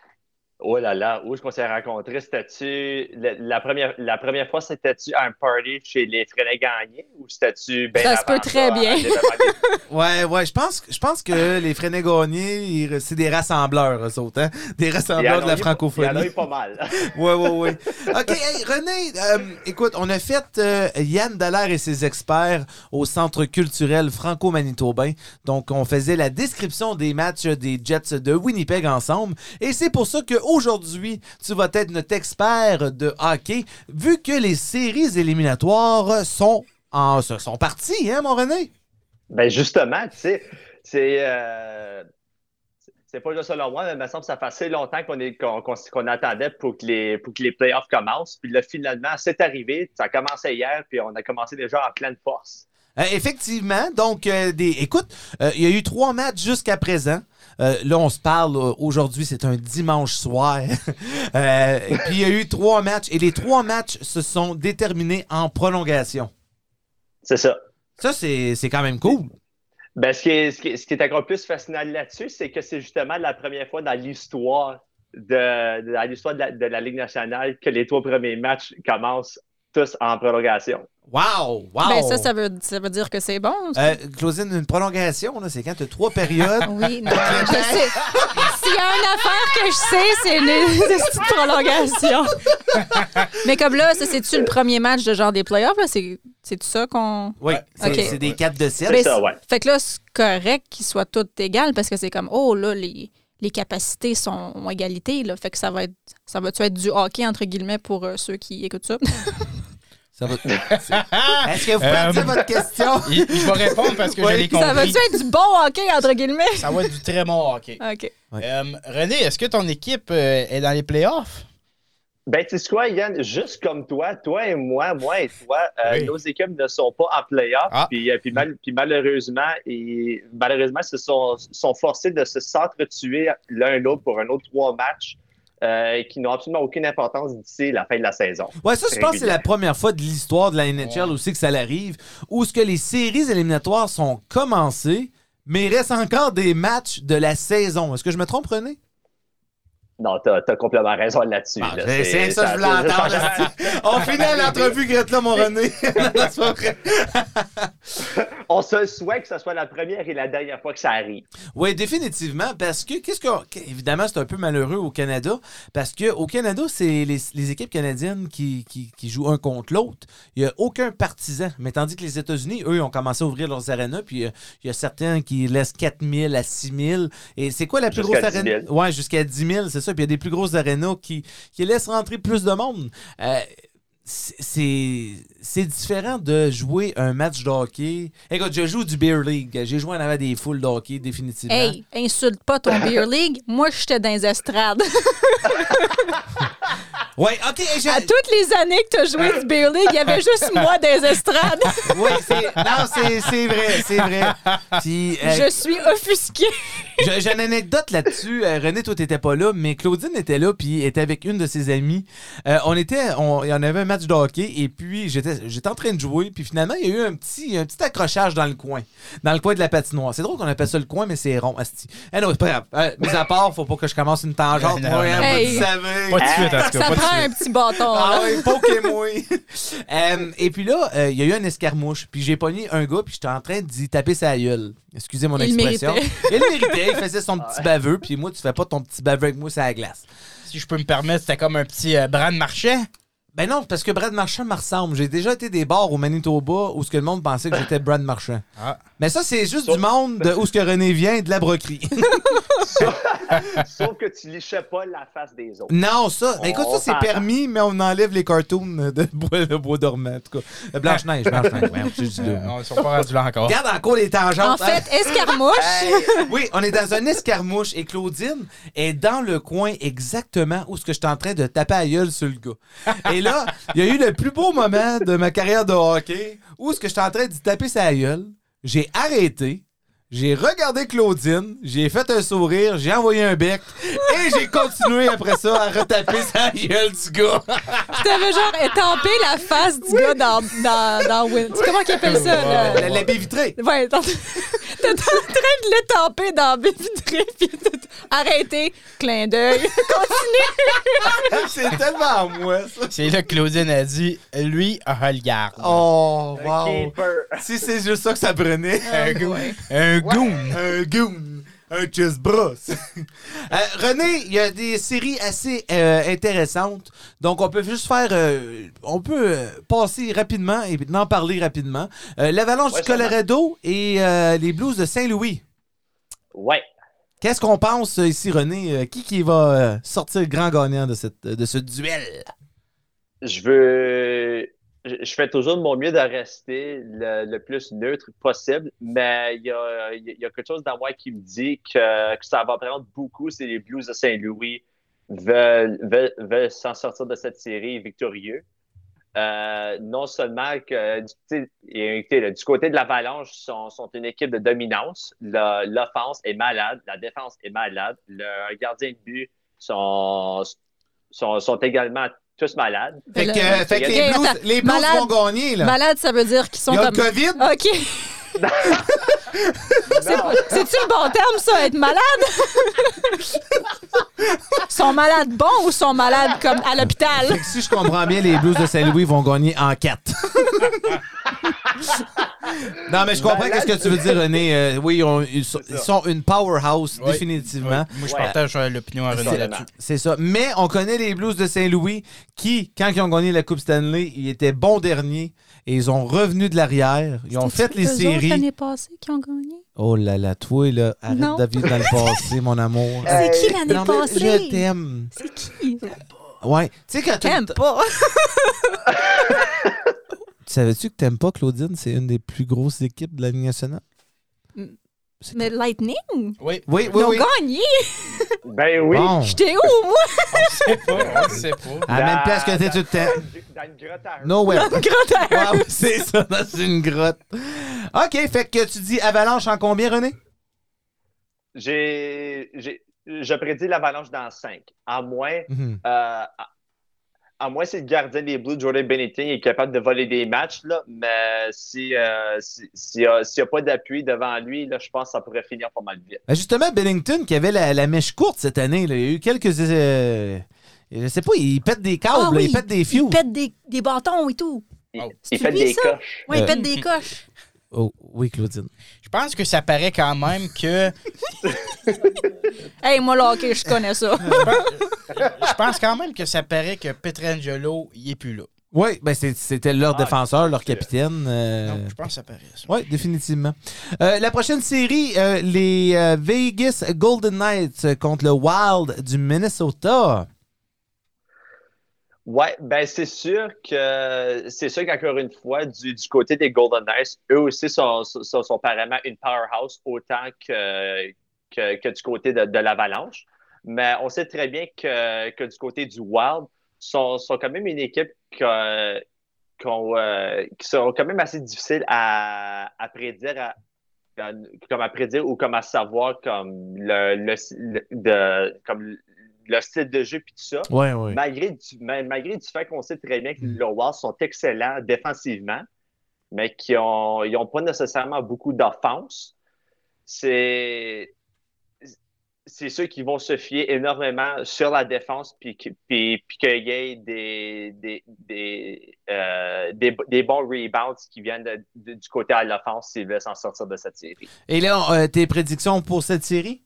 Oh là là, où est-ce qu'on s'est rencontrés? C'était-tu la, la première, la première fois, c'était-tu à un party chez les Frenay Gagné ou c'était-tu bien Ça se avant peut très à bien. l'événement des- Ouais, ouais, je pense, je pense que les Frenay Gagné, ils- c'est des rassembleurs, eux autres, hein? Des Il y en rassembleurs de a la eu- Il y en a francophonie. eu pas mal. Ouais, ouais, ouais. OK, hey, René, euh, écoute, on a fait euh, Yann Dallaire et ses experts au Centre culturel franco-manitobain. Donc, on faisait la description des matchs des Jets de Winnipeg ensemble. Et c'est pour ça qu'aujourd'hui, tu vas être notre expert de hockey, vu que les séries éliminatoires sont, en, sont parties, hein, mon René? Ben justement, tu sais, c'est... euh, C'est pas juste selon moi, mais il me semble que ça fait assez longtemps qu'on est, qu'on, qu'on, qu'on attendait pour que, les, pour que les playoffs commencent. Puis là, finalement, c'est arrivé. Ça a commencé hier, puis on a commencé déjà en pleine force. Euh, effectivement. Donc, euh, des, écoute, euh, il y a eu trois matchs jusqu'à présent. Euh, là, on se parle, euh, aujourd'hui, c'est un dimanche soir. euh, et puis, il y a eu trois matchs. Et les trois matchs se sont déterminés en prolongation. C'est ça. Ça, c'est, c'est quand même cool. Ben, ce, qui est, ce, qui est, ce qui est encore plus fascinant là-dessus, c'est que c'est justement la première fois dans l'histoire de, de, dans l'histoire de la, de la Ligue nationale que les trois premiers matchs commencent tous en prolongation. Wow! Wow! Ben, ça, ça veut, ça veut dire que c'est bon. ça. Euh, Claudine, une prolongation, là, c'est quand tu as trois périodes. Oui, non, je sais. S'il y a une affaire que je sais, c'est une, c'est une prolongation. Mais comme là, ça, c'est-tu le premier match de genre des playoffs? Là? C'est, c'est-tu ça qu'on... Oui, c'est, Ok. c'est des quatre de sept. C'est ça, ouais. Fait que là, c'est correct qu'ils soient tous égales parce que c'est comme, oh là, les, les capacités sont en égalité. Là. Fait que ça va être, ça va-tu être du hockey, entre guillemets, pour euh, ceux qui écoutent ça? Ça va... Est-ce que vous pouvez Euh, dire votre question? Il- Je vais répondre parce que Oui. je l'ai compris. Ça va-tu être du bon hockey, entre guillemets? Ça va être du très bon hockey. OK. Ouais. Euh, René, est-ce que ton équipe euh, est dans les playoffs? Ben, tu sais quoi, Yann, juste comme toi, toi et moi, moi et toi, euh, Oui. nos équipes ne sont pas en play-off. Ah. Puis, euh, puis, mal- puis malheureusement, et, malheureusement, se sont, sont forcés de se s'entretuer l'un l'autre pour un autre trois matchs euh, qui n'ont absolument aucune importance d'ici la fin de la saison. Ouais, ça, je pense que c'est la Régulière. première fois de l'histoire de la N H L Ouais. aussi que ça l'arrive, où ce que les séries éliminatoires sont commencées, mais il reste encore des matchs de la saison. Est-ce que je me trompe, René? Non, t'as, t'as complètement raison là-dessus. Bon, là. c'est, c'est ça que je voulais entendre. esti. On finit l'entrevue, Greta, mon René. Non, c'est pas vrai. On se souhaite que ce soit la première et la dernière fois que ça arrive. Oui, définitivement, parce que, qu'est-ce que, évidemment, c'est un peu malheureux au Canada, parce qu'au Canada, c'est les, les équipes canadiennes qui, qui, qui jouent un contre l'autre. Il n'y a aucun partisan. Mais tandis que les États-Unis, eux, ont commencé à ouvrir leurs arénas, puis euh, il y a certains qui laissent quatre mille à six mille. Et c'est quoi la plus Jusqu'à grosse dix aréna? mille. Oui, jusqu'à dix mille, c'est ça. Puis il y a des plus grosses arénas qui, qui laissent rentrer plus de monde. Euh, c'est, c'est différent de jouer un match de hockey. Écoute, je joue du Beer League. J'ai joué en avant des foules de hockey, définitivement. Hey, insulte pas ton Beer League. Moi, j'étais dans les estrades. Ouais, OK. j'ai- À toutes les années que tu as joué du Beer League, il y avait juste moi dans les estrades. Oui, c'est... Non, c'est, c'est vrai, c'est vrai. Puis, euh, Je suis offusquée. j'ai, j'ai une anecdote là-dessus. Euh, René, toi, t'étais pas là, mais Claudine était là, puis était avec une de ses amies. Euh, on était... On, il y en avait un match de hockey, et puis j'étais, j'étais en train de jouer, puis finalement, il y a eu un petit, un petit accrochage dans le coin. Dans le coin de la patinoire. C'est drôle qu'on appelle ça le coin, mais c'est rond, asti. Eh non, c'est pas grave. Euh, mis à part, faut pas que je commence une tangente. Non, Moi, non. hein, Hey. vous le savez. Pas de suite, en tout cas. Ça Pas de prend suite. un petit bâton. Ah là. oui, Pokémon. Euh, et puis là, euh, il y a eu un escarmouche. Puis j'ai pogné un gars, puis j'étais en train d'y taper sa gueule. Excusez mon Il le expression. méritait. Il le méritait. Il faisait son petit baveux. Puis moi, tu fais pas ton petit baveux avec moi sur la glace. Si je peux me permettre, c'était comme un petit euh, Brand Marchand. Ben non, parce que Brad Marchand me ressemble. J'ai déjà été des bars au Manitoba où ce que le monde pensait que j'étais Brad Marchand. Ah. Mais ça, c'est juste du monde de où ce que René vient, de la broquerie. Sauf que tu lichais pas la face des autres. Non, ça. Ben, écoute, ça, On c'est s'entend. permis, mais on enlève les cartoons de bois, de bois dormant, en tout cas. Euh, Blanche-Neige, Blanche-Neige. Ouais, je dis Euh, là. on ne sont pas rendus là encore. Regarde encore les tangentes. En fait, escarmouche. Oui, on est dans un escarmouche et Claudine est dans le coin exactement où ce que je suis en train de taper à gueule sur le gars. Et là, il y a eu le plus beau moment de ma carrière de hockey où ce que je suis en train d'y taper sa gueule. J'ai arrêté. J'ai regardé Claudine, j'ai fait un sourire, j'ai envoyé un bec et j'ai continué après ça à retaper sa gueule du gars. T'avais genre étampé la face du gars dans, dans, dans Win. Comment qu'il appelle ça? La, Là? la baie vitrée. Ouais, t'es en t'es en train de l'étamper dans la baie vitrée, puis t'es- arrêtez, clin d'œil, continue. C'est tellement moi, ça. C'est là que Claudine a dit, lui, ah, le garde. Oh, Un wow. keeper. Si c'est juste ça que ça prenait. Un goon. Un goon. Un goon. Un chest brosse. Euh, René, il y a des séries assez euh, intéressantes. Donc, on peut juste faire... euh, on peut euh, passer rapidement et en parler rapidement. Euh, L'Avalanche Ouais, du Colorado et euh, les Blues de Saint-Louis. Ouais. Qu'est-ce qu'on pense euh, ici, René? Euh, qui qui va euh, sortir grand gagnant de, cette, de ce duel? Je veux. Je je fais toujours de mon mieux de rester le, le plus neutre possible, mais il y a, il y a quelque chose dans moi qui me dit que, que ça va prendre beaucoup si les Blues de Saint-Louis veulent, veulent, veulent s'en sortir de cette série victorieux. Euh, non seulement que du, tu sais, écoutez, là, du côté de l'Avalanche, sont, sont une équipe de dominance. Le- L'offense est malade, la défense est malade, le gardien de but sont, sont, sont également tous malades. Fait que, Le- euh, fait que les Ok, Blues, attends. les Blues Malade- vont gagner. Là. Malade, ça veut dire qu'ils sont Il y a comme... le COVID. OK. C'est pas- C'est-tu le bon terme, ça, être malade? sont malades bons ou sont malades comme à l'hôpital? Fait que si je comprends bien, les Blues de Saint-Louis vont gagner en quatre. Non, mais je comprends Malade. qu'est-ce que tu veux dire, René. Euh, oui, on- ils, sont, ils sont une powerhouse, Oui. définitivement. Ouais. Moi, je Ouais. partage euh, l'opinion à René C'est- là-dessus. C'est ça. Mais on connaît les Blues de Saint-Louis qui, quand ils ont gagné la Coupe Stanley, ils étaient bons derniers et ils ont revenu de l'arrière. Ils ont fait les séries. l'année passée qui ont gagné? Oh là là, toi, là, arrête Non. de vivre dans le passé, mon amour. C'est qui l'année Non, mais passée? je t'aime. C'est qui? Ouais. Tu sais, quand T'aimes tu pas. savais-tu que t'aimes pas, Claudine? C'est une des plus grosses équipes de la Ligue nationale. Mais Lightning, Oui. Oui, oui, ils ont oui. gagné. Ben oui. Bon. J'étais où, moi? On sait pas, on sait pas. À la même place que t'es tout le temps. Dans une grotte à Nowhere. Grand air. Wow, c'est ça, dans une grotte. OK, fait que tu dis Avalanche en combien, René? J'ai, j'ai, je prédis l'Avalanche dans cinq. À moins, Mhm. euh, à, à moins si le gardien des Blues, Jordan Binnington, est capable de voler des matchs, là, mais si, euh, si, s'il n'y a, a pas d'appui devant lui, là, je pense que ça pourrait finir pas mal vite. Ben justement, Bennington, qui avait la, la mèche courte cette année, là, il y a eu quelques... Euh, je sais pas, il pète des câbles, Ah là, oui, il pète des fuses. Il pète des, des bâtons et tout. Il, Oh. il C'est fait lui, des ça? coches. Oui, il Euh. pète des coches. Oh, oui, Claudine. Je pense que ça paraît quand même que. Hey, moi, là, OK, je connais ça. Je pense quand même que ça paraît que Pietrangelo, il est plus là. Oui, ben c'est- c'était leur Ah, défenseur, leur c'est- capitaine. euh, Non, je pense que ça paraît ça. Oui, définitivement. Euh, la prochaine série, euh, les euh, Vegas Golden Knights contre le Wild du Minnesota. Ouais, ben c'est sûr que c'est sûr qu'encore une fois, du, du côté des Golden Knights, eux aussi sont, sont, sont apparemment une powerhouse autant que, que, que du côté de, de l'Avalanche. Mais on sait très bien que, que du côté du Wild, sont, sont quand même une équipe que, qu'on, euh, qui sont quand même assez difficiles à, à prédire, à, à- comme à prédire ou comme à savoir comme le, le, le- de, comme le style de jeu puis tout ça. Oui, oui. Malgré du, ma- malgré du fait qu'on sait très bien que les Wild sont excellents défensivement, mais qui n'ont ils ont pas nécessairement beaucoup d'offense, c'est c'est ceux qui vont se fier énormément sur la défense puis, que- puis, puis qu'il y ait des, des, des, euh, des, des bons rebounds qui viennent de- de- du côté à l'offense s'ils veulent s'en sortir de cette série. Et là, euh, tes prédictions pour cette série?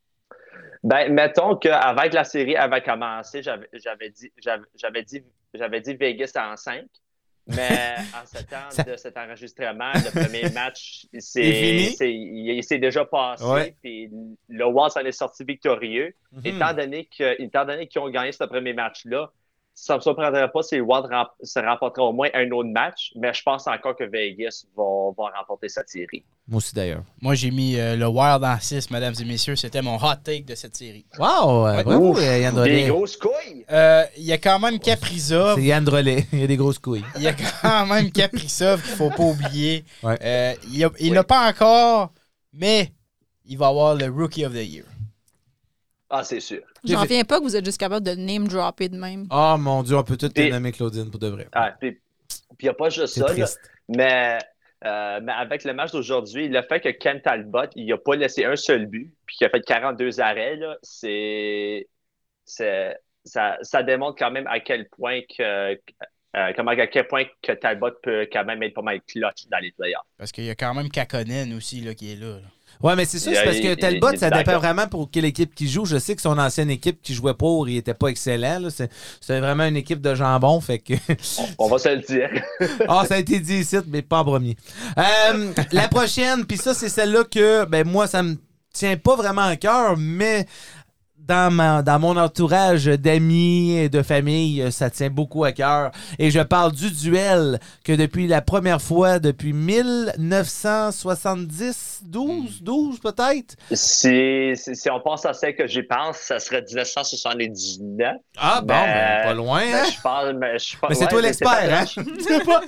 Ben, mettons qu'avec la série avait commencé, j'avais j'avais dit, j'avais j'avais dit, j'avais dit Vegas en cinq. Mais en ce temps Ça- de cet enregistrement, le premier match, Il est c'est, fini? c'est- il, il s'est déjà passé. Ouais. Puis le Wild s'en est sorti victorieux. Mhm. Étant donné que, étant donné qu'ils ont gagné ce premier match-là, ça ne me surprendrait pas si le Wild rem- se remporterait au moins un autre match. Mais je pense encore que Vegas va, va remporter cette série. Moi aussi, d'ailleurs. Moi, j'ai mis euh, le Wild en six, mesdames et messieurs. C'était mon hot take de cette série. Wow! euh, Ouais. bravo, Ouf, euh, Yann des Drolet. grosses couilles! Euh, Il y a quand même Kaprizov. C'est Yann Drolet. Il y a des grosses couilles. Il y a quand même Kaprizov qu'il ne faut pas oublier. Ouais. Euh, il a- il Oui. l'a pas encore, mais il va avoir le Rookie of the Year. Ah, c'est sûr. J'en reviens pas que vous êtes juste capable de name dropper de même. Oh mon Dieu, on peut tout te Et- nommer Claudine pour de vrai. Ah, puis il n'y a pas juste C'est ça, là, triste. mais, euh, mais avec le match d'aujourd'hui, le fait que Ken Talbot, il n'a pas laissé un seul but, puis qu'il a fait quarante-deux arrêts, là, c'est, c'est, ça, ça démontre quand même à quel point que, euh, comment, à quel point que Talbot peut quand même être pas mal clutch dans les playoffs. Parce qu'il y a quand même Kakonen aussi là, qui est là. là. Ouais, mais c'est ça, Il y c'est a- parce que il- Talbot, il est ça dépend d'accord. vraiment pour quelle équipe qui joue. Je sais que son ancienne équipe qui jouait pour, il était pas excellent. là. C'est- C'était vraiment une équipe de jambon, fait que. On, on va se le dire. Ah, ça a été dit ici, mais pas en premier. Euh, la prochaine, puis ça, c'est celle-là que, ben moi, ça me tient pas vraiment à cœur, mais dans, ma, dans mon entourage d'amis et de famille, ça tient beaucoup à cœur. Et je parle du duel que depuis la première fois, depuis mille neuf cent soixante-dix, douze, douze peut-être. si, si, si on pense à celle que j'y pense, ça serait dix-neuf cent soixante-dix-neuf. Ah bon, Ben, ben, pas loin, Mais hein? je parle, mais je parle- Mais c'est ouais, toi mais l'expert, pas- hein? C'est pas-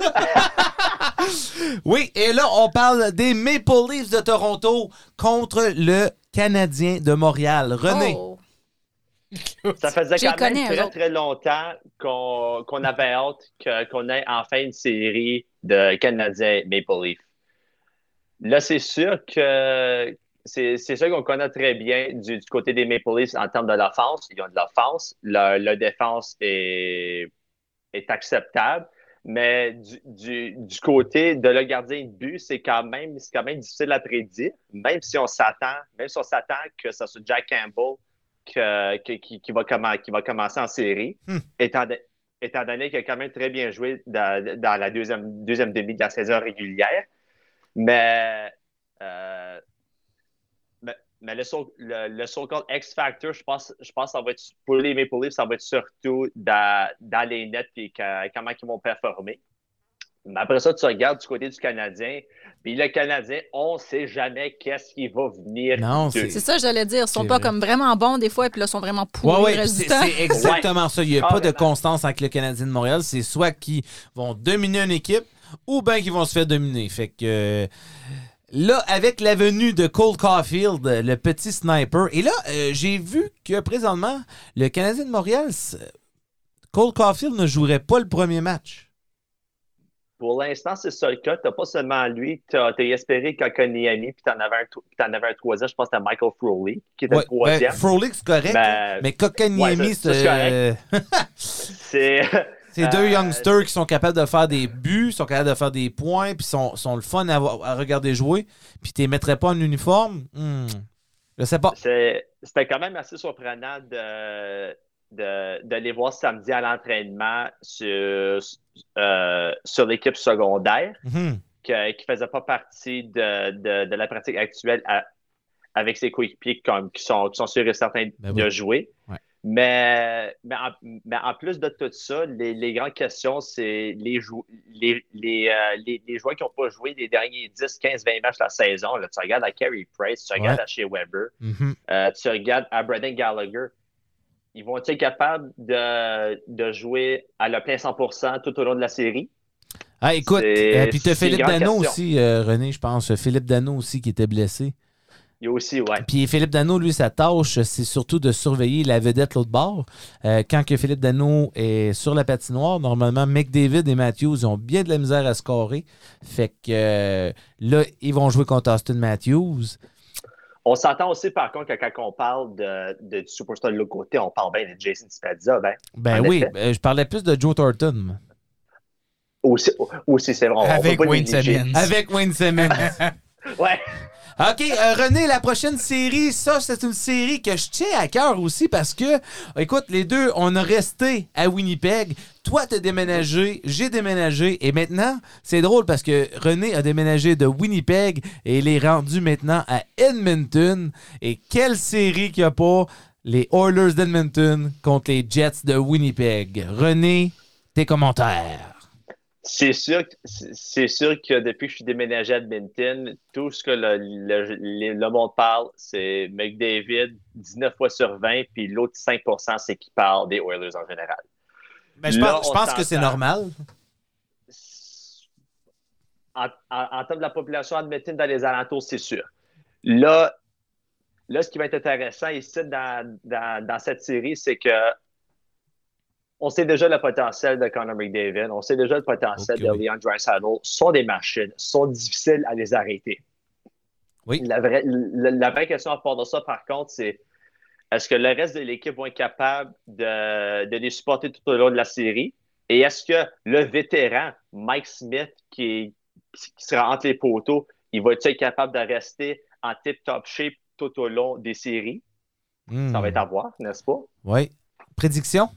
Oui, et là, on parle des Maple Leafs de Toronto contre le Canadien de Montréal. René. Oh. Ça faisait Je les quand même connais, eux très, autres. très longtemps qu'on qu'on avait hâte que- qu'on ait enfin une série de Canadiens Maple Leafs. Là, c'est sûr que c'est c'est sûr qu'on connaît très bien du, du côté des Maple Leafs en termes de l'offense. Ils ont de l'offense. Leur, leur défense est, est acceptable. Mais du, du, du côté de le gardien de but, c'est quand même, c'est quand même difficile à prédire. Même si on s'attend, même si on s'attend que ce soit Jack Campbell que- que- qui, qui va commen- qui va commencer en série, Hmm. étant, de- étant donné qu'il a quand même très bien joué dans, dans la deuxième, deuxième demi de la saison régulière. Mais, euh, mais, mais le, so, le, le so-called X-Factor, je pense, je pense que ça va être, pour les Maple Leafs, ça va être surtout dans, dans les nets et que- comment ils vont performer. Mais après ça, tu regardes du côté du Canadien, puis le Canadien, on ne sait jamais qu'est-ce qui va venir. Non, d'eux. c'est- C'est ça, j'allais dire. Ils sont C'est pas vrai. comme vraiment bons des fois, et puis là, ils sont vraiment Ouais, pourris ouais, le reste c'est du temps. c'est exactement ça. Il n'y a pas de Carrément. constance avec le Canadien de Montréal. C'est soit qu'ils vont dominer une équipe ou bien qu'ils vont se faire dominer. Fait que euh, là, avec la venue de Cole Caulfield, le petit sniper, et là, euh, j'ai vu que présentement, le Canadien de Montréal s- Cole Caulfield ne jouerait pas le premier match. Pour l'instant, c'est ça le cas. Tu n'as pas seulement lui. Tu as espéré Kotkaniemi, puis tu en avais un, to- puis t'en avais un troisième. Je pense que c'était Michael Frolik, qui était Ouais, le troisième. ben, Frolic, c'est correct. Ben, mais Kotkaniemi, ouais, ça, c'est. ça, euh, c'est c'est deux euh, youngsters qui sont capables de faire des buts, sont capables de faire des points, puis sont, sont le fun à, à regarder jouer. Puis tu les mettrais pas en uniforme. Hmm, je sais pas. c'est- C'était quand même assez surprenant de, de, de les voir samedi à l'entraînement sur, euh, sur l'équipe secondaire, Mhm. que- qui ne faisait pas partie de, de, de la pratique actuelle à- avec ses coéquipiers comme, qui, sont, qui sont sûrs et certains Ben de oui. jouer. Ouais. Mais, mais, en, mais en plus de tout ça, les, les grandes questions, c'est les, jou- les, les, euh, les, les joueurs qui n'ont pas joué les derniers dix, quinze, vingt matchs de la saison. Là, tu regardes à Carey Price, tu regardes Ouais. à Shea Weber, Mhm. euh, tu regardes à Brendan Gallagher. Ils vont être capables de, de jouer à le plein cent pour cent tout au long de la série? Ah, écoute, C'est- euh, puis tu as c'est une Philippe grande Danault question. aussi, euh, René, je pense. Philippe Danault aussi qui était blessé. Il y a aussi, ouais. Puis Philippe Danault, lui, sa tâche, c'est surtout de surveiller la vedette l'autre bord. Euh, quand que Philippe Danault est sur la patinoire, normalement, McDavid et Matthews ils ont bien de la misère à scorer. Fait que euh, là, ils vont jouer contre Austin Matthews. On s'entend aussi, par contre, que quand on parle de, de, du superstar de l'autre côté, on parle bien de Jason Spezza. Ben, Ben En oui, effet. euh, je parlais plus de Joe Thornton. aussi, aussi c'est vrai. on- on Avec peut pas Wayne négliger. Simmons. Avec Wayne Simmons. Ouais. OK, euh, René, la prochaine série, ça, c'est une série que je tiens à cœur aussi parce que, écoute, les deux, on a resté à Winnipeg. Toi, t'as déménagé, j'ai déménagé. Et maintenant, c'est drôle parce que René a déménagé de Winnipeg et il est rendu maintenant à Edmonton. Et quelle série qu'il n'y a pas, les Oilers d'Edmonton contre les Jets de Winnipeg. René, tes commentaires. C'est sûr, que- c'est c'est sûr que depuis que je suis déménagé à Edmonton, tout ce que le, le, le- le monde parle, c'est McDavid dix-neuf fois sur vingt, puis l'autre cinq pour cent, c'est qui parle des Oilers en général. Ben, je Là, pense, je on pense que c'est s'entend. normal. En, en, en termes de la population Edmonton dans les alentours, c'est sûr. Là, là, ce qui va être intéressant ici dans, dans, dans cette série, c'est que on sait déjà le potentiel de Connor McDavid, on sait déjà le potentiel Ok, de oui. Leon Draisaitl, sont des machines, sont difficiles à les arrêter. Oui. La vraie, la, la vraie question à part de ça, par contre, c'est est-ce que le reste de l'équipe va être capable de, de les supporter tout au long de la série? Et est-ce que le vétéran, Mike Smith, qui, est- qui sera entre les poteaux, il va être capable de rester en tip-top shape tout au long des séries? Hmm. Ça va être à voir, n'est-ce pas? Oui. Prédiction?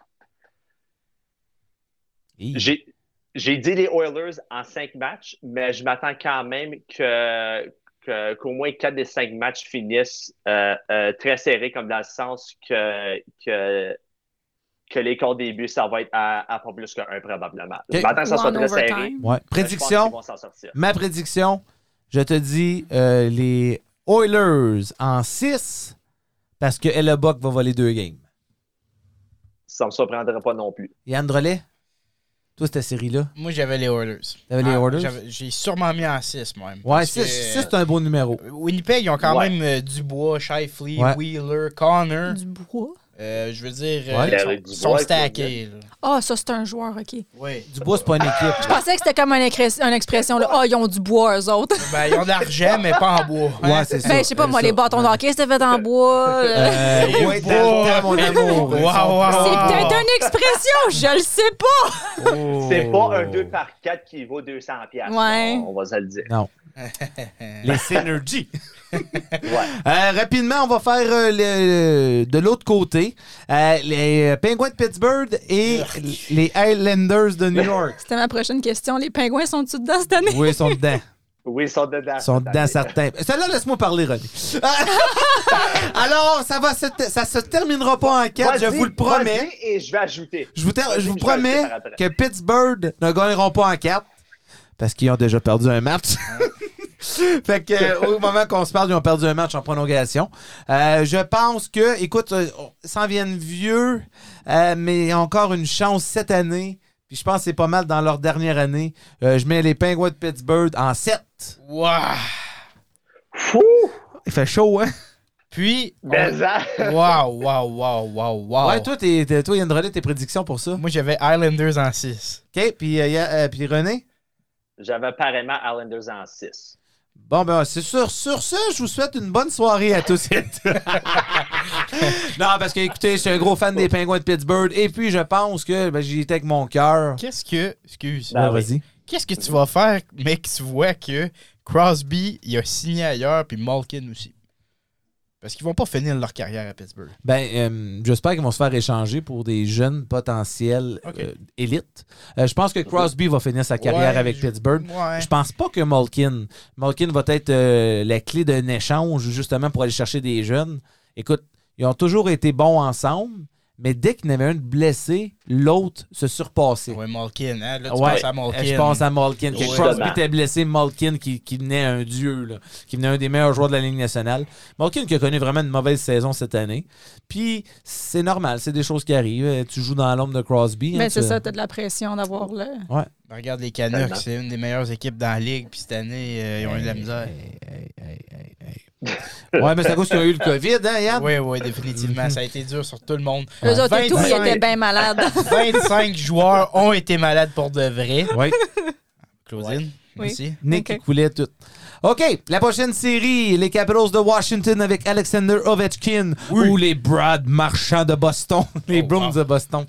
Hi. J'ai, j'ai dit les Oilers en cinq matchs, mais je m'attends quand même que, que- qu'au moins quatre des cinq matchs finissent euh, euh, très serrés, comme dans le sens que, que, que les comptes début, ça va être à, à pas plus qu'un probablement. Je Ok. m'attends que ça Ou soit en très serré. overtime. Ouais. mais je pense Prédiction? qu'ils vont s'en sortir. Ma prédiction, je te dis euh, les Oilers en six parce que Hellebuck va voler deux games. Ça ne me surprendrait pas non plus. Yann Drolet, toi, cette série-là, Moi, j'avais les Oilers. t'avais les Ah, Oilers? j'avais- J'ai sûrement mis en six, même. Ouais, parce six, que, six, c'est un beau numéro. euh, Winnipeg, ils ont quand Ouais. même euh, Dubois, Shifley, Ouais. Wheeler, Connor. Du bois. Euh, je veux dire, Ouais. euh, ils sont, Avec ils Dubois, sont stackés. là. Ah, ça, c'est un joueur, OK. Oui. Dubois, c'est pas une équipe. Je pensais que c'était comme une, écré- une expression, là. Ah, ils ont du bois, eux autres. Ben, ils ont de l'argent, mais pas en bois. hein. Ouais, c'est ça. Ben, je sais pas, c'est moi, ça. les bâtons de hockey, c'était fait en bois. euh. Euh, ouais, dans le temps, mon amour. Wow, wow, C'est wow. peut-être une expression, je le sais pas. Oh. C'est pas un deux par quatre qui vaut deux cents piastres. Ouais. On, on va se le dire. Non. Les Synergy. Ouais. Euh, rapidement, on va faire euh, le- de l'autre côté. Euh, les Penguins de Pittsburgh et les Highlanders de New York. C'était ma prochaine question. Les pingouins sont-ils dedans cette année? Oui, ils sont dedans. Oui, ils sont dedans. Ils sont cette dedans année. certains. Celle-là, laisse-moi parler, René. Alors, ça va se, te- ça se terminera pas en quatre, je Vas-y, vous le promets. vas-y et je vais ajouter. Je vous, ter- Vas-y, je vous je vais ajouter promets par après. que Pittsburgh ne gagneront pas en quatre parce qu'ils ont déjà perdu un match. Fait que euh, au moment qu'on se parle, ils ont perdu un match en prolongation. Euh, je pense que, écoute, euh, on s'en viennent vieux, euh, mais encore une chance cette année. Puis je pense que c'est pas mal dans leur dernière année. Euh, je mets les Penguins de Pittsburgh en sept. Wow. Fou! Il fait chaud, hein? Puis, Mais ça- wow, wow, wow, wow, wow. Ouais, toi, t'es, t'es- toi, Yann tes prédictions pour ça. Moi, j'avais Islanders en six. OK, puis, euh, y a- euh, puis René? J'avais pareillement Islanders en six. Bon, ben, c'est sur, sur ça, je vous souhaite une bonne soirée à tous et à toutes. Non, parce que, écoutez, je suis un gros fan des Penguins de Pittsburgh, et puis je pense que ben, j'y étais avec mon cœur. Qu'est-ce que... Excuse. Ben Ouais, oui. vas-y. Qu'est-ce que tu vas faire, mec, tu vois que Crosby, il a signé ailleurs, puis Malkin aussi? Parce qu'ils vont pas finir leur carrière à Pittsburgh. Ben, euh, j'espère qu'ils vont se faire échanger pour des jeunes potentiels OK. euh, élites. Euh, je pense que Crosby va finir sa carrière Ouais, avec je- Pittsburgh. Ouais. Je pense pas que Malkin. Malkin va être euh, la clé d'un échange justement pour aller chercher des jeunes. Écoute, ils ont toujours été bons ensemble, mais dès qu'il y en avait un de blessé, l'autre se surpassait. Ouais, Malkin, hein? Là, tu Ouais, penses à Malkin. je pense à Malkin. Que Ouais. Crosby Justement. était blessé, Malkin qui, qui venait un dieu, là, qui venait un des meilleurs joueurs de la Ligue nationale. Malkin qui a connu vraiment une mauvaise saison cette année. Puis c'est normal, c'est des choses qui arrivent. Tu joues dans l'ombre de Crosby. hein, Mais c'est tu- ça, t'as de la pression d'avoir le. Ouais. Ben, regarde les Canucks, c'est une des meilleures équipes dans la Ligue, puis cette année, euh, ils ont eu de la misère. Ouais, mais c'est à cause qu'ils ont eu le COVID, hein, Yann? Oui, oui, définitivement. Ça a été dur sur tout le monde. Eux autres, et tout, ils vingt-cinq étaient bien malades. vingt-cinq joueurs ont été malades pour de vrai. Oui. Claudine, Oui. aussi. Nick Ok. qui coulait tout. OK, la prochaine série, les Capitals de Washington avec Alexander Ovechkin Oui. ou les Brad Marchand de Boston, les Oh, Bruins wow. de Boston.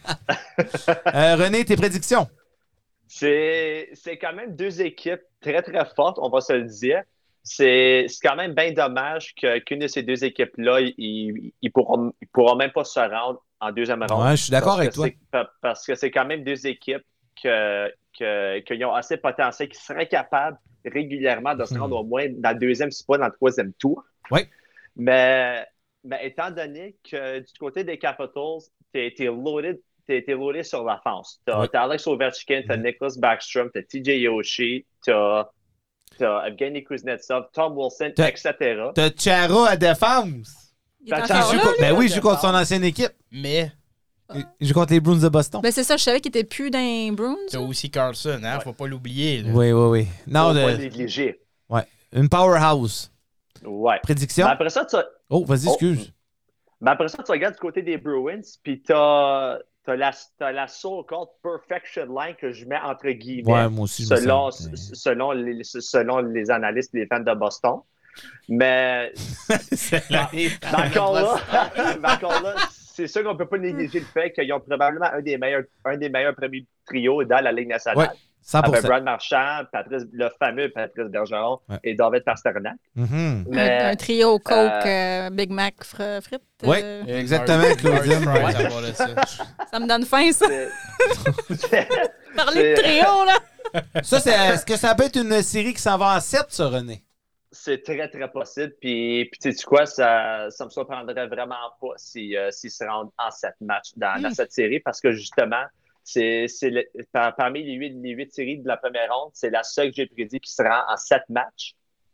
Euh, René, tes prédictions? C'est c'est quand même deux équipes très, très fortes, on va se le dire. C'est c'est quand même bien dommage que- qu'une de ces deux équipes-là, ils ne pourront, ils pourront même pas se rendre en deuxième ronde. Ouais, je suis d'accord Parce avec que toi. c'est- pa- Parce que c'est quand même deux équipes que, que, qui ont assez de potentiel, qui seraient capables régulièrement de se rendre au moins dans le deuxième, si pas dans le troisième tour. Oui. Mais, mais étant donné que du côté des Capitals, tu as été loaded, t'as été loadé sur l'offense. Tu as Oui. Alex Ovechkin, tu as Nicholas Backstrom, tu as T J Yoshi, tu as Evgeny Kuznetsov, Tom Wilson, T'as- et cetera. T'as Chara à défense. Il est Ben, encore ça Il joue là, contre- lui? ben oui, il joue contre son ancienne équipe. Mais Il joue contre les Bruins de Boston. Ben c'est ça, je savais qu'il était plus dans les Bruins. t'as aussi Carlson, hein? Faut pas l'oublier. là. Oui, oui, oui. Non, Faut pas de- négliger. une powerhouse. Ouais. Prédiction? Mais après ça, tu Oh, vas-y, Oh. excuse. mais après ça, tu regardes du côté des Bruins, puis tu as, la, t'as la so-called perfection line que je mets entre guillemets. Ouais, moi aussi, je me selon, sens- s- selon, les, selon les analystes et les fans de Boston. Mais C'est la- mais encore là, mais encore là, c'est sûr qu'on ne peut pas négliger le fait qu'ils ont probablement un des meilleurs, un des meilleurs premiers trios dans la Ligue nationale. Ouais, cent pour Avec cent. Brad Marchand, Patrice, le fameux Patrice Bergeron Ouais. et David Pasternak. Mhm. Mais, Un, un trio Coke, euh, euh, Big Mac, fr- frites. Ouais. euh, Exactement, Large- Claudine. large Ouais. fries, à part de ça. ça me donne faim, ça. c'est- Parler de c'est- trio, là. Ça, c'est, est-ce que ça peut être une série qui s'en va en sept, ça, René? C'est très, très possible. Puis, puis tu sais quoi, ça ne me surprendrait vraiment pas si, euh, s'ils se rendent en sept matchs dans, dans cette série parce que justement, c'est, c'est le- par- parmi les huit, les huit séries de la première ronde, c'est la seule que j'ai prédit qui se rend en sept matchs.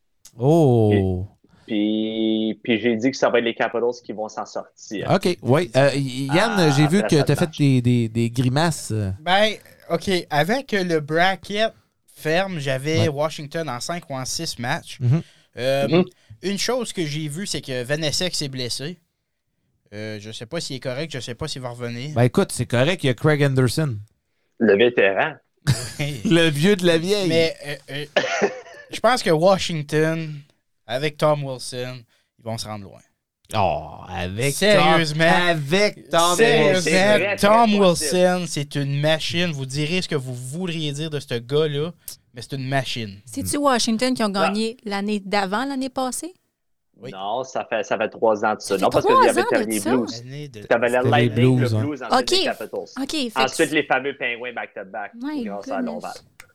Oh! Puis, puis j'ai dit que ça va être les Capitals qui vont s'en sortir. OK, oui. Euh, Yann, Ah, j'ai vu après que ça tu as fait marche. des, des, des grimaces. euh. Ben, OK. Avec le bracket ferme, j'avais Ouais. Washington en cinq ou en six matchs. Mhm. Euh, Mhm. Une chose que j'ai vue, c'est que Vanessek s'est blessé. Euh, je sais pas s'il est correct, je sais pas s'il va revenir. Ben écoute, c'est correct, il y a Craig Anderson. Le vétéran. Le vieux de la vieille. Mais euh, euh, je pense que Washington, avec Tom Wilson, ils vont se rendre loin. Oh, avec Sérieusement. Tom, avec Tom C'est- Wilson. c'est Sérieusement, vrai, Tom très possible. Wilson, c'est une machine. Vous direz ce que vous voudriez dire de ce gars-là, mais c'est une machine. C'est-tu Washington qui ont gagné l'année d'avant, l'année passée? Oui. Non, ça fait, ça fait trois ans de ça. Ça fait non, parce que trois il y avait ans de les ça? Blues. L'année de- Tu avais le C'était les Lightning, Blues, le hein. Blues, ensuite OK. les Capitals. OK, fait que Ensuite, les fameux Pingouins back-to-back My grâce à goodness. Lombard.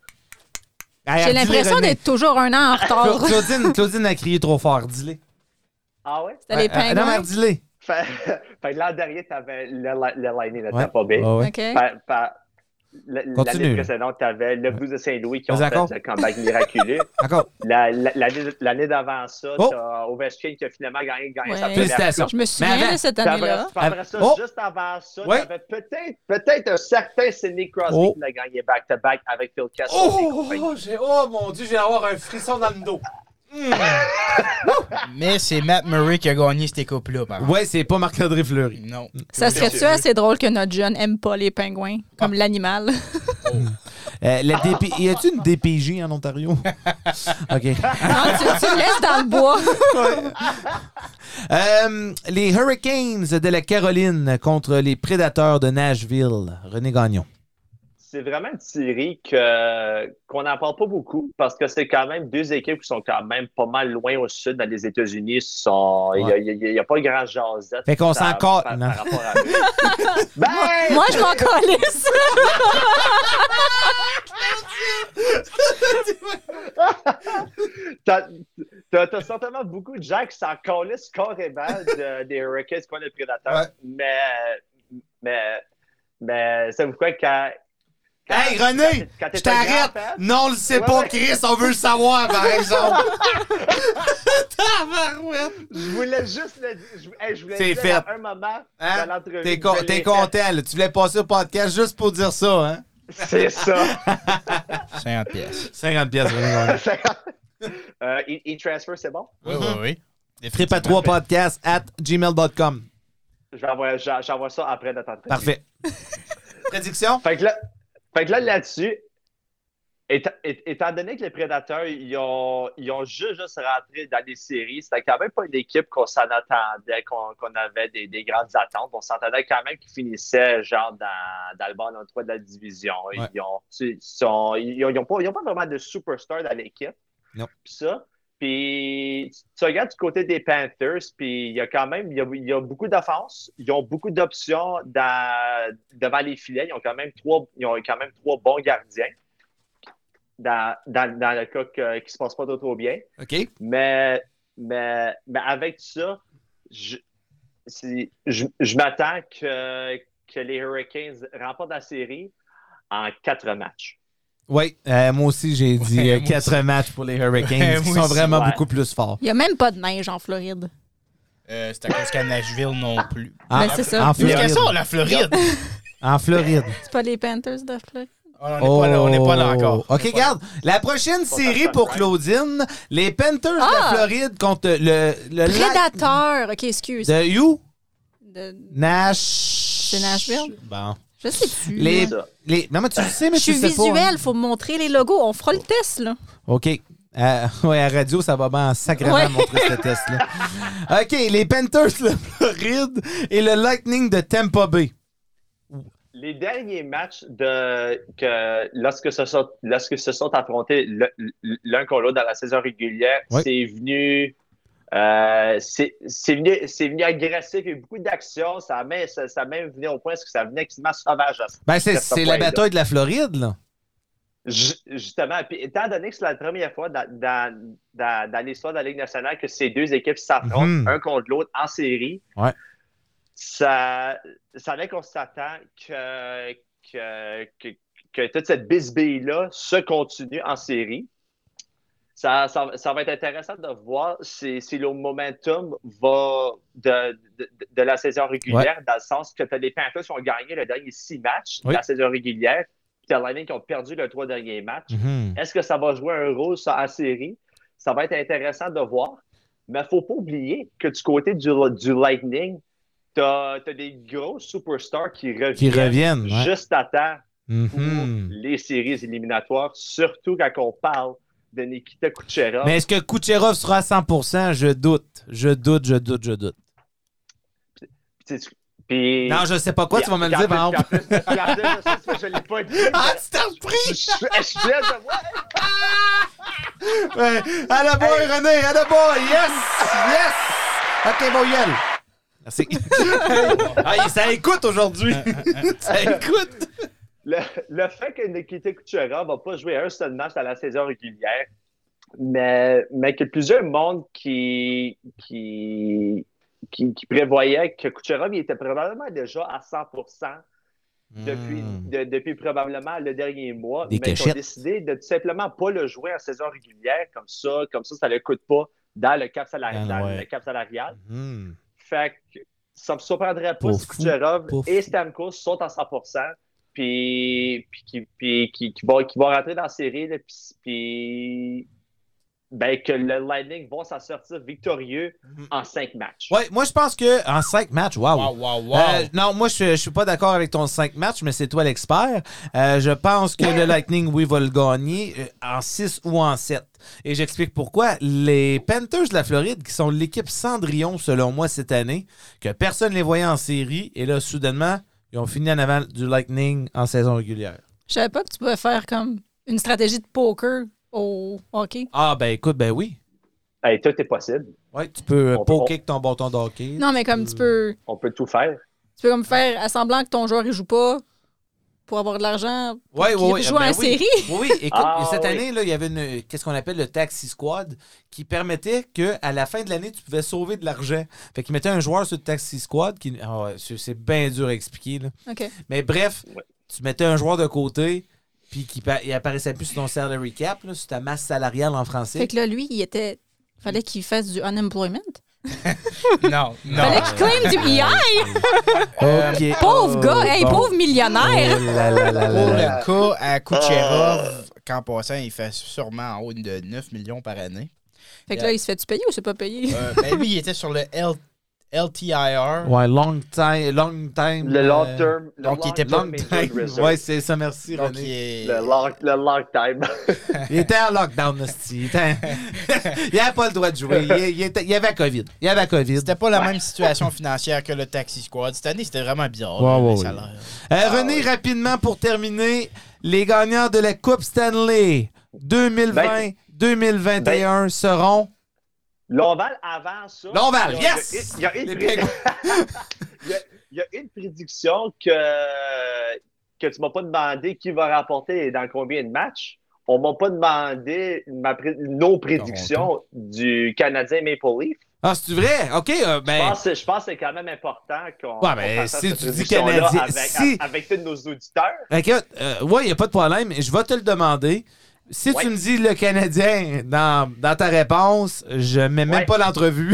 Hey, j'ai dis-le, l'impression René. d'être toujours un an en Cla- retard. Claudine, Claudine a crié trop fort, dis-le. Ah ouais? C'était les Euh, euh, non, mais pingouins. dis-le. Fait, fait que l'an dernier, tu avais le, le Lightning de Ouais. Tampa Bay. Ouais, ouais. OK. Fait- fait- l- Continue. L'année précédente, tu avais le Blues de Saint-Louis qui ont Vas-y, fait encore. le comeback miraculeux. D'accord. La- la- L'année l'année d'avant ça, Oh. tu as Ovechkin qui a finalement gagné, gagné Ouais. sa première Félicitations. Je me souviens Mais avant- de cette Puis après, année-là. puis après ça, Oh. juste avant ça, Ouais. tu avais peut-être peut-être un certain Sidney Crosby Oh. qui l'a gagné back-to-back avec Phil Kessel. et Oh, compagnie. oh, j'ai- oh, mon Dieu, j'ai avoir un frisson dans le dos. Mais c'est Matt Murray qui a gagné cette coupe-là, par exemple. Ouais, c'est pas Marc-André Fleury. Non. Ça serait-tu assez drôle que notre jeune aime pas les pingouins, comme l'animal? Euh, la D P... Y a-tu une D P J en Ontario? OK. Non, tu, tu le laisses dans le bois. Euh, les Hurricanes de la Caroline contre les Prédateurs de Nashville. René Gagnon. C'est vraiment une série que, qu'on n'en parle pas beaucoup parce que c'est quand même deux équipes qui sont quand même pas mal loin au sud dans les États-Unis. Sont... Il Ouais. n'y a, a pas grand jasette. Fait qu'on s'en par, ca- par, non. par rapport à eux. Ben! Moi, je m'en calisse. T'as, t'as, t'as certainement beaucoup de gens qui s'en calissent carrément de, des Hurricanes contre les Prédateurs. Ouais. Mais, mais, mais, savez-vous quoi, quand. quand Hey, René! quand t'es Je un t'arrête! grand fan- Non, on le sait Ouais, pas, ouais. Chris, on veut le savoir, par exemple. Tabarouette! Je voulais juste le dire. Je, hey, je voulais C'est le dire fait. à un moment Hein? dans l'entrevue. T'es, con- je t'es l'ai content, là. Tu voulais passer au podcast juste pour dire ça, hein? fait. C'est ça. cinquante pièces. cinquante pièces, René Gagnon. euh, e- E-Transfer, c'est bon? Oui, oui, oui. Trip à trois podcast at gmail dot com. Je vais envoyer- j'en- J'envoie ça après notre entrevue. Parfait. Prédiction? Fait que là, fait que là là-dessus, éta- é- étant donné que les Prédateurs, ils ont, ils ont juste, juste rentré dans les séries, c'était quand même pas une équipe qu'on s'en attendait, qu'on qu'on avait des, des grandes attentes. On s'entendait quand même qu'ils finissaient genre dans, dans le bas dans le trois de la division. Ils Ouais. ont, tu- ils sont- ils ont, ils ont pas, ils ont pas vraiment de superstars dans l'équipe. Non. Puis ça. Puis tu regardes du côté des Panthers, puis il y a quand même il y a, il y a beaucoup d'offenses, ils ont beaucoup d'options dans- devant les filets, ils ont quand même trois, ils ont quand même trois bons gardiens dans, dans, dans le cas que, qui se passe pas trop, trop bien. OK. Mais, mais, mais avec ça, je, c'est- je, je m'attends que, que les Hurricanes remportent la série en quatre matchs. Oui, euh, moi aussi, j'ai dit Ouais, euh, moi quatre aussi. matchs pour les Hurricanes Ouais, qui moi sont aussi, vraiment ouais. beaucoup plus forts. Il n'y a même pas de neige en Floride. Euh, c'est à cause qu'à Nashville non plus. En, Ben, c'est ça. en Plus qu'à Floride. ça, la Floride. En Floride. C'est pas les Panthers de Floride. On n'est pas, là- on n'est pas là encore. OK, regarde. La prochaine série pour Claudine, les Panthers de Ah! la Floride contre le, le Prédateur. OK, excuse. de You? De- Nash. C'est Nashville? Bon. Je sais plus. Les, Ça. les... Non, mais tu le sais, mais Je tu suis le sais pas. visuel, hein. faut me montrer les logos. On fera le test, là. OK. Euh, ouais, à radio, ça va bien sacrément Ouais. montrer ce test-là. OK, les Panthers de la Floride et le Lightning de Tampa Bay. Les derniers matchs de que lorsque se sont lorsque se sont affrontés le- l'un contre l'autre dans la saison régulière, Ouais. c'est venu euh, c'est c'est venu c'est venu agressif, il y a eu beaucoup d'actions, ça a même ça, ça a même venu au point que ça venait extrêmement sauvage. à ce- Ben, c'est, à ce c'est la point-là. bataille de la Floride, là. Ju- Justement, puis étant donné que c'est la première fois dans, dans, dans, dans l'histoire de la Ligue nationale que ces deux équipes s'affrontent Mhm. un contre l'autre en série, Ouais. ça, ça fait qu'on s'attend que, que, que, que toute cette bisbille-là se continue en série. Ça, ça, ça va être intéressant de voir si, si le momentum va de, de, de la saison régulière, dans le sens que tu as les Panthers qui ont gagné le dernier six matchs Oui. de la saison régulière, puis tu as les Lightning qui ont perdu les trois derniers matchs. Mhm. Est-ce que ça va jouer un rôle ça, en série? Ça va être intéressant de voir. Mais il ne faut pas oublier que du côté du, du Lightning, tu as des gros superstars qui reviennent, Qui reviennent, ouais. juste à temps pour Mhm. les séries éliminatoires, surtout quand on parle de Nikita Kucherov. Mais est-ce que Kucherov sera à cent pour cent? Je doute. Je doute, je doute, je doute. Puis, tu- puis- Non, je sais pas quoi, puis- tu vas me le puis dire, en par plus- exemple. puis en plus- puis en plus, je sais pas, je l'ai pas dit. Ah, mais tu t'es repris! Je je- je suis fier de moi. Ouais. À la boy, René, à la boy, yes! Yes! OK, bon, Yel. Merci. Ah, ça écoute aujourd'hui. Ça écoute. Le, le fait que Nikita Kucherov va pas jouer un seul match dans la saison régulière, mais, mais que plusieurs mondes qui, qui, qui, qui prévoyaient que Kucherov il était probablement déjà à cent pour cent depuis, Mm. de- depuis probablement le dernier mois, Des mais ils ont cachettes. décidé de tout simplement pas le jouer en saison régulière comme ça, comme ça, ça ne le coûte pas dans le cap salarial. Ah, dans ouais. le cap salarial. Mhm. Fait que ça me surprendrait pas Pauvre si fou, Kucherov pauvre et fou. Stamkos sont à cent pour cent, puis, puis, qui, puis qui, qui vont, qui vont rentrer dans la série, là, puis, puis ben, que le Lightning vont s'en sortir victorieux en cinq matchs. Ouais, moi, je pense que en cinq matchs, wow. Wow, wow, wow. Euh, non, moi, je, je suis pas d'accord avec ton cinq matchs, mais c'est toi l'expert. Euh, je pense que le Lightning, oui, va le gagner euh, en six ou en sept. Et j'explique pourquoi. Les Panthers de la Floride, qui sont l'équipe Cendrillon, selon moi, cette année, que personne ne les voyait en série, et là, soudainement, ils ont fini en avant du Lightning en saison régulière. Je savais pas que tu pouvais faire comme une stratégie de poker au hockey. Ah, ben écoute, ben oui. Hey, tout est possible. Ouais, tu peux euh, On- poker on- avec ton bâton de hockey. Non, mais comme tu peux, On peut tout faire. tu peux comme faire à semblant que ton joueur il joue pas pour avoir de l'argent pour Ouais, qu'il ouais, ouais. joue Ben en oui. série. Oui, oui. Écoute, Ah, cette oui. année, là, il y avait une, qu'est-ce qu'on appelle le Taxi Squad qui permettait qu'à la fin de l'année, tu pouvais sauver de l'argent. Fait qu'ils mettaient un joueur sur le Taxi Squad qui. Ah ouais, c'est c'est bien dur à expliquer. Là. OK. Mais bref, Ouais. tu mettais un joueur de côté, puis qui pa- il apparaissait plus sur ton salary cap, là, sur ta masse salariale en français. Fait que là, lui, il était. Fallait qu'il fasse du unemployment. Non, non. Fallait qu'il claim du E I. OK. Pauvre Oh, gars, hey, bon. pauvre millionnaire. Oh là là là là Pour là. le cas à Kucherov, qu'en passant, il fait sûrement en haut de neuf millions par année. Fait que là, il se fait-tu payer ou c'est pas payé? Euh, ben lui, il était sur le L- L T I R. Ouais, long time. Long time Le euh, long term. le donc, il long était term Long injured time. reserve. Ouais, c'est ça, merci, Donc, René. il est... Le long, le long time. Il était en lockdown, hostie. Il était- il n'avait pas le droit de jouer. Il, il était- il y avait la COVID. Il y avait la COVID. C'était pas la même situation financière que le Taxi Squad. Cette année, c'était vraiment bizarre. Ouais, là, ouais, les ouais. salaires. Euh, René, rapidement pour terminer, les gagnants de la Coupe Stanley deux mille vingt deux mille vingt et un seront L'Onval avant ça. L'Onval, il y a- yes! Il y a une, Les pré- Penguins. il y a- il y a une prédiction que, que tu m'as pas demandé qui va rapporter dans combien de matchs. On m'a pas demandé ma pré- nos prédictions du Canadien Maple Leaf. Ah, c'est vrai? OK, euh, Je ben... pense, je pense que c'est quand même important qu'on Ouais, ben, qu'on fasse si cette tu dis prédiction-là Canadien- avec, si- avec tous nos auditeurs. Écoute, euh, ouais, il n'y a pas de problème. Je vais te le demander. Si Ouais. tu me dis le Canadien dans, dans ta réponse, je mets même Ouais. pas l'entrevue.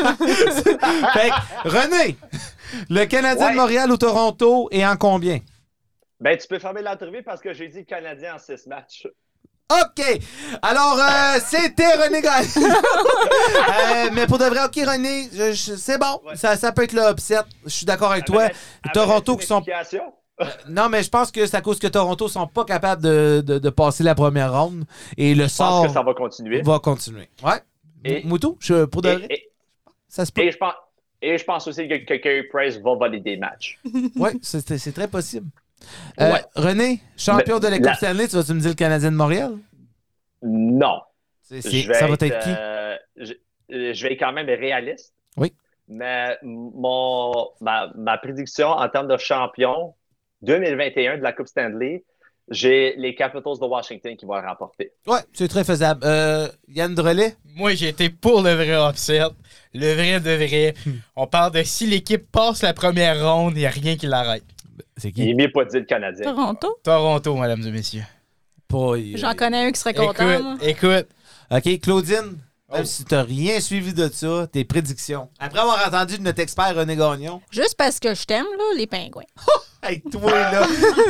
Fait que, René, le Canadien Ouais. de Montréal ou Toronto et en combien? Ben, tu peux fermer l'entrevue parce que j'ai dit Canadien en six matchs. OK. Alors, euh, c'était René Gagnon. Euh, mais pour de vrai, OK, René, je- je- c'est bon. Ouais. Ça, ça peut être le upset. Je suis d'accord avec toi. Avec- avec Toronto une qui sont... explication. Non, mais je pense que c'est à cause que Toronto sont pas capables de, de, de passer la première ronde. Et le Je pense sort que ça va continuer. va continuer. Ouais. Et- Moutou, je, pour de vrai, Et, et- ça se peut. et je pense, et je pense aussi que, que Carey Price va voler des matchs. Oui, c'est c'est très possible. Euh, Ouais. René, champion Mais de la Coupe la- Stanley, tu vas-tu me dire le Canadien de Montréal? Non. C'est- Je c'est- vais ça va être, être qui? euh, je, je vais être quand même réaliste. Oui. Mais mon, ma, ma prédiction en termes de champion deux mille vingt et un de la Coupe Stanley, j'ai les Capitals de Washington qui vont le remporter. Ouais, c'est très faisable. Euh, Yann Drolet? Moi, j'ai été pour le vrai upset. Le vrai de vrai. On parle de si l'équipe passe la première ronde, il n'y a rien qui l'arrête. C'est Il est mieux pas dit le Canadien. Toronto? Toronto, mesdames et messieurs. Pas... J'en connais un qui serait content. moi. Écoute, écoute. OK, Claudine, même Oh. si tu n'as rien suivi de ça, tes prédictions. Après avoir entendu de notre expert René Gagnon. Juste parce que je t'aime, là, les pingouins. Hey, toi, là!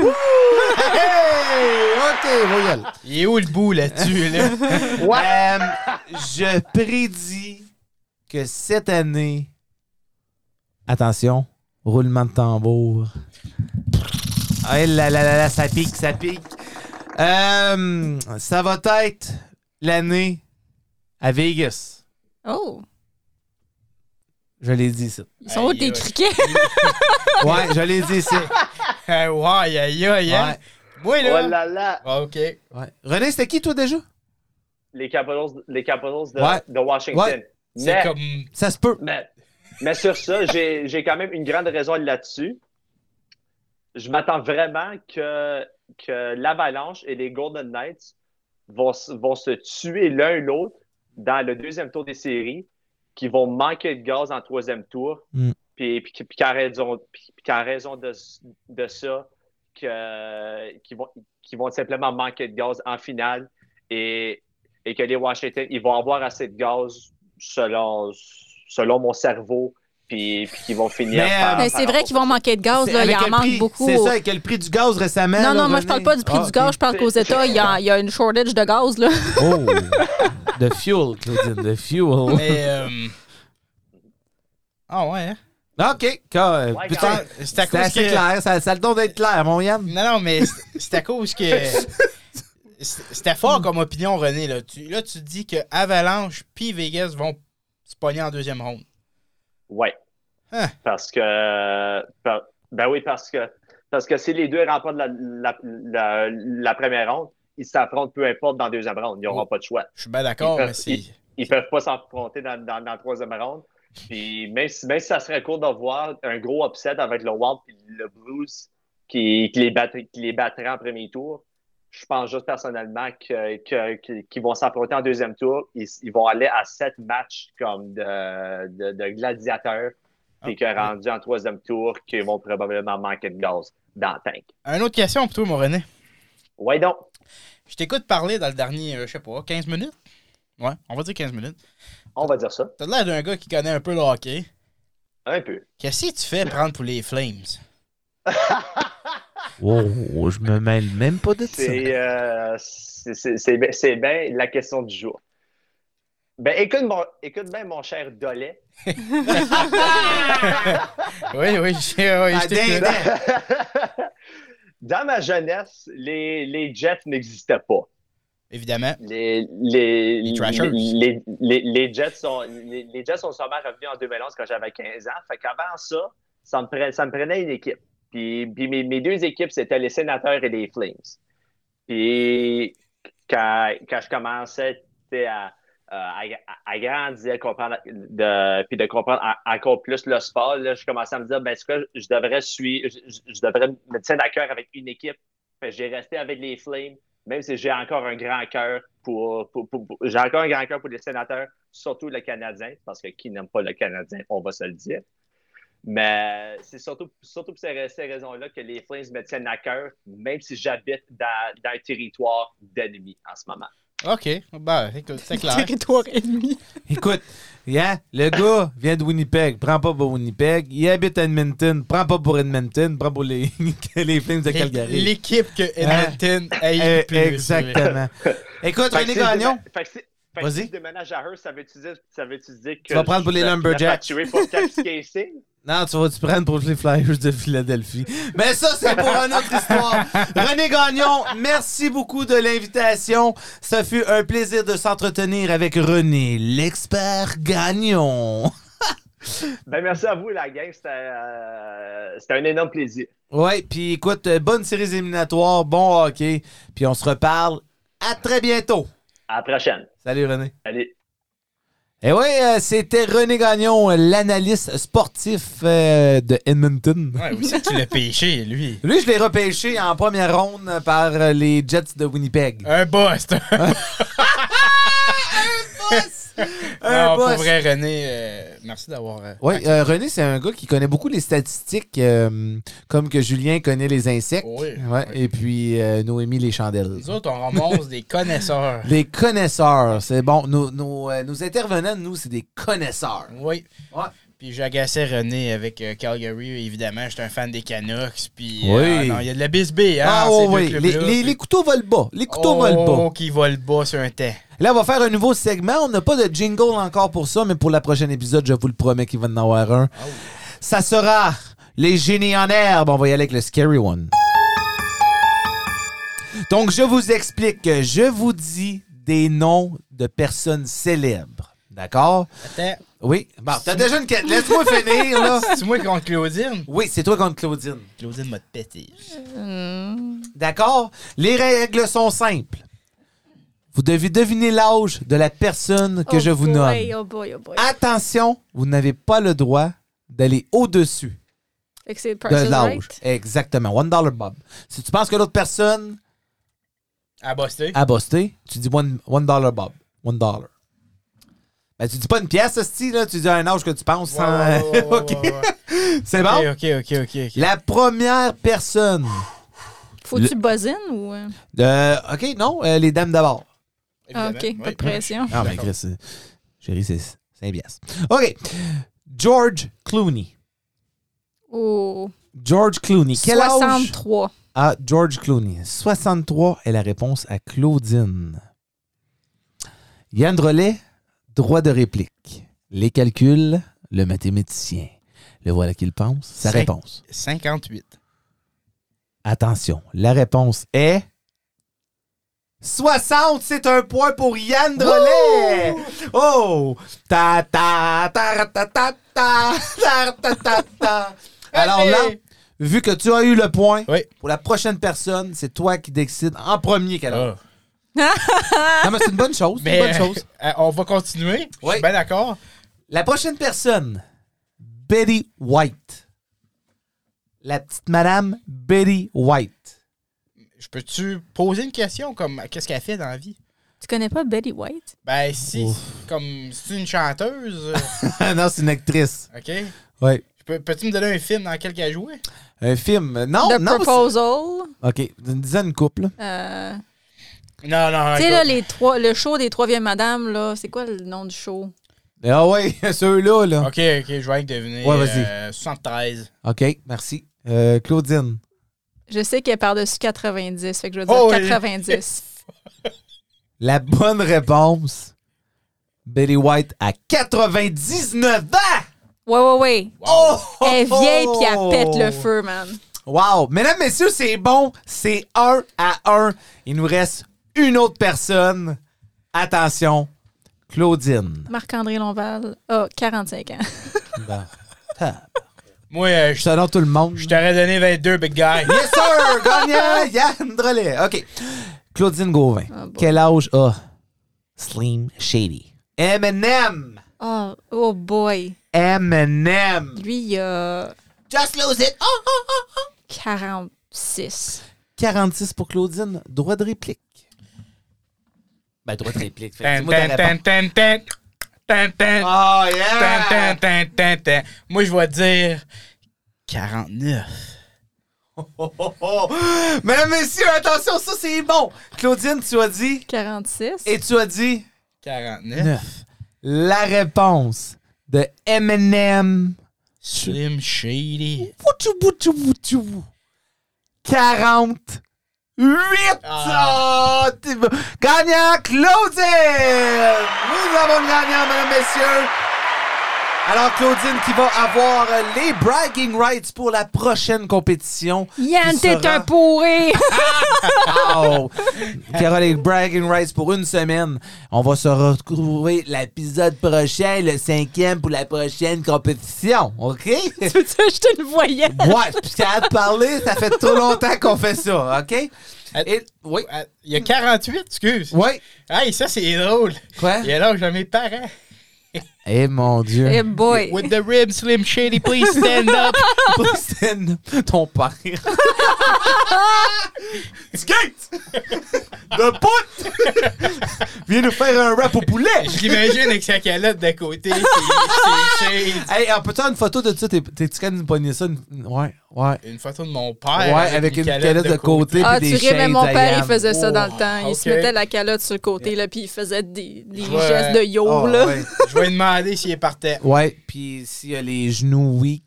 Hey! OK, voyelle. Il est où le bout là-dessus, là? Euh, je prédis que cette année, attention, roulement de tambour. Ah là là là là, ça pique, ça pique. Euh, ça va être l'année à Vegas. Oh! Je l'ai dit ça. Ils sont où Aïe, tes aïe. criquets? Ouais, je l'ai dit ça. Ah, ouais, aïe, aïe, aïe. hein? Ouais, Moi, Oh là. là là! Ah, OK. ouais. René, c'était qui toi déjà? Les Capitals, les Capitals de, Ouais. de Washington. Ouais. C'est Mais, comme. Ça se peut. mais, mais sur ça, j'ai j'ai quand même une grande raison là-dessus. Je m'attends vraiment que, que l'Avalanche et les Golden Knights vont, s- vont se tuer l'un l'autre dans le deuxième tour des séries, qui vont manquer de gaz en troisième tour, Mm. puis, puis, puis qu'en raison, puis, puis qu'en raison de, de ça, que, qu'ils vont, qu'ils vont simplement manquer de gaz en finale et, et que les Washington, ils vont avoir assez de gaz selon, selon mon cerveau, puis, puis qu'ils vont finir Mais, par... euh, Mais par c'est vrai qu'ils vont manquer de gaz, C'est là. Il avec en le manque prix- beaucoup. C'est ça, avec le prix du gaz récemment. Non, là, non, moi, René. je parle pas du prix Ah, du gaz. ok. Je parle qu'aux États, il y a, il y a une shortage de gaz, là. Oh! De fuel, Claudine, de fuel. Mais. euh, Ah ouais, hein? OK, quand, euh, Ouais, putain, quand- C'est à c'est cause assez que. clair. Ça, ça a le don d'être clair, mon Yann. Non, non, mais c'est c'est à cause que. c'est- C'était fort comme opinion, René. Là, tu, là, tu dis que Avalanche puis Vegas vont se pogner en deuxième ronde. Ouais. Hein? Parce que. par- Ben oui, parce que. Parce que si les deux remportent la, la, la, la première ronde, ils s'affrontent peu importe dans la deuxième ronde. Ils n'auront Oh. pas de choix. Je suis bien d'accord, Ils mais peuvent- c'est. Ils ne peuvent pas s'affronter dans, dans, dans la troisième ronde. Puis même si, même si ça serait cool de voir un gros upset avec le Wild et le Blues qui, qui, les bat, qui les battrait en premier tour, je pense juste personnellement que, que, que- qu'ils vont s'affronter en deuxième tour. Ils, ils vont aller à sept matchs comme de, de, de gladiateurs. Puis que Ah, rendu en troisième tour, qu'ils vont probablement manquer de gaz dans le tank. Une autre question pour toi, mon René. Ouais donc. Je t'écoute parler dans le dernier, euh, je sais pas, quinze minutes? Ouais, on va dire quinze minutes. On va dire ça. T'as l'air d'un gars qui connaît un peu le hockey. Un peu. Qu'est-ce que tu fais prendre pour les Flames? Oh, je me mêle même pas de ça. C'est euh, c'est- c'est- c'est bien c'est bien la question du jour. Ben, écoute, mon, écoute bien, mon cher Dollet. Oui, oui, je, oui, Ah, je t'écoute. dingue. Dans ma jeunesse, les, les Jets n'existaient pas. Évidemment. Les, les, Les Trashers. les, les, les Jets sont, les, les Jets sont sûrement revenus en deux mille onze quand j'avais quinze ans. Fait qu'avant ça, ça me, prenait, ça me prenait une équipe. Puis, puis mes, mes deux équipes, c'était les Sénateurs et les Flames. Puis quand, quand je commençais à, à, à grandir, comprendre de, puis de comprendre encore plus le sport, là, je commençais à me dire, ben, est-ce que je devrais suivre, je, je devrais me tenir à cœur avec une équipe. Fait que j'ai resté avec les Flames. Même si j'ai encore un grand cœur pour, pour, pour, pour j'ai encore un grand cœur pour les Sénateurs, surtout le Canadien, parce que qui n'aime pas le Canadien, on va se le dire. Mais c'est surtout, surtout pour ces, ces raisons-là que les Flames me tiennent à cœur, même si j'habite dans, dans un territoire d'ennemis en ce moment. OK. Ben, écoute, c'est clair. Territoire ennemi. Écoute, yeah, le gars vient de Winnipeg, prends pas pour Winnipeg. Il habite à Edmonton, prends pas pour Edmonton, prends pour les, les Flames de Calgary. L'équipe que Edmonton haït Eh, le plus. Exactement. Écoute, Fait que René si je Gagnon. déma- Fait que si, fait que Vas-y. si je déménage à Hearst, ça veut-tu dire, ça veut-tu dire que Tu vas prendre pour les je- je- Lumberjacks. Je vais facturer pour Caps Casey? Non, tu vas te prendre pour les Flyers de Philadelphie. Mais ça, c'est pour une autre histoire. René Gagnon, merci beaucoup de l'invitation. Ça fut un plaisir de s'entretenir avec René, l'expert Gagnon. Ben, merci à vous, la gang. C'était, euh, c'était un énorme plaisir. Ouais, puis écoute, euh, bonne série éliminatoire, bon hockey, puis on se reparle. À très bientôt. À la prochaine. Salut René. Allez. Et oui, euh, c'était René Gagnon, l'analyste sportif euh, de Edmonton. Ouais, où c'est que tu l'as pêché, lui? Lui, je l'ai repêché en première ronde par euh, les Jets de Winnipeg. Un boss. Un non, boss. pour vrai, René, euh, merci d'avoir... euh, Oui, euh, René, c'est un gars qui connaît beaucoup les statistiques, euh, comme que Julien connaît les insectes. Oui, Ouais, oui. Et puis euh, Noémie les chandelles. Nous autres, on remonte des connaisseurs. Les connaisseurs, c'est bon. Nos, nos, euh, nos intervenants, nous, c'est des connaisseurs. Oui. Ouais. Puis j'agaçais René avec euh, Calgary, évidemment. J'étais un fan des Canucks. Puis Oui. euh, non, il y a de la bisbée, hein, Ah dans ces oui, deux oui. Les, clubs-là. les, les couteaux volent bas. Les couteaux volent bas. Oh, qui volent bas sur un temps. Là, on va faire un nouveau segment. On n'a pas de jingle encore pour ça, mais pour le prochain épisode, je vous le promets qu'il va en avoir un. Oh. Ça sera les génies en herbe. On va y aller avec le scary one. Donc, je vous explique que je vous dis des noms de personnes célèbres. D'accord? Attends, Oui. Bon, t'as déjà une quête. Laisse-moi finir, là. c'est moi contre Claudine? Oui, c'est toi contre Claudine. Claudine m'a pété. Hmm. D'accord? Les règles sont simples. Vous devez deviner l'âge de la personne que Oh je vous boy, nomme. Oh boy, oh boy. Attention, vous n'avez pas le droit d'aller au-dessus Fait que c'est de Price is l'âge. Right. Exactement. One dollar Bob. Si tu penses que l'autre personne À Boston? a busté, tu dis one, one dollar Bob. One dollar. Ben, tu dis pas une pièce, hostie, là. Tu dis un âge que tu penses. Ouais, sans- ouais, ouais, ouais, OK. ouais, ouais. C'est bon? OK, OK, OK, OK. La première personne. Faut-tu buzzer ou. euh? De... OK, non, euh, les dames d'abord. Ah, Évidemment, ok, oui. pas de pression. Ah, ben, D'accord. Chris, c'est- chérie, c'est c'est un bias. OK. George Clooney. Oh. George Clooney. Quel âge? soixante-trois. Ah, George Clooney. soixante-trois est la réponse à Claudine. Yann Drolet, droit de réplique. Les calculs, le mathématicien. Le voilà qu'il pense. Sa Cinq- réponse. cinquante-huit. Attention, la réponse est... soixante, c'est un point pour Yann Drolet! Oh! Ta ta ta ta ta ta ta ta ta ta. Alors là, vu que tu as eu le point, Oui. pour la prochaine personne, c'est toi qui décides en premier qu'elle a. Ah. Non, mais c'est une bonne chose. C'est Mais une bonne chose. euh, on va continuer. Je Oui. suis bien d'accord. La prochaine personne, Betty White. La petite madame Betty White. Je peux-tu poser une question comme qu'est-ce qu'elle fait dans la vie? Tu connais pas Betty White? Ben, si, Ouf. comme c'est une chanteuse, Non, c'est une actrice. OK? Oui. Peux- Peux-tu me donner un film dans lequel elle a joué? Un film. Non, The non. Proposal. c'est- OK. Une dizaine de couples. Euh, Non, non, tu sais, écoute. là, les trois, le show des trois vieilles madames, là, c'est quoi le nom du show? Ah oui, ceux-là, là. OK, OK, je vais deviner. Ouais, vas-y. Euh, soixante-treize. OK, merci. Euh, Claudine. Je sais qu'elle est par-dessus quatre-vingt-dix, fait que je vais dire Oh, oui. quatre-vingt-dix. La bonne réponse, Betty White à quatre-vingt-dix-neuf ans! Ouais, ouais, ouais. Oh! Elle est vieille puis elle pète le feu, man. Wow! Mesdames, messieurs, c'est bon. C'est un à un. Il nous reste une autre personne. Attention, Claudine. Marc-André Lonval a quarante-cinq ans. Bon. Ah. Moi, euh, je Selon tout le monde. je t'aurais donné vingt-deux, big guy. Yes, sir! Gagnant! Yann Drolet. OK. Claudine Gauvin. Ah, bon. Quel âge a Slim Shady? Eminem! Oh, oh boy. Eminem! Lui, il a Just lose it! Oh, oh, oh, oh. quarante-six. quarante-six pour Claudine. Droit de réplique. Ben, droit de réplique. Fait que Tan, dis-moi ta tan, réponse. tan, tan, tan, tan, Oh, tan, yeah! tan, tan, tan, tan. Moi, je vais dire quarante-neuf. Oh, oh, oh. Mesdames, messieurs, attention, ça, c'est bon. Claudine, tu as dit... quarante-six. Et tu as dit... quarante-neuf. neuf. La réponse de Eminem... Slim Shady. Woutou, woutou, woutou. quarante-huit! Ah. Oh, t'es- gagnant, Claudine! Nous avons une gagnant, mesdames, messieurs. Alors, Claudine qui va avoir euh, les bragging rights pour la prochaine compétition. Yann, qui t'es sera- un pourri! Wow! Qui aura les bragging rights pour une semaine. On va se retrouver l'épisode prochain, le cinquième pour la prochaine compétition. OK? Peux-tu acheter une voyelle? Ouais, puisqu'elle a parlé, ça fait trop longtemps qu'on fait ça, OK? Et, oui. Ah, il y a quarante-huit, excuse. Oui. Hey, ça, c'est drôle. Quoi? Il y a l'âge de mes parents. Eh, mon Dieu. Eh boy! With the ribs, Slim Shady, please stand up. Christine, ton père. Skate! De pout! Viens nous faire un rap au poulet! Je l'imagine avec sa calotte d'à côté. C'est shades. Hey, on peut faire une photo de ça? T'es- T'es-tu capable de nous pogner ça? Une- Ouais, ouais. Une photo de mon père. Ouais, avec une calotte de côté. Ah, puis tu des ris, mais shades mon à père, il Yann. faisait ça dans le Oh, temps. Il ok. se mettait la calotte sur le côté, là, puis il faisait des, des Ouais. gestes de yo, Oh, là. ouais. Je vais lui demander s'il est partait. Ouais, puis s'il y a les genoux weak.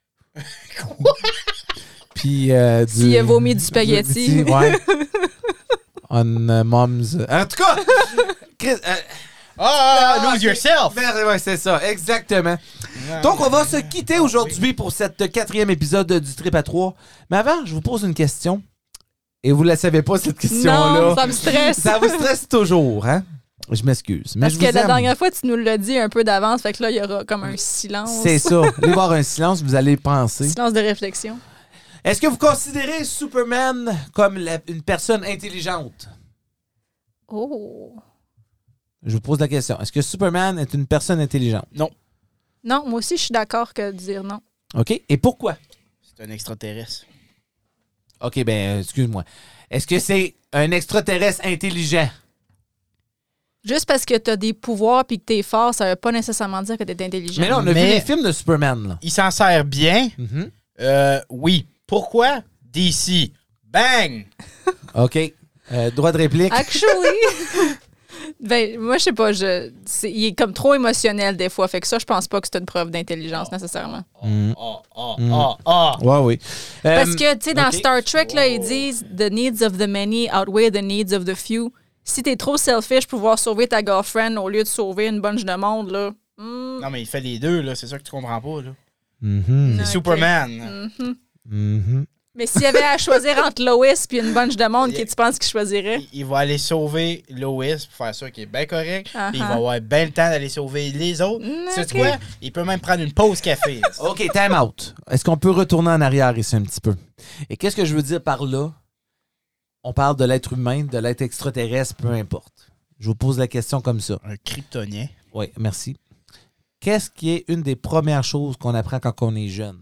Puis euh, du... S'il a vomi du spaghetti. Ouais. On uh, mom's... En tout cas! Chris, euh, Ah, Ah, lose ok. yourself. Merde, ouais, c'est ça, exactement. Donc, on va se quitter aujourd'hui pour cette quatrième épisode du Trip à trois. Mais avant, je vous pose une question. Et vous ne la savez pas, cette question-là. Non, ça me stresse. Ça vous stresse toujours, hein? Je m'excuse. Mais Parce je que vous la aime. dernière fois, tu nous l'as dit un peu d'avance, fait que là, il y aura comme un silence. C'est ça. Allez voir un silence, vous allez penser. Silence de réflexion. Est-ce que vous considérez Superman comme la- une personne intelligente? Oh. Je vous pose la question. Est-ce que Superman est une personne intelligente? Non, moi aussi, je suis d'accord que de dire non. OK. Et pourquoi? C'est un extraterrestre. OK, ben, excuse-moi. Est-ce que c'est un extraterrestre intelligent? Juste parce que t'as des pouvoirs puis que t'es fort, ça veut pas nécessairement dire que t'es intelligent. Mais là, on a Mais- vu les films de Superman, là. Il s'en sert bien. Mhm. Euh, oui. Pourquoi? D C. Bang! OK. Euh, droit de réplique. Actually, ben, moi, je sais pas, je, c'est- il est comme trop émotionnel des fois. Fait que ça, je pense pas que c'est une preuve d'intelligence nécessairement. Mhm. Ah, ah, Mm. ah, ah. Ouais, oui. Euh, Parce que, tu sais, dans ok. Star Trek, là, ils disent « The needs of the many outweigh the needs of the few ». si t'es trop selfish pour pouvoir sauver ta girlfriend au lieu de sauver une bunch de monde, là. hmm, Non, mais il fait les deux, là. C'est ça que tu comprends pas, là. Mhm. C'est Ok. Superman. mhm. Mhm. Mais s'il y avait à choisir entre Lois et une bunch de monde, qui tu penses qu'il choisirait? Il, il va aller sauver Lois pour faire ça qui est bien correct. Uh-huh. Puis il va avoir bien le temps d'aller sauver les autres. Mm, Sais-tu ok. quoi? Il peut même prendre une pause café. OK, time out. Est-ce qu'on peut retourner en arrière ici un petit peu? Et qu'est-ce que je veux dire par là? On parle de l'être humain, de l'être extraterrestre, peu importe. Je vous pose la question comme ça. Un kryptonien. Oui, merci. Qu'est-ce qui est une des premières choses qu'on apprend quand on est jeune?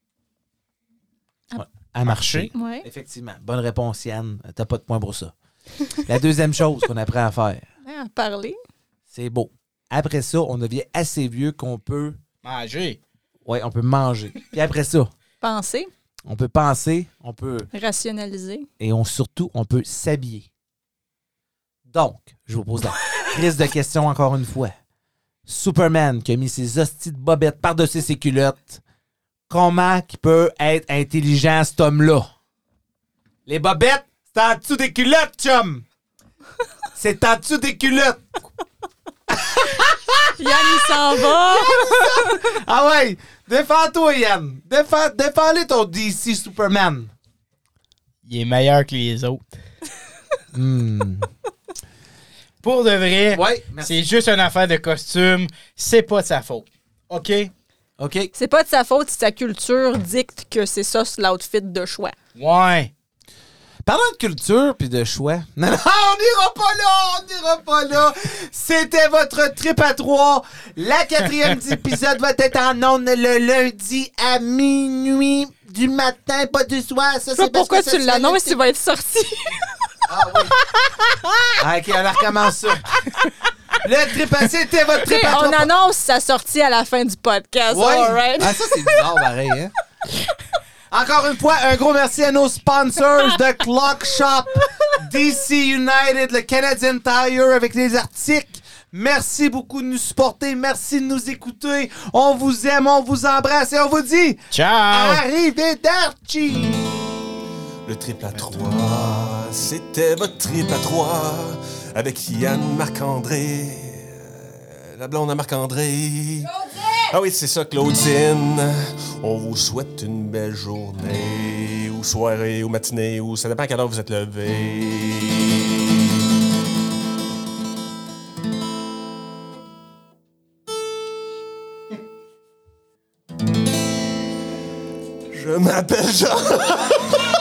À- Ouais, à marcher. Ouais. Effectivement. Bonne réponse, Yann. T'as pas de point pour ça. La deuxième chose qu'on apprend à faire, À parler. c'est beau. Après ça, on devient assez vieux qu'on peut... Manger. Oui, on peut manger. Puis après ça, Penser. on peut penser, on peut... Rationaliser. Et on, surtout, on peut s'habiller. Donc, je vous pose la crise de question encore une fois. Superman qui a mis ses hosties de bobettes par-dessus ses culottes, comment il peut être intelligent, cet homme-là? Les bobettes, c'est en dessous des culottes, chum! C'est en dessous des culottes! Yann, il s'en va! Ah ouais! Défends-toi, Yann! Défends, défends-les ton D C Superman! Il est meilleur que les autres. Hmm. Pour de vrai, Ouais, merci. c'est juste une affaire de costume. C'est pas de sa faute. OK? OK. C'est pas de sa faute si sa culture dicte que c'est ça l'outfit de choix. Ouais. Parlant de culture puis de choix. Non, non, on n'ira pas là, on n'ira pas là. C'était votre trip à trois. La quatrième épisode va être en ondes le lundi à minuit du matin, pas du soir. Ça, Je sais pas c'est parce pourquoi que tu ça, l'annonces c'est- s'il va être sorti. Ah oui. Ah, OK, on recommence ça. Le trip à c'était votre trip à on trois. annonce sa sortie à la fin du podcast. Ouais. All right. Ah, ça, c'est bizarre, pareil, hein? Encore une fois, un gros merci à nos sponsors de Clock Shop, D C United, le Canadian Tire avec les articles. Merci beaucoup de nous supporter. Merci de nous écouter. On vous aime, on vous embrasse et on vous dit Ciao! arrivederci! Le triple à trois, c'était votre triple à trois avec Yann Marc-André, euh, la blonde à Marc-André. Ah oui, c'est ça, Claudine. On vous souhaite une belle journée, ou soirée, ou matinée, ou ça dépend à quelle heure vous êtes levé. Je m'appelle Jean.